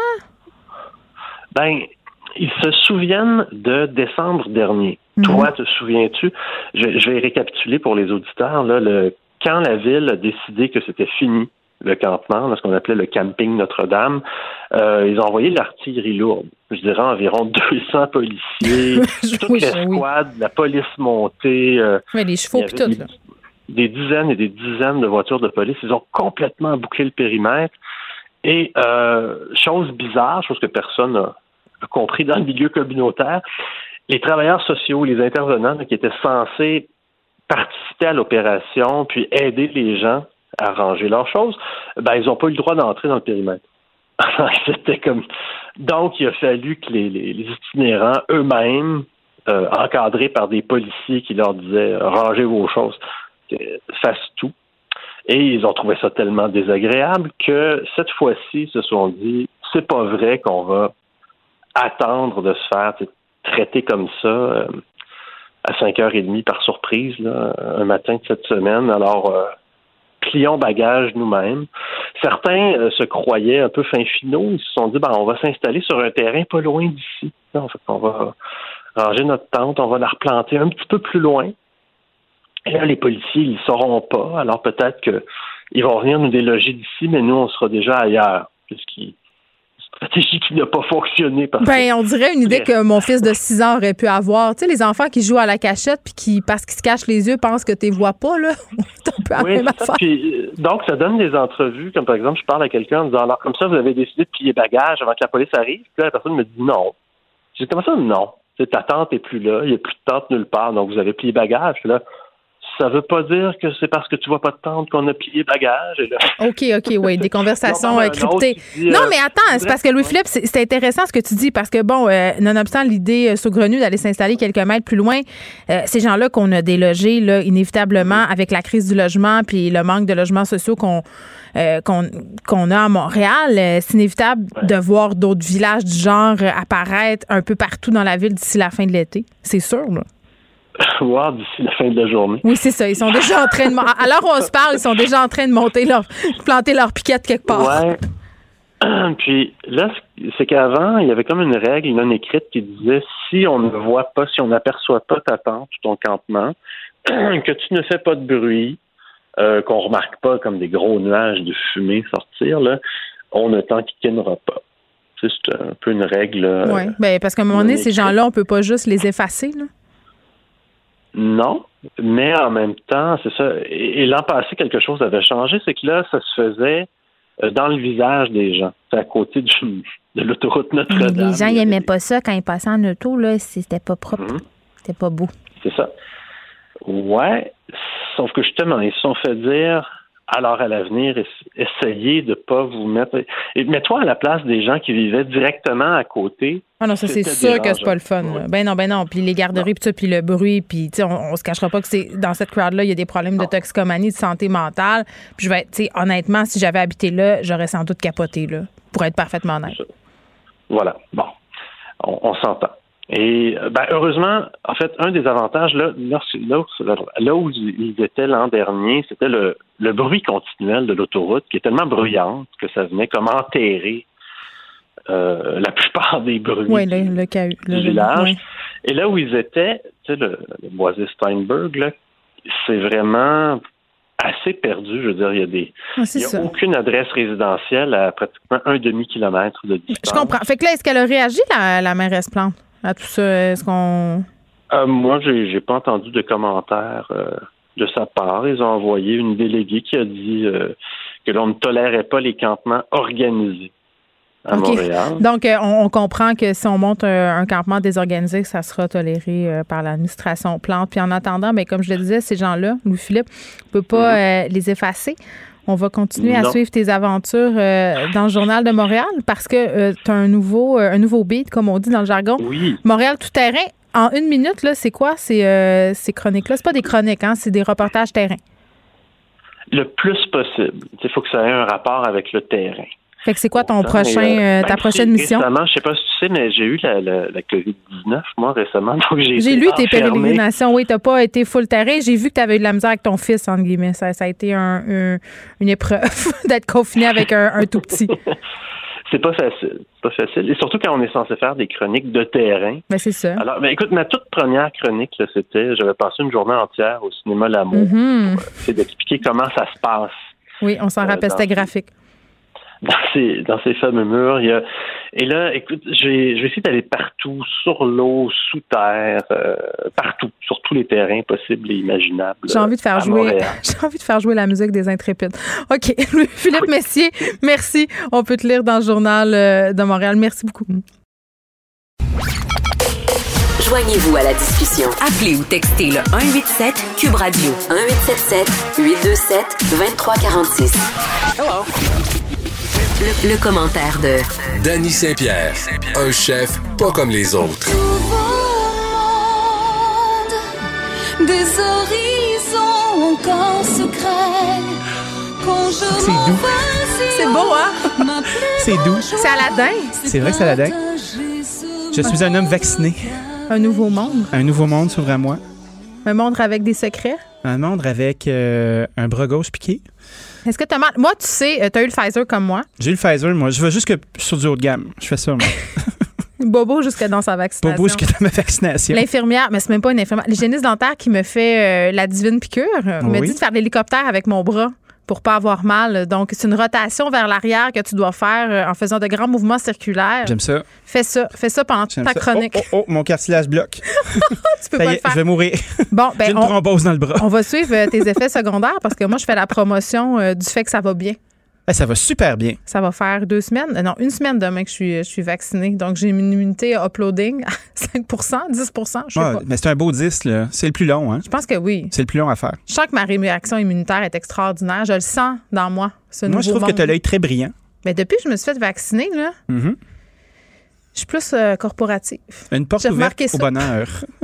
Ben, ils se souviennent de décembre dernier. Mm-hmm. Toi, te souviens-tu? Je, je vais récapituler pour les auditeurs. Là, le, quand la ville a décidé que c'était fini, le campement, là, ce qu'on appelait le camping Notre-Dame, euh, ils ont envoyé l'artillerie lourde. Je dirais environ deux cents policiers, toute oui, l'escouade, oui. La police montée. Euh, oui, les chevaux et tout, des, là. Des dizaines et des dizaines de voitures de police. Ils ont complètement bouclé le périmètre. Et, euh, chose bizarre, chose que personne n'a compris dans le milieu communautaire, les travailleurs sociaux, les intervenants là, qui étaient censés participer à l'opération puis aider les gens à ranger leurs choses, ben ils n'ont pas eu le droit d'entrer dans le périmètre. C'était comme... Donc, il a fallu que les, les, les itinérants eux-mêmes, euh, encadrés par des policiers qui leur disaient « rangez vos choses », fassent tout. Et ils ont trouvé ça tellement désagréable que cette fois-ci, ils se sont dit « c'est pas vrai qu'on va attendre de se faire traiter comme ça euh, à cinq heures trente par surprise, là, un matin de cette semaine. Alors, euh, plions bagages nous-mêmes. » Certains euh, se croyaient un peu fin finaux. Ils se sont dit, ben, on va s'installer sur un terrain pas loin d'ici. En fait, on va ranger notre tente, on va la replanter un petit peu plus loin. Et là, les policiers, ils ne sauront pas. Alors, peut-être qu'ils vont venir nous déloger d'ici, mais nous, on sera déjà ailleurs. Puisqu'il stratégie qui n'a pas fonctionné. Parce ben, que... on dirait une idée que mon fils de six ans aurait pu avoir. Tu sais, les enfants qui jouent à la cachette puis qui, parce qu'ils se cachent les yeux, pensent que tu les vois pas, là. C'est un peu la oui, même affaire. Puis, donc, ça donne des entrevues, comme par exemple, je parle à quelqu'un en disant, alors, comme ça, vous avez décidé de plier bagages avant que la police arrive. Puis là, la personne me dit non. Je dis, comment ça, non? Tu sais, ta tante n'est plus là, il n'y a plus de tante nulle part, donc vous avez plié bagages. Puis là, ça veut pas dire que c'est parce que tu vois pas de tente qu'on a plié bagages. Et là... OK, OK, oui, des conversations non, euh, cryptées. Dit, non, euh, mais attends, c'est parce que Louis-Philippe, c'est, c'est intéressant ce que tu dis, parce que, bon, euh, nonobstant l'idée euh, saugrenue d'aller s'installer quelques mètres plus loin, euh, ces gens-là qu'on a délogés, là, inévitablement, avec la crise du logement puis le manque de logements sociaux qu'on, euh, qu'on, qu'on a à Montréal, euh, c'est inévitable ouais. de voir d'autres villages du genre euh, apparaître un peu partout dans la ville d'ici la fin de l'été. C'est sûr, là. Voir d'ici la fin de la journée. Oui, c'est ça. Ils sont déjà en train de... Alors on se parle, ils sont déjà en train de monter leur... planter leur piquette quelque part. Ouais. Puis là, c'est qu'avant, il y avait comme une règle non écrite qui disait si on ne voit pas, si on n'aperçoit pas ta tente ou ton campement, que tu ne fais pas de bruit, euh, qu'on remarque pas comme des gros nuages de fumée sortir, là, on ne t'enquiquinera pas. C'est un peu une règle. Euh, oui, ben, parce qu'à un moment donné, ces gens-là, on peut pas juste les effacer, là. Non, mais en même temps, c'est ça. Et, et l'an passé, quelque chose avait changé, c'est que là, ça se faisait euh, dans le visage des gens. C'est à côté du, de l'autoroute Notre-Dame. Les gens, ils n'aimaient pas ça quand ils passaient en auto, là. C'était pas propre. Mm-hmm. C'était pas beau. C'est ça. Ouais, sauf que justement, ils se sont fait dire, alors à l'avenir, essayez de ne pas vous mettre... Et mets-toi à la place des gens qui vivaient directement à côté. Ah non, ça, c'est sûr dérangeant. Que c'est pas le fun. Ouais. Ben non, ben non. Puis les garderies, puis ça, puis le bruit, puis tu sais, on, on se cachera pas que c'est dans cette crowd-là, il y a des problèmes non. de toxicomanie, de santé mentale. Puis je vais, tu sais, honnêtement, si j'avais habité là, j'aurais sans doute capoté, là, pour être parfaitement honnête. Voilà. Bon. On, on s'entend. Et ben, heureusement, en fait, un des avantages, là, là, là, là où ils étaient l'an dernier, c'était le, le bruit continuel de l'autoroute qui est tellement bruyante que ça venait comme enterrer euh, la plupart des bruits oui, le, le, le, du le, village. Oui. Et là où ils étaient, tu sais, le, le boisé Steinberg, là, c'est vraiment assez perdu. Je veux dire, il y a des, ah, il y a ça. aucune adresse résidentielle à pratiquement un demi-kilomètre de distance. Je comprends. Fait que là, est-ce qu'elle a réagi, la, la mairesse Plante, à tout ça? Est-ce qu'on... Euh, moi, j'ai, j'ai pas entendu de commentaires euh, de sa part. Ils ont envoyé une déléguée qui a dit euh, que l'on ne tolérait pas les campements organisés. à okay. Montréal. Donc, euh, on, on comprend que si on monte un, un campement désorganisé, ça sera toléré euh, par l'administration Plante. Puis en attendant, bien, comme je le disais, ces gens-là, Louis-Philippe, on ne peut pas mm-hmm. euh, les effacer. On va continuer non. à suivre tes aventures euh, dans le Journal de Montréal parce que euh, tu as un nouveau, euh, un nouveau beat, comme on dit dans le jargon. Oui. Montréal tout-terrain. En une minute, là, c'est quoi ces, euh, ces chroniques-là? C'est pas des chroniques, hein? C'est des reportages terrain. Le plus possible. Il faut que ça ait un rapport avec le terrain. Fait que c'est quoi ton Autant, prochain, euh, euh, ta ben, prochaine mission? Récemment, je sais pas si tu sais, mais j'ai eu la, la, la covid dix-neuf, moi, récemment. Donc j'ai j'ai été lu tes enfermé. pérégrinations. Oui, t'as pas été full terrain. J'ai vu que tu avais eu de la misère avec ton fils, entre guillemets. Ça, ça a été un, un, une épreuve d'être confiné avec un, un tout petit. C'est pas facile. C'est pas facile. Et surtout quand on est censé faire des chroniques de terrain. Ben, c'est ça. Alors, ben, écoute, ma toute première chronique, là, c'était, j'avais passé une journée entière au cinéma L'Amour mm-hmm. pour essayer d'expliquer comment ça se passe. Oui, on s'en rappelle, euh, c'était graphique. Dans ces, dans ces fameux murs, il y a... Et là, écoute, j'ai, je vais essayer d'aller partout, sur l'eau, sous terre, euh, partout, sur tous les terrains possibles et imaginables. J'ai envie de faire jouer, j'ai envie de faire jouer la musique des Intrépides. OK. Philippe oui. Messier, merci. On peut te lire dans le Journal de Montréal. Merci beaucoup. Joignez-vous à la discussion. Appelez ou textez le un huit sept Cube Radio. un huit sept sept huit deux sept deux trois quatre six. Hello. Le, le commentaire de Danny Saint-Pierre, un chef pas comme les autres. Des horizons encore secrets. Quand je c'est doux. C'est beau, hein? C'est doux. C'est Aladdin. C'est vrai que c'est Aladdin. Je suis un homme vacciné. Un nouveau monde. Un nouveau monde s'ouvre à moi. Un monde avec des secrets. Un monde avec euh, un bras gauche piqué. Est-ce que tu as mal? Moi, tu sais, tu as eu le Pfizer comme moi. J'ai eu le Pfizer, moi. Je vais jusque sur du haut de gamme. Je fais ça, moi. Bobo jusque dans sa vaccination. Bobo jusque dans ma vaccination. L'infirmière, mais c'est même pas une infirmière. L'hygiéniste dentaire qui me fait euh, la divine piqûre euh, oui. me dit de faire l'hélicoptère avec mon bras pour pas avoir mal. Donc, c'est une rotation vers l'arrière que tu dois faire euh, en faisant de grands mouvements circulaires. J'aime ça. Fais ça. Fais ça pendant toute ta ça. chronique. Oh, oh, oh, mon cartilage bloque. Tu peux pas y est, le faire. Je vais mourir. Bon, ben, j'ai une on, thrombose dans le bras. On va suivre euh, tes effets secondaires parce que moi, je fais la promotion euh, du fait que ça va bien. Eh, ça va super bien. Ça va faire deux semaines, euh, non, une semaine demain que je suis, je suis vaccinée. Donc, j'ai une immunité uploading à cinq pour cent, dix pour cent, je sais ouais, pas. Mais c'est un beau dix, là. C'est le plus long, hein? Je pense que oui. C'est le plus long à faire. Je sens que ma réaction immunitaire est extraordinaire. Je le sens dans moi. Ce moi, je trouve monde. que tu as l'œil très brillant. Mais depuis que je me suis fait vacciner, là, mm-hmm. je suis plus euh, corporative. Une porte J'ai ouverte au bonheur.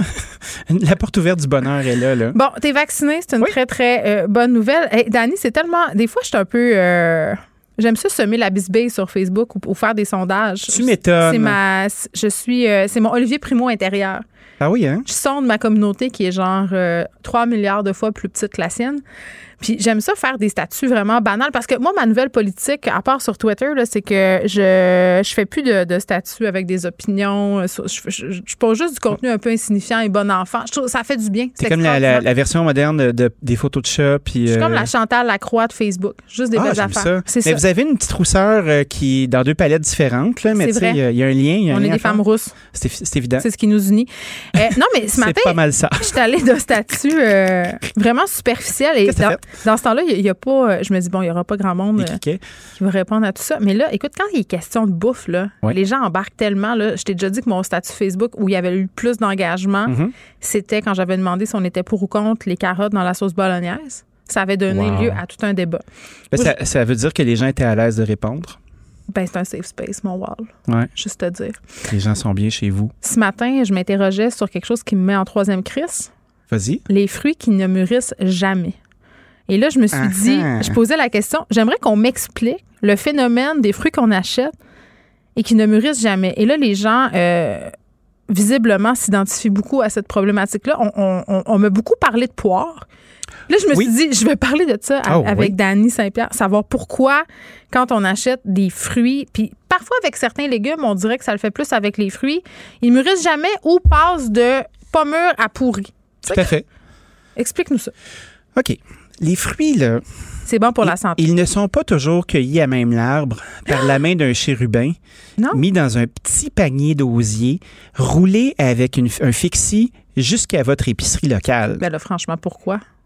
La porte ouverte du bonheur est là, là. Bon, t'es vacciné, c'est une oui. très, très euh, bonne nouvelle. Hey, Dani, c'est tellement... Des fois, je suis un peu... Euh... J'aime ça semer la bisbille sur Facebook ou, ou faire des sondages. Tu m'étonnes. C'est ma... Je suis... Euh, c'est mon Olivier Primo intérieur. Ah oui, hein? Je sonde ma communauté qui est genre euh, trois milliards de fois plus petite que la sienne. Puis j'aime ça faire des statuts vraiment banals parce que moi, ma nouvelle politique, à part sur Twitter, là, c'est que je je fais plus de, de statuts avec des opinions. Je, je, je, je pose juste du contenu un peu insignifiant et bon enfant. Je trouve ça fait du bien. C'est, c'est comme la, la, la version moderne de, de, des photos de chats. Puis, je suis euh... comme la Chantal Lacroix de Facebook. Juste des ah, belles j'aime affaires. Ça. C'est mais ça. vous avez une petite rousseur euh, qui est dans deux palettes différentes. Là, mais c'est vrai. Il y, y a un lien. Y a On un est lien des femmes rousses. C'est, c'est évident. C'est ce qui nous unit. Euh, non, mais ce matin, c'est pas mal ça. Je suis allée d'un statut euh, vraiment superficiel. Et dans, dans ce temps-là, il y, y a pas. Je me dis, bon, il n'y aura pas grand monde euh, qui va répondre à tout ça. Mais là, écoute, quand il est question de bouffe, là, oui. les gens embarquent tellement. Là, je t'ai déjà dit que mon statut Facebook où il y avait eu plus d'engagement, mm-hmm. c'était quand j'avais demandé si on était pour ou contre les carottes dans la sauce bolognaise. Ça avait donné wow. lieu à tout un débat. Ben, ça, ça veut dire que les gens étaient à l'aise de répondre? Ben, c'est un safe space, mon wall. Ouais. Juste te dire. Les gens sont bien chez vous. Ce matin, je m'interrogeais sur quelque chose qui me met en troisième crise. Vas-y. Les fruits qui ne mûrissent jamais. Et là, je me suis uh-huh. dit, je posais la question, j'aimerais qu'on m'explique le phénomène des fruits qu'on achète et qui ne mûrissent jamais. Et là, les gens, euh, visiblement, s'identifient beaucoup à cette problématique-là. On, on, on, on m'a beaucoup parlé de poire. Là, je me oui. suis dit, je vais parler de ça oh, avec oui. Dany Saint-Pierre, savoir pourquoi, quand on achète des fruits, puis parfois avec certains légumes, on dirait que ça le fait plus avec les fruits, ils ne mûrissent jamais ou passent de pas mûr à pourri. Tout à fait. Explique-nous ça. OK. Les fruits, là... C'est bon pour la santé. Ils ne sont pas toujours cueillis à même l'arbre par la main d'un chérubin, non? mis dans un petit panier d'osier, roulé avec une, un fixie jusqu'à votre épicerie locale. Ben là, franchement, pourquoi?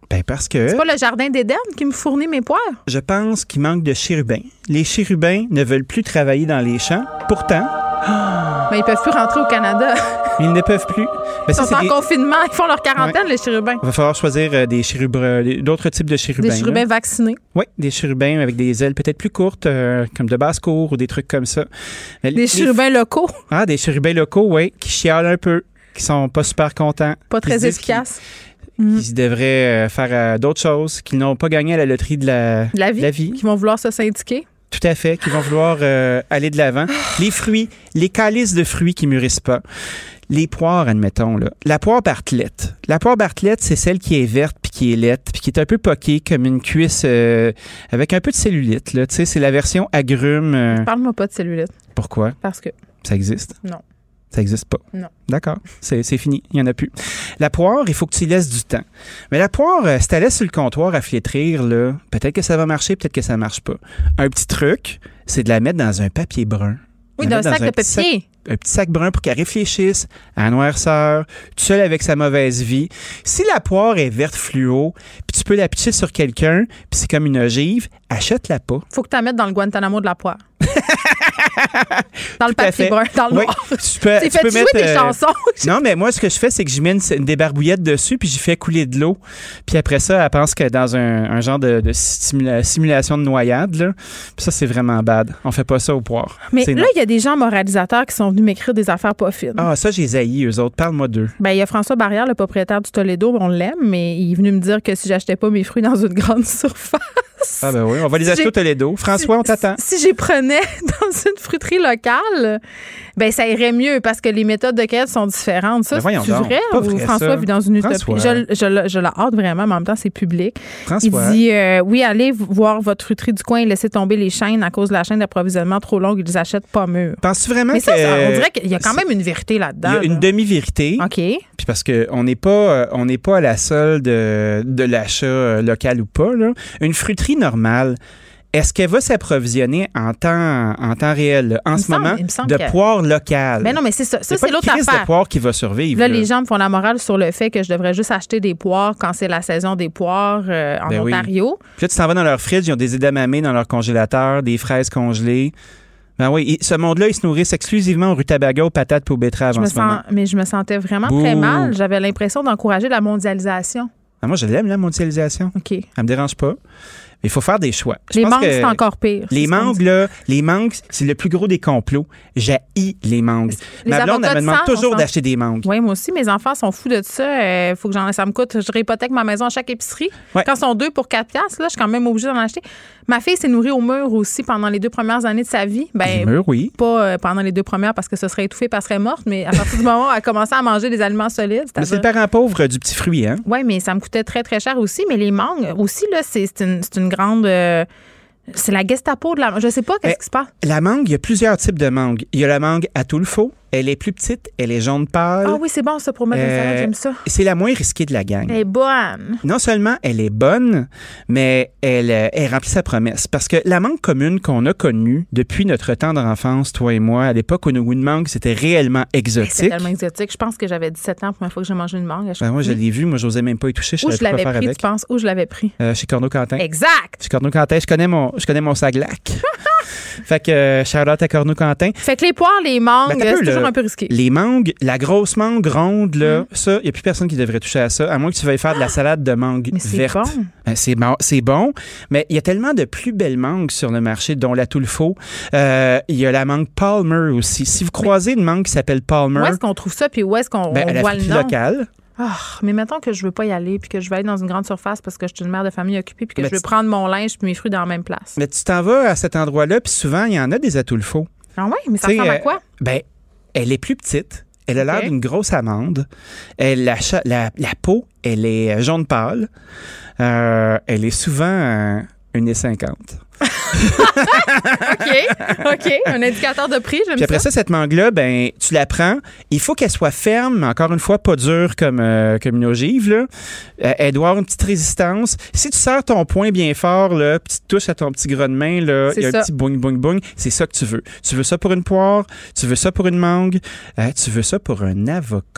Ben parce que... C'est pas le jardin d'Éden qui me fournit mes poires? Je pense qu'il manque de chérubins. Les chérubins ne veulent plus travailler dans les champs. Pourtant... Mais ils peuvent plus rentrer au Canada. Ils ne peuvent plus. Ils sont en confinement. Ils font leur quarantaine, ouais. les chérubins. Il va falloir choisir euh, des chérubins, d'autres types de chérubins. Des chérubins là. vaccinés. Oui, des chérubins avec des ailes peut-être plus courtes, euh, comme de basse-cour ou des trucs comme ça. Mais des les... chérubins locaux. Ah, des chérubins locaux, oui, qui chialent un peu, qui sont pas super contents. Pas très efficaces. Qui, mm. qui devraient euh, faire euh, d'autres choses, qu'ils n'ont pas gagné à la loterie de la, de la vie. De la vie. Qui vont vouloir se syndiquer. Tout à fait, qui vont vouloir euh, aller de l'avant. Les fruits, les calices de fruits qui mûrissent pas. Les poires, admettons, là. La poire Bartlett. La poire Bartlett, c'est celle qui est verte puis qui est laite puis qui est un peu poquée comme une cuisse euh, avec un peu de cellulite, là. Tu sais, c'est la version agrume. Euh... Parle-moi pas de cellulite. Pourquoi? Parce que... Ça existe? Non. Ça n'existe pas. Non. D'accord. C'est, c'est fini. Il n'y en a plus. La poire, il faut que tu y laisses du temps. Mais la poire, si tu la laisses sur le comptoir à flétrir, là, peut-être que ça va marcher, peut-être que ça ne marche pas. Un petit truc, c'est de la mettre dans un papier brun. Oui, dans un sac de papier. Sac, un petit sac brun pour qu'elle réfléchisse à la noirceur, tout seul avec sa mauvaise vie. Si la poire est verte fluo, puis tu peux la pitcher sur quelqu'un, puis c'est comme une ogive, achète-la pas. Faut que tu la mettes dans le Guantanamo de la poire. Dans le Tout papier brun, dans le oui, noir. Tu peux, tu tu fais peux jouer mettre, des euh, chansons. Non, mais moi, ce que je fais, c'est que je mets une, une débarbouillette dessus, puis j'y fais couler de l'eau. Puis après ça, elle pense que dans un, un genre de, de simula- simulation de noyade, là. Puis ça, c'est vraiment bad. On fait pas ça aux poires. Mais c'est là, il y a des gens moralisateurs qui sont venus m'écrire des affaires pas fines. Ah, ça, j'ai haï, eux autres. Parle-moi d'eux. Ben, il y a François Barrière, le propriétaire du Toledo, on l'aime, mais il est venu me dire que si j'achetais pas mes fruits dans une grande surface. Ah ben oui, on va les acheter j'ai, au Toledo. François, si, on t'attend. Si j'y prenais dans une fruiterie locale, ben ça irait mieux parce que les méthodes de cueillette sont différentes. Ça, ben c'est vrai ou vrai, François ça. vit dans une utopie? Je, je, je, je la hâte vraiment, mais en même temps, c'est public. François. Il dit, euh, oui, allez voir votre fruiterie du coin et laissez tomber les chaînes à cause de la chaîne d'approvisionnement trop longue. Ils les achètent pas mûrs. Penses-tu vraiment mais que... ça, ça, on dirait qu'il y a quand même une vérité là-dedans. Il y a une là. demi-vérité. OK. Puis parce qu'on n'est pas, on n'est pas à la solde de, de l'achat local ou pas, là. Une fruiterie normale, est-ce qu'elle va s'approvisionner en temps, en temps réel, là, en il ce semble, moment, de que... poire locale? Mais non, mais c'est ça. Ça, c'est, c'est l'autre affaire. C'est pas une crise de poire qui va survivre. Là, là, les gens me font la morale sur le fait que je devrais juste acheter des poires quand c'est la saison des poires euh, en ben Ontario. Oui. Puis là, tu t'en vas dans leur fridge, ils ont des edamame dans leur congélateur, des fraises congelées. Ben oui, ce monde-là, ils se nourrissent exclusivement au rutabaga, aux patates et aux betteraves je en me ce sens, moment. Mais je me sentais vraiment Bouh. très mal. J'avais l'impression d'encourager la mondialisation. Ah, moi, je l'aime, la mondialisation. OK. Ça me dérange pas. Mais il faut faire des choix. Je les pense mangues, que c'est encore pire. Les mangues, là, les mangues, c'est le plus gros des complots. J'haïs les mangues. Les Ma blonde, elle me demande sang, toujours d'acheter des mangues. Oui, moi aussi, mes enfants sont fous de ça. Euh, faut que j'en, ça me coûte. Je réhypothèque ma maison à chaque épicerie. Ouais. Quand ils sont deux pour quatre piastres, là, je suis quand même obligée d'en acheter. Ma fille s'est nourrie au mur aussi pendant les deux premières années de sa vie. Ben, mur, oui. Pas euh, pendant les deux premières parce que ce serait étouffé et elle serait morte, mais à partir du moment où elle a commencé à manger des aliments solides. Mais c'est le parent pauvre du petit fruit, hein? Oui, mais ça me coûtait très, très cher aussi. Mais les mangues aussi, là, c'est, c'est, une, c'est une grande. Euh, c'est la Gestapo de la. Je sais pas qu'est-ce eh, qui se passe. La mangue, il y a plusieurs types de mangue. Il y a la mangue à tout le faux. Elle est plus petite, elle est jaune pâle. Ah oui, c'est bon ça pour mettre euh, une salade, j'aime ça. C'est la moins risquée de la gang. Elle est bonne. Non seulement elle est bonne, mais elle, elle remplit sa promesse. Parce que la mangue commune qu'on a connue depuis notre tendre enfance, toi et moi, à l'époque où une mangue, c'était réellement exotique. C'est tellement exotique. Je pense que j'avais dix-sept ans la première fois que j'ai mangé une mangue. Ben moi, je l'ai vu. Moi, je n'osais même pas y toucher. Je Où savais je pas l'avais quoi faire pris, avec. tu penses? Où je l'avais pris? Euh, chez Corneau-Quentin. Exact. Chez Corneau-Quentin. Je connais mon, je connais mon saglac. Fait que, euh, shout-out à Corneau-Quentin. Fait que les poires, les mangues, ben, c'est peu, toujours le, un peu risqué. Les mangues, la grosse mangue ronde, là, mm. ça, il n'y a plus personne qui devrait toucher à ça, à moins que tu veuilles faire de la salade de mangue mais c'est verte. Bon. Ben, c'est bon. C'est bon, mais il y a tellement de plus belles mangues sur le marché, dont la Toulfo. Euh, il y a la mangue Palmer aussi. Si vous croisez une mangue qui s'appelle Palmer... Où est-ce qu'on trouve ça, puis où est-ce qu'on ben, on à la voit le nom? Locale. Oh, mais mettons que je veux pas y aller puis que je vais aller dans une grande surface parce que je suis une mère de famille occupée puis que mais je veux tu... prendre mon linge puis mes fruits dans la même place. Mais tu t'en vas à cet endroit-là puis souvent, il y en a des à Toulfo. Ah oui? Mais ça T'sais, ressemble à quoi? Euh, ben, elle est plus petite. Elle a okay. l'air d'une grosse amande. Elle, la, la, la peau, elle est jaune pâle. Euh, elle est souvent euh, une virgule cinquante. OK, OK. Un indicateur de prix, j'aime Puis après ça, ça cette mangue-là, ben, tu la prends. Il faut qu'elle soit ferme, mais encore une fois, pas dure comme, euh, comme une ogive. Là. Euh, elle doit avoir une petite résistance. Si tu serres ton poing bien fort, là, puis tu touches à ton petit gras de main, là, il y a ça. Un petit boing, boing, boing. C'est ça que tu veux. Tu veux ça pour une poire, tu veux ça pour une mangue, euh, tu veux ça pour un avocat.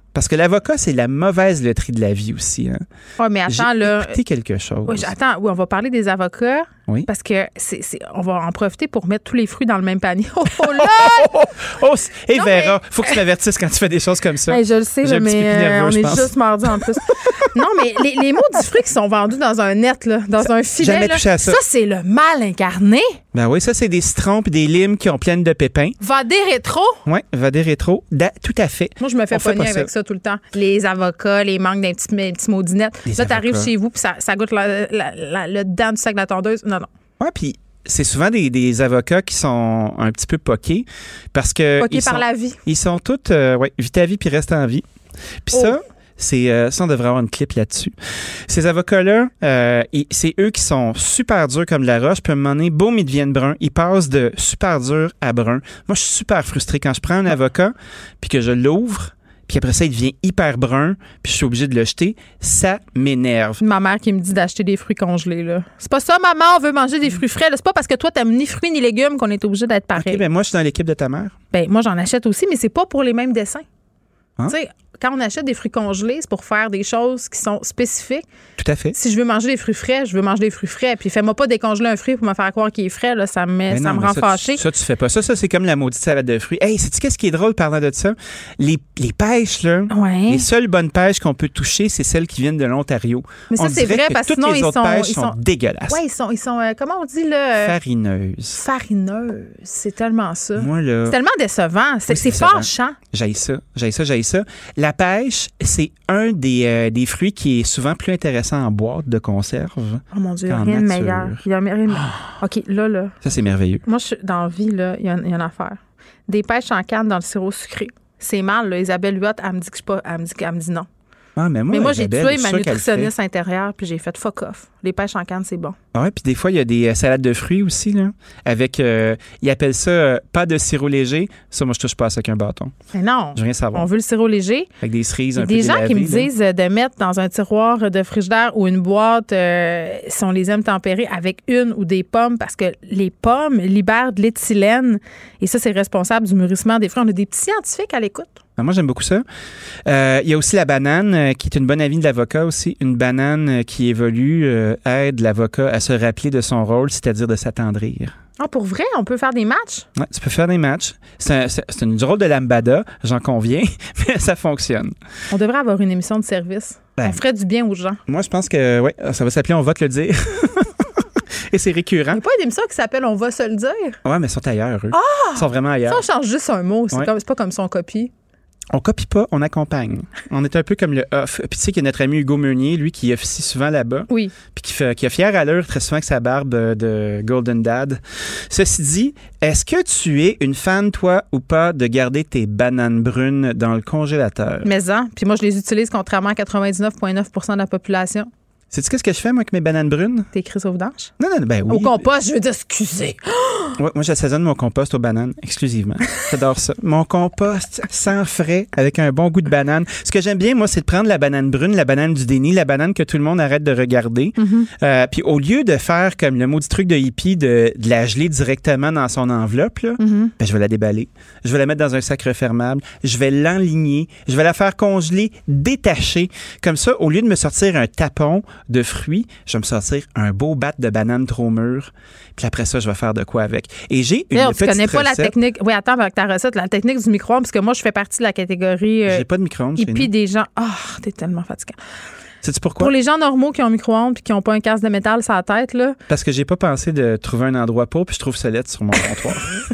Parce que l'avocat, c'est la mauvaise loterie de la vie aussi. Hein. Oui, mais attends, J'ai là. écouté quelque chose. Oui, attends, oui, on va parler des avocats. Oui. Parce que c'est, c'est, on va en profiter pour mettre tous les fruits dans le même panier. Oh, oh là! oh, oh, hé, hey, Vera, mais... faut que tu m'avertisses quand tu fais des choses comme ça. Hey, je le sais, là, mais nerveux, on est pense. juste mardi en plus. Non, mais les, les mots du fruit qui sont vendus dans un net, là, dans ça, un filet, jamais là, touché à ça. ça, c'est le mal incarné. Ben oui, ça, c'est des citrons et des limes qui ont pleines de pépins. Va des rétro. Oui, va des rétro. Da, tout à fait. Moi, je me fais pogner avec ça. ça tout le temps. Les avocats, les manques d'un petit, petit maudinette. Là, t'arrives chez vous puis ça, ça goûte la, la, la, le dent du sac de la tondeuse. Non, non. Oui, puis c'est souvent des, des avocats qui sont un petit peu poqués parce que... Poqués par sont, la vie. Ils sont tous, euh, oui, vite à vie puis restent en vie. Puis oh. ça... C'est, euh, ça, on devrait avoir une clip là-dessus. Ces avocats-là, euh, ils, c'est eux qui sont super durs comme de la roche. Puis à un moment donné, boum, ils deviennent bruns. Ils passent de super dur à brun. Moi, je suis super frustré quand je prends un avocat puis que je l'ouvre. Puis après ça, il devient hyper brun, puis je suis obligée de le jeter. Ça m'énerve. Ma mère qui me dit d'acheter des fruits congelés, là. C'est pas ça, maman, on veut manger des fruits frais. Là. C'est pas parce que toi, t'aimes ni fruits ni légumes qu'on est obligé d'être pareil. OK, ben moi, je suis dans l'équipe de ta mère. Ben moi, j'en achète aussi, mais c'est pas pour les mêmes dessins. Hein? Tu sais, quand on achète des fruits congelés, c'est pour faire des choses qui sont spécifiques. Tout à fait. Si je veux manger des fruits frais, je veux manger des fruits frais. Puis fais-moi pas décongeler un fruit pour me faire croire qu'il est frais. Là, ça me, met, ça non, me rend ça, fâchée. Tu, ça, tu fais pas ça. Ça, c'est comme la maudite salade de fruits. Hey, sais-tu qu'est-ce qui est drôle parlant de ça? Les, les pêches, là, ouais. les seules bonnes pêches qu'on peut toucher, c'est celles qui viennent de l'Ontario. Mais ça, on c'est vrai que parce que toutes sinon, les ils autres sont, pêches ils sont, sont dégueulasses. Oui, ils sont, ils sont euh, comment on dit, là? Farineuses. Farineuses. C'est tellement ça. Moi, là. C'est tellement décevant. C'est, oui, c'est, c'est fâchant. J'haïs ça. J'haïs ça, j'haïs ça. La pêche, c'est un des, euh, des fruits qui est souvent plus intéressant en boîte de conserve. Oh mon Dieu, rien de meilleur. Il y a rien de meilleur. OK, là, là. Ça, c'est merveilleux. Moi, je suis dans la vie, là, il y, a, il y a une affaire. Des pêches en canne dans le sirop sucré. C'est mal, là. Isabelle Huot, elle me dit que je pas, elle me dit, elle me dit non. Ah, mais moi, mais moi Isabelle, j'ai tué ma nutritionniste intérieure, puis j'ai fait fuck off. Les pêches en canne, c'est bon. Ah ouais, puis des fois, il y a des euh, salades de fruits aussi, là, avec, euh, ils appellent ça euh, pas de sirop léger. Ça, moi, je touche pas à ça avec un bâton. Mais non. Je veux rien savoir. On veut le sirop léger. Avec des cerises un peu des gens délavées, qui me là. disent de mettre dans un tiroir de frigidaire ou une boîte, euh, si on les aime tempérés, avec une ou des pommes, parce que les pommes libèrent de l'éthylène, et ça, c'est responsable du mûrissement des fruits. On a des petits scientifiques à l'écoute. Ah, moi, j'aime beaucoup ça. Euh, il y a aussi la banane, euh, qui est une bonne amie de l'avocat aussi. Une banane euh, qui évolue euh, aide l'avocat à se rappeler de son rôle, c'est-à-dire de s'attendrir. Ah, pour vrai? On peut faire des matchs? Oui, tu peux faire des matchs. C'est, un, c'est, c'est une drôle de lambada, j'en conviens, mais ça fonctionne. On devrait avoir une émission de service. Ben, on ferait du bien aux gens. Moi, je pense que, oui, ça va s'appeler On va te le dire. Et c'est récurrent. Il n'y a pas une émission qui s'appelle On va se le dire? Oui, mais ils sont ailleurs, eux. Ah! Ils sont vraiment ailleurs. Ça, on change juste un mot. C'est, ouais. comme, c'est pas comme son copie. On copie pas, on accompagne. On est un peu comme le off. Puis tu sais qu'il y a notre ami Hugo Meunier, lui, qui officie souvent là-bas. Oui. Puis qui, fait, qui a fière allure très souvent avec sa barbe de Golden Dad. Ceci dit, est-ce que tu es une fan, toi, ou pas, de garder tes bananes brunes dans le congélateur? Mais en. Puis moi, je les utilise contrairement à quatre-vingt-dix-neuf virgule neuf pour cent de la population. Sais-tu qu'est-ce que je fais, moi, avec mes bananes brunes? T'es écrit au vidange? Non, non, ben oui. Au compost, je veux dire, excusez. Ouais, moi, j'assaisonne mon compost aux bananes, exclusivement. J'adore ça. Mon compost sans frais, avec un bon goût de banane. Ce que j'aime bien, moi, c'est de prendre la banane brune, la banane du déni, la banane que tout le monde arrête de regarder. Mm-hmm. Euh, puis au lieu de faire comme le maudit truc de hippie, de, de la geler directement dans son enveloppe, là, mm-hmm. ben, je vais la déballer. Je vais la mettre dans un sac refermable. Je vais l'enligner. Je vais la faire congeler, détacher. Comme ça, au lieu de me sortir un tapon de fruits, je vais me sortir un beau bat de banane trop mûre. Puis après ça, je vais faire de quoi avec. Et j'ai une non, petite tu connais recette. pas la technique. Oui, attends, avec ta recette, la technique du micro-ondes, parce que moi, je fais partie de la catégorie. Euh, j'ai pas de micro-ondes. Et puis des gens. Ah, oh, t'es tellement fatiguant. Sais-tu pourquoi? Pour les gens normaux qui ont un micro-ondes puis qui n'ont pas un casque de métal sur la tête, là. Parce que j'ai pas pensé de trouver un endroit pour, puis je trouve ça lettre sur mon comptoir.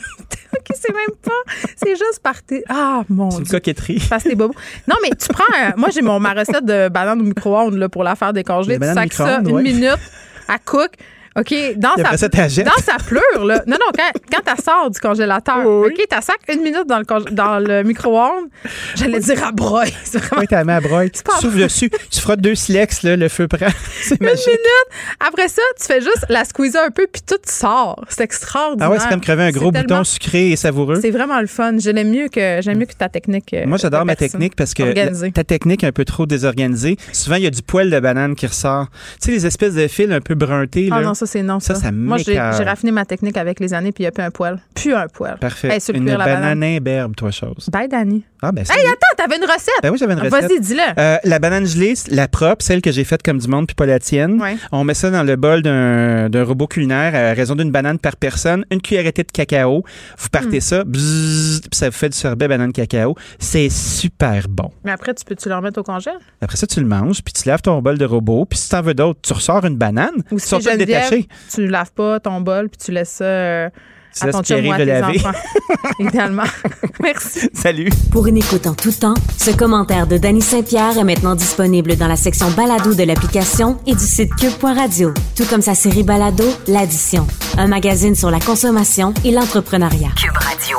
OK, c'est même pas. C'est juste parti. Ah, mon C'est une Dieu. coquetterie. Parce que t'es bobo. Non, mais tu prends. Un, moi, j'ai mon, ma recette de banane au micro-ondes là, pour la faire décongeler. Tu sacs ça une ouais. minute à cook. OK, dans sa, dans sa pleure, là. Non, non, quand, quand elle sort du congélateur, oui. OK, t'as sac une minute dans le, congé- dans le micro-ondes, j'allais dire à broye. C'est vraiment... Oui, t'as mis à broye. Tu souffles dessus, tu frottes deux silex, là, le feu prend. C'est une magique. minute. Après ça, tu fais juste la squeezer un peu, puis tout sort. C'est extraordinaire. Ah ouais, c'est comme crever un gros c'est bouton tellement... sucré et savoureux. C'est vraiment le fun. Je l'aime mieux que, j'aime mieux que ta technique. Moi, j'adore ma technique parce que la, ta technique est un peu trop désorganisée. Souvent, il y a du poil de banane qui ressort. Tu sais, les espèces de fils un peu bruntés. Ah là. non, ça, c'est non. Ça, ça, ça Moi, j'ai, m'écoeure. j'ai raffiné ma technique avec les années, puis il n'y a plus un poil. Plus un poil. Parfait. Hey, sur le une cuir, la banane banane. imberbe, toi, chose. Bye, Dani. Ah, ben, Hey, attends, t'avais une recette. Ben oui, j'avais une recette. Vas-y, dis-le. Euh, la banane gelée, la propre, celle que j'ai faite comme du monde, puis pas la tienne. Ouais. On met ça dans le bol d'un, d'un robot culinaire à raison d'une banane par personne, une cuillerée de cacao. Vous partez Mm. ça, bzzz, puis ça vous fait du sorbet banane cacao. C'est super bon. Mais après, tu peux-tu le remettre au congèle? Après ça, tu le manges, puis tu laves ton bol de robot. Puis si t'en veux d'autres, tu ressors une banane. Ou tu si sors t'es tout Geneviève, détaché. tu laves pas ton bol, puis tu laisses ça euh, Tu à laisses ton chum ou à Pierre-Yves tes le laver. enfants. Idéalement. Merci. Salut. Pour une écoute en tout temps, ce commentaire de Dany Saint-Pierre est maintenant disponible dans la section balado de l'application et du site cube point radio, tout comme sa série balado L'Addition, un magazine sur la consommation et l'entrepreneuriat. Cube Radio.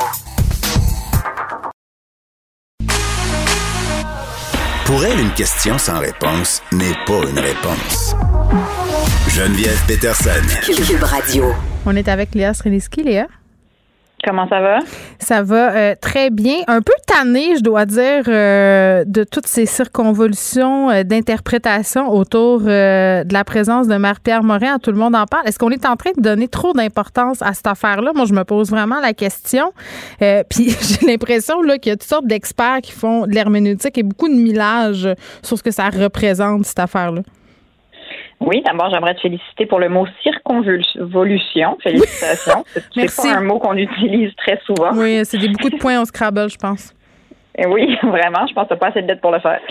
Pour elle, une question sans réponse n'est pas une réponse. Geneviève Peterson. Cube Radio. On est avec Léa Streliski. Léa? Comment ça va? Ça va euh, très bien. Un peu tannée, je dois dire, euh, de toutes ces circonvolutions euh, d'interprétation autour euh, de la présence de Marie-Pierre Morin. Tout le monde en parle. Est-ce qu'on est en train de donner trop d'importance à cette affaire-là? Moi, je me pose vraiment la question. Euh, puis j'ai l'impression là, qu'il y a toutes sortes d'experts qui font de l'herméneutique et beaucoup de millage sur ce que ça représente, cette affaire-là. Oui, d'abord, j'aimerais te féliciter pour le mot circonvolution. Félicitations. C'est, c'est pas un mot qu'on utilise très souvent. Oui, c'est des, beaucoup de points au Scrabble, je pense. Et oui, vraiment. Je pense que t'as pas assez de lettres pour le faire.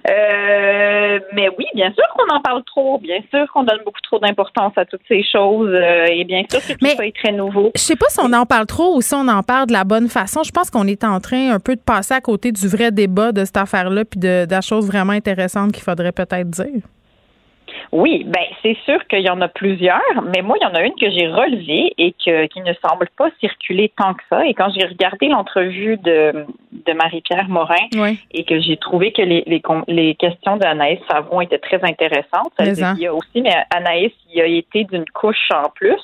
Euh, mais oui, bien sûr qu'on en parle trop. Bien sûr qu'on donne beaucoup trop d'importance à toutes ces choses. Euh, et bien sûr que tout mais ça est très nouveau. Je sais pas si on en parle trop ou si on en parle de la bonne façon. Je pense qu'on est en train un peu de passer à côté du vrai débat de cette affaire-là puis de, de la chose vraiment intéressante qu'il faudrait peut-être dire. Oui, ben c'est sûr qu'il y en a plusieurs, mais moi, il y en a une que j'ai relevée et que, qui ne semble pas circuler tant que ça. Et quand j'ai regardé l'entrevue de, de Marie-Pierre Morin oui. et que j'ai trouvé que les, les, les questions d'Anaïs Savon étaient très intéressantes, celle de Guilla aussi, mais Anaïs y a été d'une couche en plus.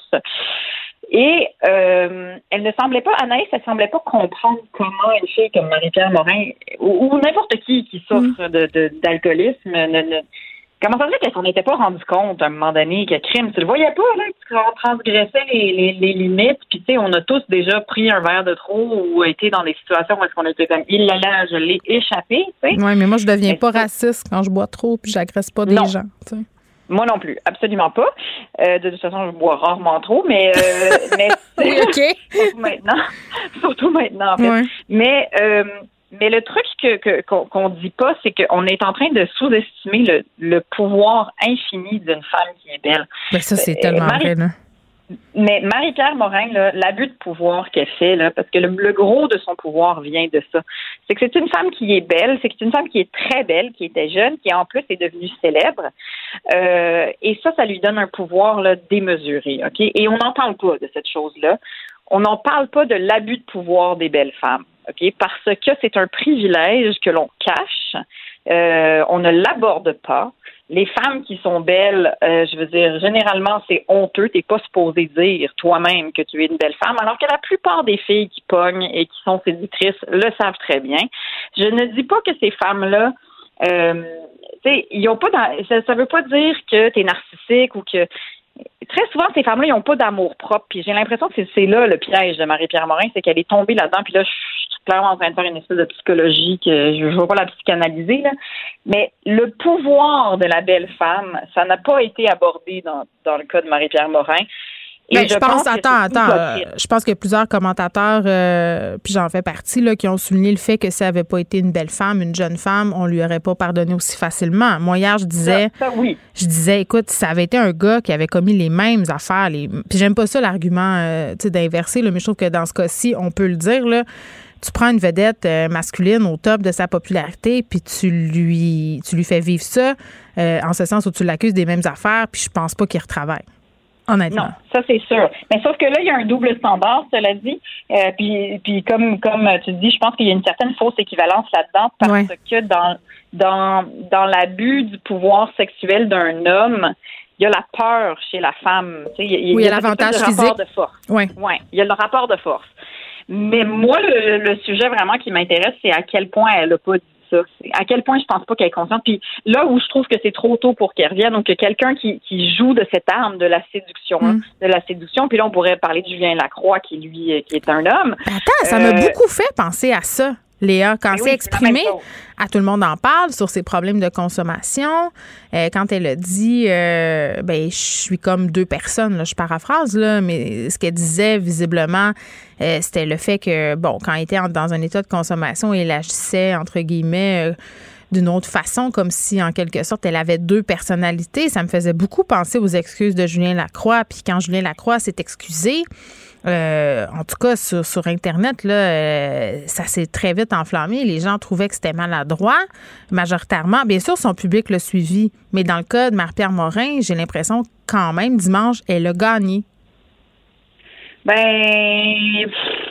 Et euh, elle ne semblait pas, Anaïs, elle semblait pas comprendre comment une fille comme Marie-Pierre Morin ou, ou n'importe qui qui souffre mm. de, de, d'alcoolisme ne, ne comment ça se fait qu'elle s'en était pas rendue compte à un moment donné que crime, tu le voyais pas, là, qu'on transgressait les, les, les limites, puis tu sais, on a tous déjà pris un verre de trop ou été dans des situations où est-ce qu'on était comme, il là, là, je l'ai échappé, tu sais. Oui, mais moi, je deviens mais pas ça... raciste quand je bois trop, puis j'agresse pas des non. gens, tu sais. Moi non plus, absolument pas. Euh, de toute façon, je bois rarement trop, mais... Euh, mais oui, OK. Surtout maintenant. Surtout maintenant, en fait. Ouais. Mais... Euh, Mais le truc que, que, qu'on, qu'on dit pas, c'est qu'on est en train de sous-estimer le, le pouvoir infini d'une femme qui est belle. Ben ça, c'est tellement Marie, vrai, là. Mais Marie-Pierre Morin, là, l'abus de pouvoir qu'elle fait, là, parce que le, le gros de son pouvoir vient de ça, c'est que c'est une femme qui est belle, c'est que c'est une femme qui est très belle, qui était jeune, qui en plus est devenue célèbre. Euh, et ça, ça lui donne un pouvoir là, démesuré. OK? Et on n'en parle pas de cette chose-là. On n'en parle pas de l'abus de pouvoir des belles femmes. OK? Parce que c'est un privilège que l'on cache. Euh, on ne l'aborde pas. Les femmes qui sont belles, euh, je veux dire, généralement, c'est honteux. T'es pas supposé dire toi-même que tu es une belle femme, alors que la plupart des filles qui pognent et qui sont séductrices le savent très bien. Je ne dis pas que ces femmes-là, euh, tu sais, ils ont pas dans, ça, ça veut pas dire que t'es narcissique ou que très souvent, ces femmes-là, ils n'ont pas d'amour propre. Puis j'ai l'impression que c'est, c'est là le piège de Marie-Pierre Morin, c'est qu'elle est tombée là-dedans. Puis là, je suis clairement en train de faire une espèce de psychologie que je ne veux pas la psychanalyser, là. Mais le pouvoir de la belle femme, ça n'a pas été abordé dans, dans le cas de Marie-Pierre Morin. Et ben, je, je pense, pense attends, attends, euh, je pense qu'il y a plusieurs commentateurs, euh, puis j'en fais partie, là, qui ont souligné le fait que si elle n'avait pas été une belle femme, une jeune femme, on lui aurait pas pardonné aussi facilement. Moi, hier, je disais, ça, ça, oui. je disais, écoute, si ça avait été un gars qui avait commis les mêmes affaires, les, puis j'aime pas ça l'argument, euh, tu sais, d'inverser, là, mais je trouve que dans ce cas-ci, on peut le dire, là. Tu prends une vedette euh, masculine au top de sa popularité, puis tu lui, tu lui fais vivre ça, euh, en ce sens où tu l'accuses des mêmes affaires, puis je pense pas qu'il retravaille. Honnêtement. Non, ça c'est sûr. Mais sauf que là, il y a un double standard, cela dit. Euh, puis, puis comme comme tu dis, je pense qu'il y a une certaine fausse équivalence là-dedans parce ouais. que dans dans dans l'abus du pouvoir sexuel d'un homme, il y a la peur chez la femme. Tu sais, il y a, oui, il y a, a l'avantage physique. Rapport de force. Oui. Ouais, il y a le rapport de force. Mais moi, le, le sujet vraiment qui m'intéresse, c'est à quel point elle a pas dit ça. ça. C'est à quel point je pense pas qu'elle est consciente. Puis là où je trouve que c'est trop tôt pour qu'elle revienne, donc que quelqu'un qui, qui joue de cette arme de la séduction, mm. hein, de la séduction. Puis là, on pourrait parler de Julien Lacroix, qui lui, qui est un homme. Attends, ça m'a euh, beaucoup fait penser à ça. Léa, quand c'est oui, exprimé, à tout le monde en parle sur ses problèmes de consommation. Euh, quand elle a dit, euh, ben, je suis comme deux personnes, là, je paraphrase, là, mais ce qu'elle disait visiblement, euh, c'était le fait que, bon, quand elle était dans un état de consommation, elle agissait, entre guillemets, euh, d'une autre façon, comme si, en quelque sorte, elle avait deux personnalités. Ça me faisait beaucoup penser aux excuses de Julien Lacroix. Puis quand Julien Lacroix s'est excusé, Euh, en tout cas, sur, sur Internet, là, euh, ça s'est très vite enflammé. Les gens trouvaient que c'était maladroit, majoritairement. Bien sûr, son public l'a suivi. Mais dans le cas de Marie-Pierre Morin, j'ai l'impression quand même, dimanche, elle a gagné. Ben,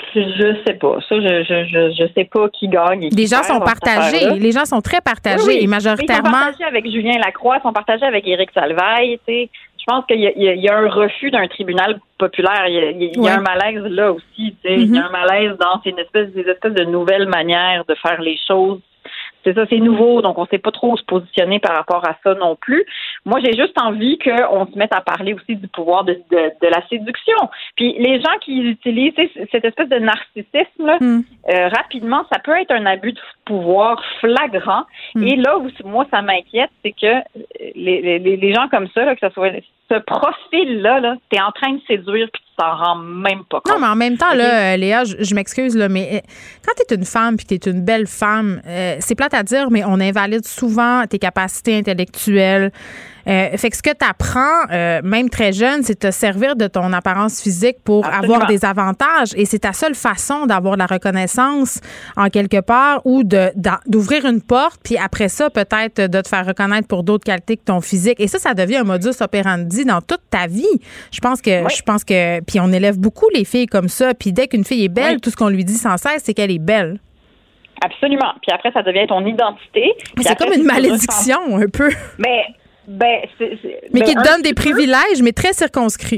je sais pas. Ça, je je je, je sais pas qui gagne. Les gens sont partagés. Les gens sont très partagés oui, oui. et majoritairement. Ils sont partagés avec Julien Lacroix, ils sont partagés avec Éric Salvaille, tu sais. Je pense qu'il y a, il y a un refus d'un tribunal populaire. Il y a, il y a ouais. un malaise là aussi. Tu sais. Mm-hmm. Il y a un malaise dans ces espèces, des espèces de nouvelles manières de faire les choses. C'est ça, c'est nouveau, donc on ne sait pas trop se positionner par rapport à ça non plus. Moi, j'ai juste envie qu'on se mette à parler aussi du pouvoir de, de, de la séduction. Puis les gens qui utilisent cette espèce de narcissisme, mm. euh, rapidement, ça peut être un abus de pouvoir flagrant. Mm. Et là où moi, ça m'inquiète, c'est que les, les, les gens comme ça, là, que ça soit ce profil-là, là, t'es en train de séduire puis tu t'en rends même pas compte. Non, mais en même temps, là, Léa, je, je m'excuse, là, mais quand t'es une femme puis t'es une belle femme, euh, c'est plate à dire, mais on invalide souvent tes capacités intellectuelles. Euh, fait que ce que tu apprends, euh, même très jeune, c'est te servir de ton apparence physique pour Absolument. avoir des avantages. Et c'est ta seule façon d'avoir de la reconnaissance en quelque part ou de, d'ouvrir une porte, puis après ça, peut-être de te faire reconnaître pour d'autres qualités que ton physique. Et ça, ça devient un modus operandi dans toute ta vie. Je pense que, oui. je pense que, puis on élève beaucoup les filles comme ça. Puis dès qu'une fille est belle, oui. tout ce qu'on lui dit sans cesse, c'est qu'elle est belle. Absolument. Puis après, ça devient ton identité. Mais c'est après, comme une malédiction, ressens... un peu. Mais Ben, c'est, c'est, mais ben, qui te donne des privilèges, mais très circonscrits.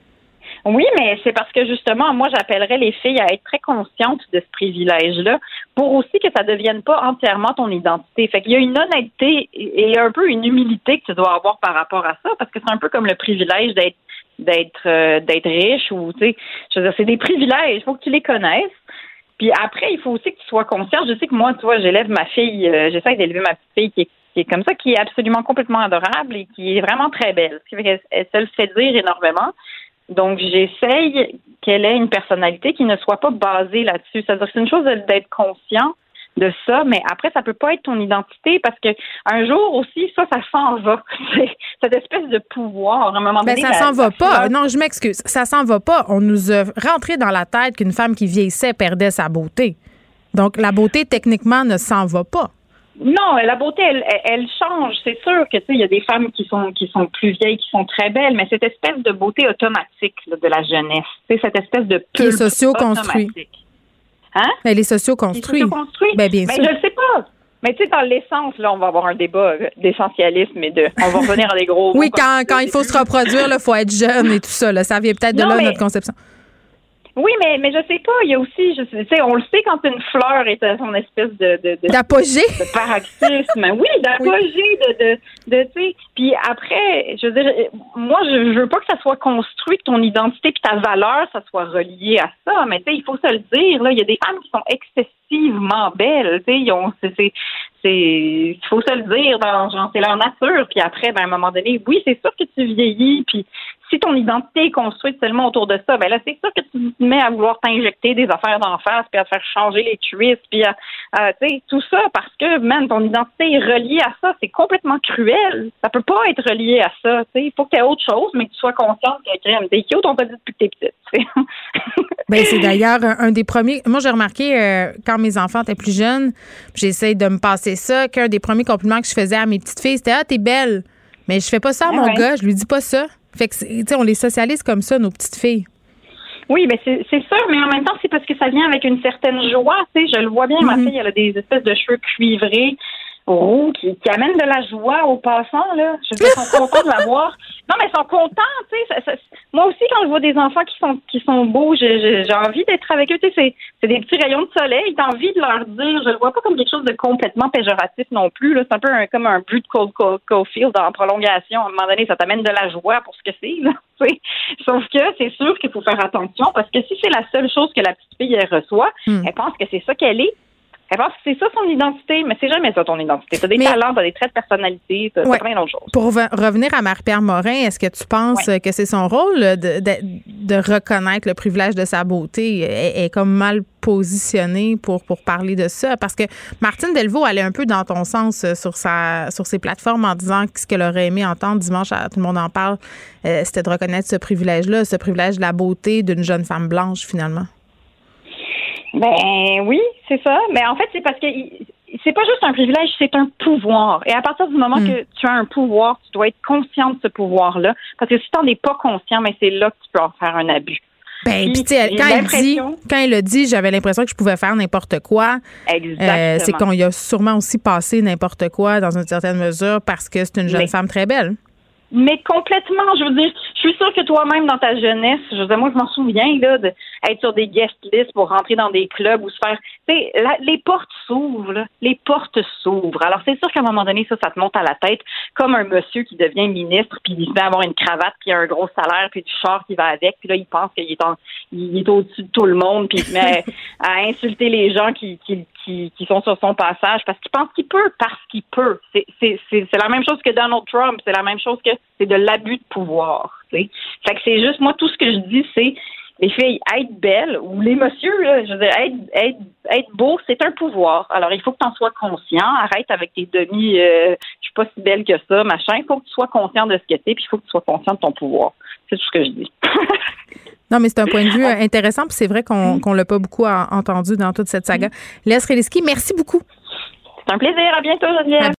Oui, mais c'est parce que justement, moi, j'appellerais les filles à être très conscientes de ce privilège-là pour aussi que ça ne devienne pas entièrement ton identité. Fait qu'il y a une honnêteté et un peu une humilité que tu dois avoir par rapport à ça, parce que c'est un peu comme le privilège d'être d'être euh, d'être riche ou, tu sais, je veux dire, c'est des privilèges, il faut que tu les connaisses. Puis après, il faut aussi que tu sois conscient. Je sais que moi, tu vois, j'élève ma fille, euh, j'essaie d'élever ma petite fille qui est qui est comme ça, qui est absolument complètement adorable et qui est vraiment très belle. Elle, elle se le fait dire énormément. Donc, j'essaye qu'elle ait une personnalité qui ne soit pas basée là-dessus. C'est-à-dire que c'est une chose d'être conscient de ça, mais après, ça peut pas être ton identité parce que un jour aussi, ça, ça s'en va. C'est cette espèce de pouvoir, à un moment ben, donné. Ça la, s'en va pas. Non, je m'excuse. Ça s'en va pas. On nous a rentré dans la tête qu'une femme qui vieillissait perdait sa beauté. Donc, la beauté, techniquement, ne s'en va pas. Non, la beauté, elle, elle change. C'est sûr que tu sais, il y a des femmes qui sont qui sont plus vieilles, qui sont très belles, mais cette espèce de beauté automatique là, de la jeunesse, c'est cette espèce de pulpe qui est socio-construit. Hein? Elle est socio-construite. socio-construite. Ben bien ben, sûr. Je le sais pas. Mais tu sais, dans l'essence, là, on va avoir un débat d'essentialisme et de. On va revenir à des gros. Oui, quand quand il faut se reproduire, il faut être jeune et tout ça. Là, ça vient peut-être de non, là mais... notre conception. Oui, mais, mais je sais pas, il y a aussi, je sais, on le sait quand une fleur est à son espèce de... de, de d'apogée. De paroxysme. Oui, d'apogée, oui. de, de, de tu sais. Puis après, je veux dire, moi, je, je veux pas que ça soit construit, que ton identité puis ta valeur, ça soit relié à ça. Mais tu sais, il faut se le dire, là, il y a des femmes qui sont excessivement belles, tu sais, ils ont, c'est, c'est, c'est, il faut se le dire, dans, genre, c'est leur nature. Puis après, ben, à un moment donné, oui, c'est sûr que tu vieillis, puis si ton identité est construite seulement autour de ça, ben là, c'est sûr que tu te mets à vouloir t'injecter des affaires d'en face, puis à te faire changer les cuisses, puis à, à tu sais, tout ça parce que, man, ton identité est reliée à ça. C'est complètement cruel. Ça peut pas être relié à ça, tu sais. Il faut que tu aies autre chose, mais que tu sois consciente que, crème, t'es cute, on t'a dit depuis que t'es petite, tu sais. Ben, c'est d'ailleurs un, un des premiers. Moi, j'ai remarqué, euh, quand mes enfants étaient plus jeunes, j'essaie de me passer ça, qu'un des premiers compliments que je faisais à mes petites filles, c'était « Ah, t'es belle! » Mais je fais pas ça à ah, mon ouais. gars, je lui dis pas ça. Fait que, tu sais, on les socialise comme ça, nos petites filles. Oui, mais c'est, c'est sûr, mais en même temps, c'est parce que ça vient avec une certaine joie, tu sais. Je le vois bien, mm-hmm. ma fille, elle a des espèces de cheveux cuivrés roux qui, qui amènent de la joie aux passants, là. Je veux dire, ils sont contents de la voir. Non, mais ils sont contents, tu sais. Ça, ça, moi aussi, quand je vois des enfants qui sont qui sont beaux, j'ai, j'ai, j'ai envie d'être avec eux. Tu sais, c'est, c'est des petits rayons de soleil. T'as envie de leur dire. Je le vois pas comme quelque chose de complètement péjoratif non plus, là. C'est un peu un, comme un but de Cold Caulfield en prolongation. À un moment donné, ça t'amène de la joie pour ce que c'est, là. Tu sais. Sauf que c'est sûr qu'il faut faire attention parce que si c'est la seule chose que la petite fille elle reçoit, mm. elle pense que c'est ça qu'elle est. Elle pense que c'est ça son identité, mais c'est jamais ça ton identité. T'as des mais, talents, t'as des traits de personnalité, t'as, ouais, t'as plein d'autres choses. Pour revenir à Marie-Pierre Morin, est-ce que tu penses ouais. que c'est son rôle de, de, de reconnaître le privilège de sa beauté? Elle est comme mal positionnée pour, pour parler de ça? Parce que Martine Delvaux allait un peu dans ton sens sur, sa, sur ses plateformes en disant que ce qu'elle aurait aimé entendre dimanche, à, tout le monde en parle, euh, c'était de reconnaître ce privilège-là, ce privilège de la beauté d'une jeune femme blanche, finalement. Ben oui, c'est ça. Mais en fait, c'est parce que c'est pas juste un privilège, c'est un pouvoir. Et à partir du moment mm. que tu as un pouvoir, tu dois être conscient de ce pouvoir-là. Parce que si t'en es pas conscient, mais c'est là que tu peux en faire un abus. Ben, puis tu sais, quand elle dit, quand elle a dit, j'avais l'impression que je pouvais faire n'importe quoi. Exactement. Euh, c'est qu'on y a sûrement aussi passé n'importe quoi dans une certaine mesure parce que c'est une jeune mais, femme très belle. Mais complètement, je veux dire, je suis sûre que toi-même dans ta jeunesse, je veux dire, moi je m'en souviens là de être sur des guest lists pour rentrer dans des clubs ou se faire, tu sais, les portes s'ouvrent, là, les portes s'ouvrent. Alors c'est sûr qu'à un moment donné ça, ça te monte à la tête comme un monsieur qui devient ministre puis il va avoir une cravate puis un gros salaire puis du char qui va avec puis là il pense qu'il est en, il est au-dessus de tout le monde puis il se met à insulter les gens qui qui qui, qui sont sur son passage parce qu'il pense qu'il peut parce qu'il peut. C'est c'est c'est c'est la même chose que Donald Trump, c'est la même chose que c'est de l'abus de pouvoir. T'sais. Fait que c'est juste, moi, tout ce que je dis, c'est les filles, être belles, ou les messieurs, là, je veux dire, être, être, être beau, c'est un pouvoir. Alors, il faut que tu en sois conscient. Arrête avec tes demi, euh, je suis pas si belle que ça, machin. Il faut que tu sois conscient de ce que t'es, puis il faut que tu sois conscient de ton pouvoir. C'est tout ce que je dis. Non, mais c'est un point de vue intéressant, puis c'est vrai qu'on mm. qu'on l'a pas beaucoup entendu dans toute cette saga. Mm. Léa Sreliski, merci beaucoup. C'est un plaisir. À bientôt, Geneviève.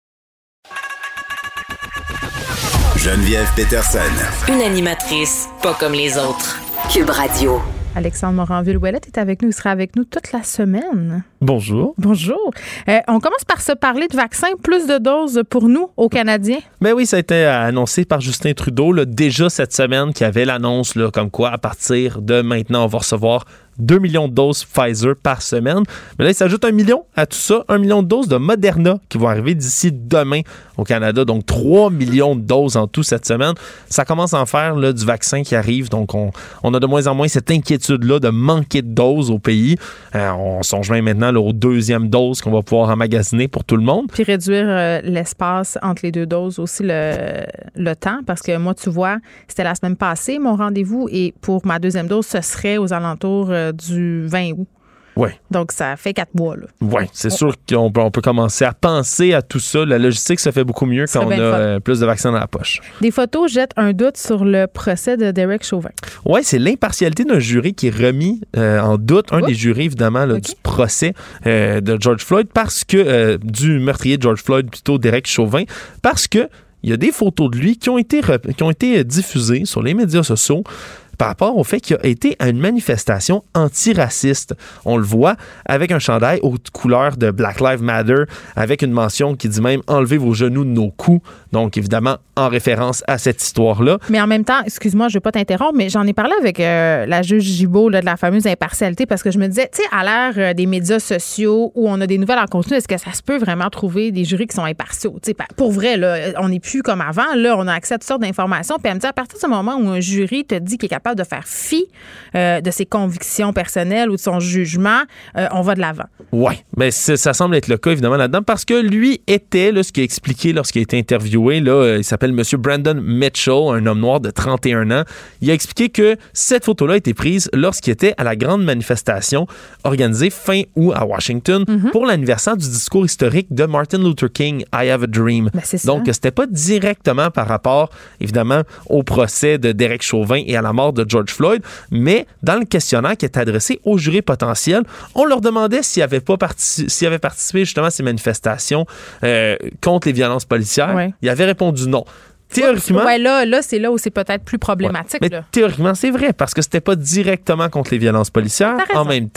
Geneviève Peterson. Une animatrice pas comme les autres. Cube Radio. Alexandre Moranville-Ouellette est avec nous. Il sera avec nous toute la semaine. Bonjour. Bonjour. Euh, on commence par se parler de vaccins. Plus de doses pour nous, aux Canadiens. Ben oui, ça a été annoncé par Justin Trudeau là, déjà cette semaine, qui avait l'annonce là, comme quoi, à partir de maintenant, on va recevoir deux millions de doses Pfizer par semaine. Mais là, il s'ajoute un million à tout ça, un million de doses de Moderna qui vont arriver d'ici demain au Canada. Donc, trois millions de doses en tout cette semaine. Ça commence à en faire là, du vaccin qui arrive. Donc, on, on a de moins en moins cette inquiétude-là de manquer de doses au pays. Euh, on songe même maintenant là, aux deuxièmes doses qu'on va pouvoir emmagasiner pour tout le monde. Puis réduire euh, l'espace entre les deux doses, aussi le, le temps. Parce que moi, tu vois, c'était la semaine passée, mon rendez-vous. Et pour ma deuxième dose, ce serait aux alentours euh, du vingt août. Oui. Donc, ça fait quatre mois. Là. Oui, c'est on, sûr qu'on peut, on peut commencer à penser à tout ça. La logistique se fait beaucoup mieux quand on a euh, plus de vaccins dans la poche. Des photos jettent un doute sur le procès de Derek Chauvin. Oui, c'est l'impartialité d'un jury qui est remis euh, en doute. Un Oups. des jurys, évidemment, là, okay. du procès euh, de George Floyd, parce que euh, du meurtrier de George Floyd, plutôt Derek Chauvin, parce que il y a des photos de lui qui ont été, qui ont été diffusées sur les médias sociaux par rapport au fait qu'il a été à une manifestation antiraciste. On le voit avec un chandail aux couleurs de Black Lives Matter, avec une mention qui dit même « Enlevez vos genoux de nos coups ». Donc, évidemment, en référence à cette histoire-là. Mais en même temps, excuse-moi, je ne veux pas t'interrompre, mais j'en ai parlé avec euh, la juge Gibault là, de la fameuse impartialité parce que je me disais, tu sais, à l'ère euh, des médias sociaux où on a des nouvelles en contenu, est-ce que ça se peut vraiment trouver des jurys qui sont impartiaux? Tu sais, pour vrai, là, on n'est plus comme avant. Là, on a accès à toutes sortes d'informations. Puis elle me dit, à partir du moment où un jury te dit qu'il est capable de faire fi euh, de ses convictions personnelles ou de son jugement, euh, on va de l'avant. Oui, mais ça semble être le cas, évidemment, là-dedans, parce que lui était, là, ce qu'il a expliqué lorsqu'il a été interviewé, là, il s'appelle M. Brandon Mitchell, un homme noir de trente et un ans. Il a expliqué que cette photo-là a été prise lorsqu'il était à la grande manifestation organisée fin août à Washington mm-hmm. pour l'anniversaire du discours historique de Martin Luther King, I Have a Dream. Ben, c'est Donc, ça. C'était pas directement par rapport, évidemment, au procès de Derek Chauvin et à la mort de George Floyd, mais dans le questionnaire qui est adressé aux jurés potentiels, on leur demandait s'ils avaient pas participé, s'ils avaient participé justement à ces manifestations euh, contre les violences policières. Ouais. Il avait répondu non. Théoriquement. Ouais, là, là c'est là où c'est peut-être plus problématique. Ouais. Mais là. théoriquement, c'est vrai, parce que c'était pas directement contre les violences policières. En même temps,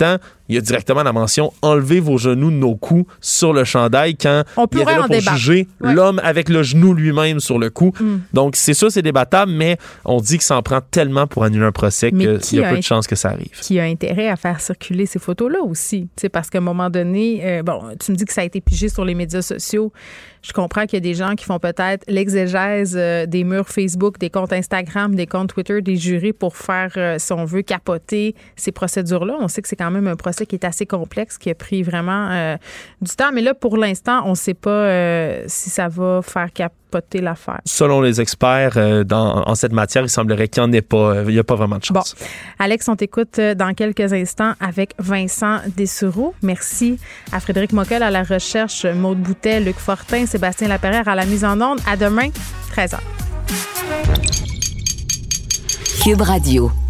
il y a directement la mention « Enlevez vos genoux de nos coups sur le chandail » quand On il était là pour débattre. juger ouais. l'homme avec le genou lui-même sur le cou. Mm. Donc, c'est sûr, c'est débattable, mais on dit que ça en prend tellement pour annuler un procès qu'il y a peu de chances que ça arrive. Qui a intérêt à faire circuler ces photos-là aussi? T'sais, parce qu'à un moment donné, euh, bon, tu me dis que ça a été pigé sur les médias sociaux. Je comprends qu'il y a des gens qui font peut-être l'exégèse euh, des murs Facebook, des comptes Instagram, des comptes Twitter, des jurés pour faire, euh, si on veut, capoter ces procédures-là. On sait que c'est quand même un procès qui est assez complexe, qui a pris vraiment euh, du temps. Mais là, pour l'instant, on ne sait pas euh, si ça va faire capoter l'affaire. Selon les experts, euh, dans, en cette matière, il semblerait qu'il n'y en ait pas. Il n'y a pas vraiment de chance. Bon. Alex, on t'écoute dans quelques instants avec Vincent Dessureau. Merci à Frédéric Mockel à la recherche, Maude Boutet, Luc Fortin, Sébastien Laperrière à la mise en onde. À demain, treize heures. Cube Radio.